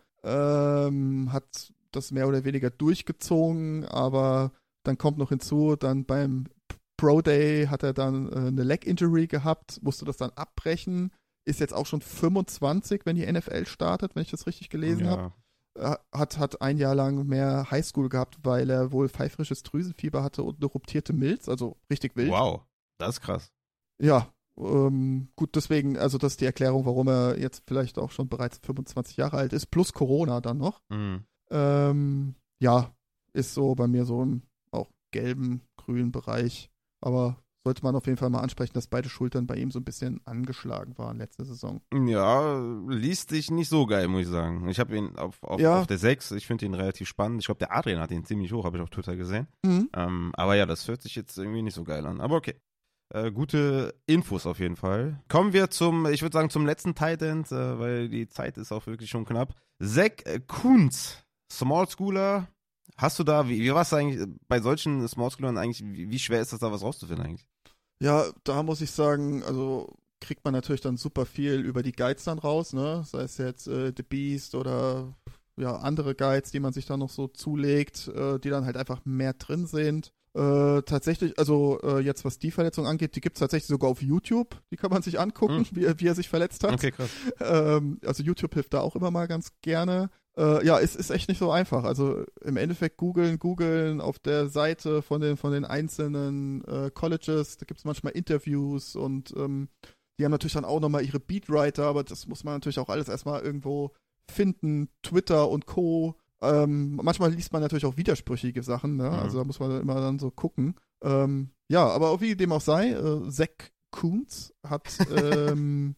Ähm, hat das mehr oder weniger durchgezogen, aber dann kommt noch hinzu, dann beim Pro Day hat er dann äh, eine Leg Injury gehabt, musste das dann abbrechen. Ist jetzt auch schon fünfundzwanzig, wenn die N F L startet, wenn ich das richtig gelesen
Ja.
habe. Hat, hat ein Jahr lang mehr Highschool gehabt, weil er wohl pfeifrisches Drüsenfieber hatte und eine ruptierte Milz, also richtig wild.
Wow, das ist krass.
Ja, ähm, gut, deswegen, also das ist die Erklärung, warum er jetzt vielleicht auch schon bereits fünfundzwanzig Jahre alt ist, plus Corona dann noch.
Mhm.
Ähm, ja, ist so bei mir so im auch gelben, grünen Bereich, aber sollte man auf jeden Fall mal ansprechen, dass beide Schultern bei ihm so ein bisschen angeschlagen waren letzte Saison.
Ja, liest sich nicht so geil, muss ich sagen. Ich habe ihn auf, auf,
Ja.
auf der sechs, ich finde ihn relativ spannend. Ich glaube, der Adrian hat ihn ziemlich hoch, habe ich auf Twitter gesehen.
Mhm.
Ähm, aber ja, das hört sich jetzt irgendwie nicht so geil an. Aber okay. Äh, gute Infos auf jeden Fall. Kommen wir zum, ich würde sagen, zum letzten Tight End, äh, weil die Zeit ist auch wirklich schon knapp. Zach Kuntz, Small Schooler. Hast du da, wie, wie war es eigentlich bei solchen Small Schoolern eigentlich, wie, wie schwer ist das da was rauszufinden eigentlich?
Ja, da muss ich sagen, also kriegt man natürlich dann super viel über die Guides dann raus, ne? Sei es jetzt äh, The Beast oder ja, andere Guides, die man sich dann noch so zulegt, äh, die dann halt einfach mehr drin sind. Äh, tatsächlich, also äh, jetzt was die Verletzung angeht, die gibt es tatsächlich sogar auf YouTube. Die kann man sich angucken,
Mhm.
wie, er- wie er sich verletzt hat.
Okay, krass.
Ähm, also YouTube hilft da auch immer mal ganz gerne. Äh, ja, es ist echt nicht so einfach. Also im Endeffekt googeln, googeln auf der Seite von den, von den einzelnen äh, Colleges, da gibt es manchmal Interviews und ähm, die haben natürlich dann auch nochmal ihre Beatwriter, aber das muss man natürlich auch alles erstmal irgendwo finden, Twitter und Co. Ähm, manchmal liest man natürlich auch widersprüchliche Sachen, ne?
Mhm.
Also da muss man immer dann so gucken. Ähm, ja, aber wie dem auch sei, äh, Zach Kuntz hat, ähm,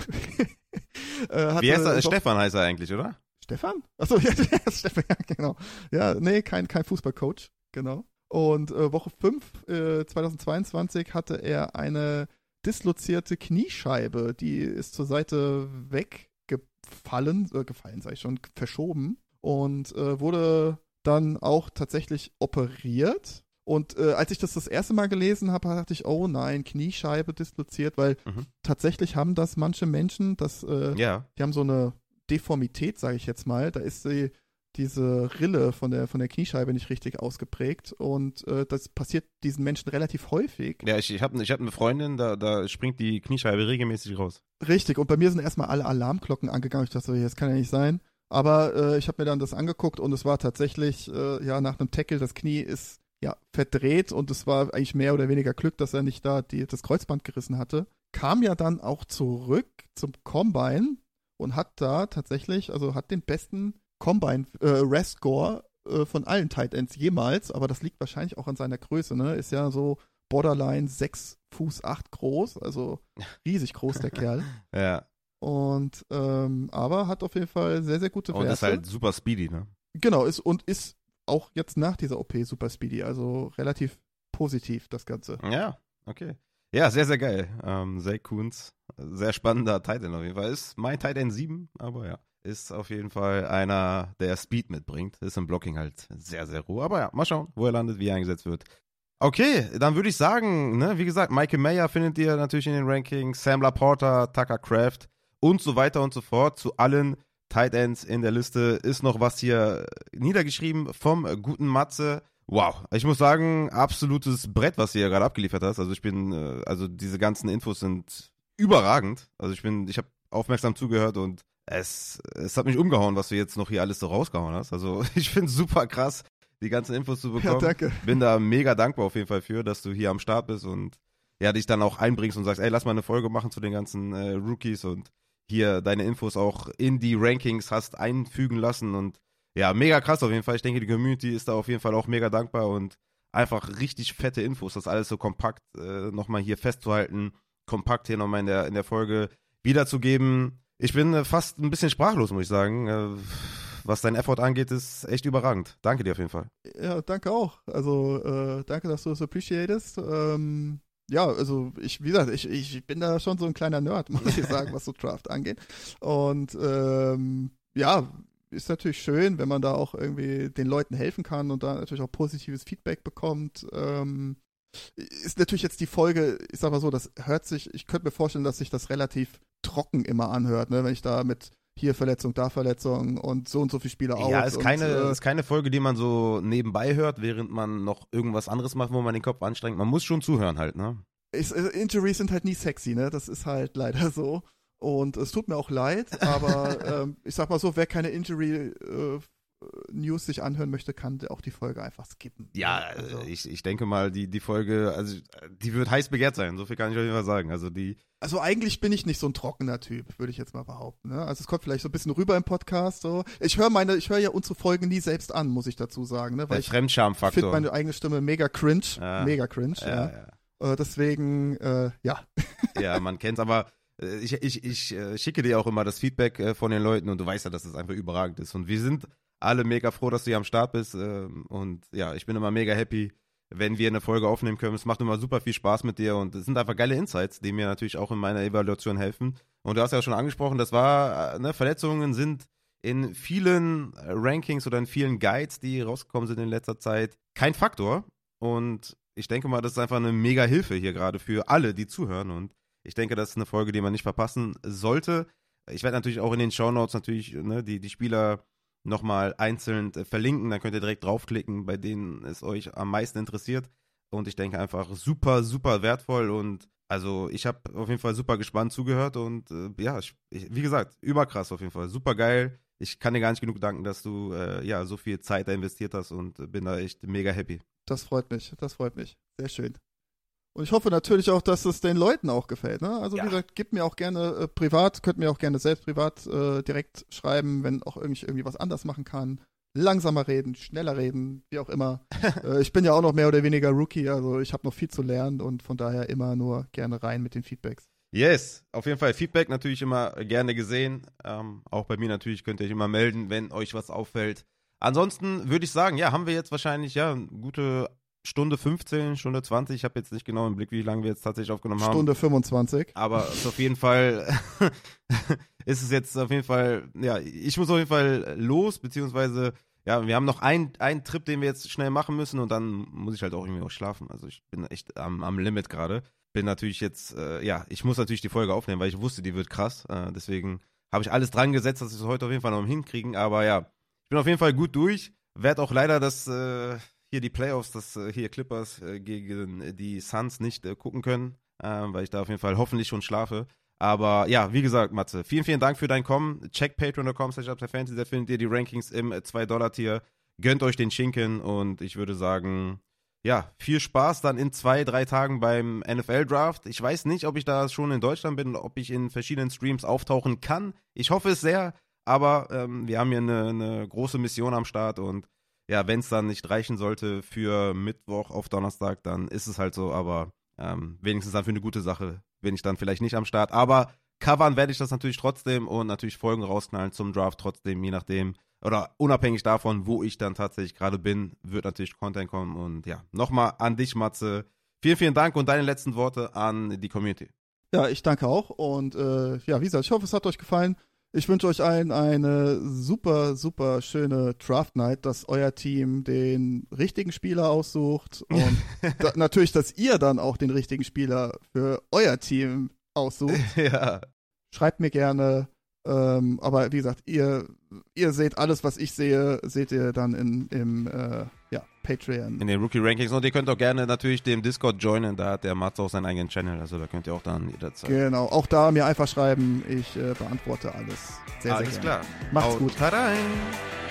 äh, hatte
Wie heißt er?
doch-
Stefan heißt er eigentlich, oder?
Stefan? Achso, ja, der ist Stefan, ja, genau. Ja, nee, kein, kein Fußballcoach, genau. Und äh, Woche fünf, äh, zweitausendzweiundzwanzig, hatte er eine dislozierte Kniescheibe, die ist zur Seite weggefallen, äh, gefallen, sag ich schon, verschoben und äh, wurde dann auch tatsächlich operiert. Und äh, als ich das das erste Mal gelesen habe, dachte ich, oh nein, Kniescheibe disloziert, weil
Mhm.
tatsächlich haben das manche Menschen, das, äh,
Ja.
die haben so eine Deformität, sage ich jetzt mal. Da ist die, diese Rille von der, von der Kniescheibe nicht richtig ausgeprägt und äh, das passiert diesen Menschen relativ häufig.
Ja, ich, ich habe ich hab eine Freundin, da, da springt die Kniescheibe regelmäßig raus.
Richtig, und bei mir sind erstmal alle Alarmglocken angegangen. Ich dachte, so, das kann ja nicht sein. Aber äh, ich habe mir dann das angeguckt und es war tatsächlich, äh, ja, nach einem Tackle, das Knie ist ja, verdreht und es war eigentlich mehr oder weniger Glück, dass er nicht da die, das Kreuzband gerissen hatte. Kam ja dann auch zurück zum Combine und hat da tatsächlich, also hat den besten Combine äh, Rest-Score äh, von allen Tight Ends jemals, aber das liegt wahrscheinlich auch an seiner Größe, ne? Ist ja so borderline sechs Fuß acht groß, also riesig groß der Kerl.
Ja.
Und ähm, aber hat auf jeden Fall sehr, sehr gute Werte.
Und ist halt super speedy, ne?
Genau, ist und ist auch jetzt nach dieser O P super speedy, also relativ positiv das Ganze.
Ja, okay. Ja, sehr, sehr geil. Ähm, Zay Kuhns, sehr spannender Tight End auf jeden Fall. Ist mein Tight End sieben, aber ja, ist auf jeden Fall einer, der Speed mitbringt. Ist im Blocking halt sehr, sehr roh. Aber ja, mal schauen, wo er landet, wie er eingesetzt wird. Okay, dann würde ich sagen, ne, wie gesagt, Michael Mayer findet ihr natürlich in den Rankings, Sam Laporta, Tucker Kraft und so weiter und so fort. Zu allen Tight Ends in der Liste ist noch was hier niedergeschrieben vom guten Matze. Wow, ich muss sagen, absolutes Brett, was du hier gerade abgeliefert hast. Also ich bin, also diese ganzen Infos sind überragend. Also ich bin, ich habe aufmerksam zugehört und es, es hat mich umgehauen, was du jetzt noch hier alles so rausgehauen hast. Also ich finde es super krass, die ganzen Infos zu bekommen.
Ja, danke.
Bin da mega dankbar auf jeden Fall für, dass du hier am Start bist und ja, dich dann auch einbringst und sagst, ey, lass mal eine Folge machen zu den ganzen äh, Rookies und hier deine Infos auch in die Rankings hast einfügen lassen und ja, mega krass auf jeden Fall. Ich denke, die Community ist da auf jeden Fall auch mega dankbar und einfach richtig fette Infos, das alles so kompakt äh, nochmal hier festzuhalten, kompakt hier nochmal in der, in der Folge wiederzugeben. Ich bin äh, fast ein bisschen sprachlos, muss ich sagen. Äh, was dein Effort angeht, ist echt überragend. Danke dir auf jeden Fall.
Ja, danke auch. Also, äh, danke, dass du es appreciatest. Ähm, ja, also ich, wie gesagt, ich, ich bin da schon so ein kleiner Nerd, muss ich sagen, was so Draft angeht. Und ähm, ja, ist natürlich schön, wenn man da auch irgendwie den Leuten helfen kann und da natürlich auch positives Feedback bekommt. Ähm, ist natürlich jetzt die Folge, ich sag mal so, das hört sich, ich könnte mir vorstellen, dass sich das relativ trocken immer anhört, ne, wenn ich da mit hier Verletzung, da Verletzung und so und so viele Spiele out.
Ja, ist keine,
und, äh,
ist keine Folge, die man so nebenbei hört, während man noch irgendwas anderes macht, wo man den Kopf anstrengt. Man muss schon zuhören halt, ne?
Ist, äh, Injuries sind halt nie sexy, ne? Das ist halt leider so. Und es tut mir auch leid, aber ähm, ich sag mal so, wer keine Injury-News äh, sich anhören möchte, kann auch die Folge einfach skippen.
Ja,
also.
ich, ich denke mal, die, die Folge, also die wird heiß begehrt sein, so viel kann ich auf jeden Fall sagen. Also die.
Also eigentlich bin ich nicht so ein trockener Typ, würde ich jetzt mal behaupten. Ne? Also es kommt vielleicht so ein bisschen rüber im Podcast. So. Ich höre meine, ich höre ja unsere Folgen nie selbst an, muss ich dazu sagen. Ne? Weil
der Fremdscham-Faktor.
Ich finde meine eigene Stimme mega cringe.
Ja.
Mega cringe,
ja.
ja.
ja.
Äh, deswegen, äh, ja.
Ja, man kennt's, aber Ich, ich, ich äh, schicke dir auch immer das Feedback äh, von den Leuten und du weißt ja, dass es einfach überragend ist. Und wir sind alle mega froh, dass du hier am Start bist. Äh, und ja, ich bin immer mega happy, wenn wir eine Folge aufnehmen können. Es macht immer super viel Spaß mit dir und es sind einfach geile Insights, die mir natürlich auch in meiner Evaluation helfen. Und du hast ja schon angesprochen, das war, äh, ne, Verletzungen sind in vielen Rankings oder in vielen Guides, die rausgekommen sind in letzter Zeit, kein Faktor. Und ich denke mal, das ist einfach eine mega Hilfe hier gerade für alle, die zuhören. Und ich denke, das ist eine Folge, die man nicht verpassen sollte. Ich werde natürlich auch in den Shownotes natürlich ne, die, die Spieler nochmal einzeln äh, verlinken. Dann könnt ihr direkt draufklicken, bei denen es euch am meisten interessiert. Und ich denke einfach super, super wertvoll. Und also ich habe auf jeden Fall super gespannt zugehört. Und äh, ja, ich, ich, wie gesagt, überkrass auf jeden Fall. Super geil. Ich kann dir gar nicht genug danken, dass du äh, ja so viel Zeit da investiert hast und äh, bin da echt mega happy.
Das freut mich, das freut mich. Sehr schön. Und ich hoffe natürlich auch, dass es den Leuten auch gefällt. Ne? Also ja. Wie gesagt, gebt mir auch gerne äh, privat, könnt mir auch gerne selbst privat äh, direkt schreiben, wenn auch irgendwie, irgendwie was anders machen kann. Langsamer reden, schneller reden, wie auch immer. äh, ich bin ja auch noch mehr oder weniger Rookie, also ich habe noch viel zu lernen und von daher immer nur gerne rein mit den Feedbacks.
Yes, auf jeden Fall Feedback natürlich immer gerne gesehen. Ähm, auch bei mir natürlich könnt ihr euch immer melden, wenn euch was auffällt. Ansonsten würde ich sagen, ja, haben wir jetzt wahrscheinlich ja eine gute Stunde fünfzehn, Stunde zwanzig. Ich habe jetzt nicht genau im Blick, wie lange wir jetzt tatsächlich aufgenommen haben.
Stunde fünfundzwanzig.
Aber es ist auf jeden Fall, ist es jetzt auf jeden Fall, ja, ich muss auf jeden Fall los, beziehungsweise, ja, wir haben noch einen, einen Trip, den wir jetzt schnell machen müssen und dann muss ich halt auch irgendwie auch schlafen. Also ich bin echt am, am Limit gerade. Bin natürlich jetzt, äh, ja, ich muss natürlich die Folge aufnehmen, weil ich wusste, die wird krass. Äh, deswegen habe ich alles dran gesetzt, dass wir es heute auf jeden Fall noch hinkriegen. Aber ja, ich bin auf jeden Fall gut durch. Werd auch leider das, äh, hier die Playoffs, das äh, hier Clippers äh, gegen die Suns nicht äh, gucken können, äh, weil ich da auf jeden Fall hoffentlich schon schlafe. Aber ja, wie gesagt, Matze, vielen, vielen Dank für dein Kommen. Check patreon punkt com slash fantasy, da findet ihr die Rankings im zwei Dollar Tier. Gönnt euch den Schinken und ich würde sagen, ja, viel Spaß dann in zwei, drei Tagen beim N F L-Draft. Ich weiß nicht, ob ich da schon in Deutschland bin oder ob ich in verschiedenen Streams auftauchen kann. Ich hoffe es sehr, aber ähm, wir haben hier eine, eine große Mission am Start und ja, wenn es dann nicht reichen sollte für Mittwoch auf Donnerstag, dann ist es halt so, aber ähm, wenigstens dann für eine gute Sache bin ich dann vielleicht nicht am Start. Aber covern werde ich das natürlich trotzdem und natürlich Folgen rausknallen zum Draft trotzdem, je nachdem, oder unabhängig davon, wo ich dann tatsächlich gerade bin, wird natürlich Content kommen. Und ja, nochmal an dich, Matze. Vielen, vielen Dank und deine letzten Worte an die Community.
Ja, ich danke auch und äh, ja, wie gesagt, ich hoffe, es hat euch gefallen. Ich wünsche euch allen eine super, super schöne Draft Night, dass euer Team den richtigen Spieler aussucht und da, natürlich, dass ihr dann auch den richtigen Spieler für euer Team aussucht.
Ja.
Schreibt mir gerne, ähm, aber wie gesagt, ihr, ihr seht alles, was ich sehe, seht ihr dann in, im äh, ja, Patreon.
In den Rookie-Rankings und ihr könnt auch gerne natürlich dem Discord joinen, da hat der Matze auch seinen eigenen Channel, also da könnt ihr auch dann jederzeit.
Genau, auch da mir einfach schreiben, ich äh, beantworte alles sehr,
alles
sehr gerne.
Alles klar.
Macht's
Haut
gut.
rein.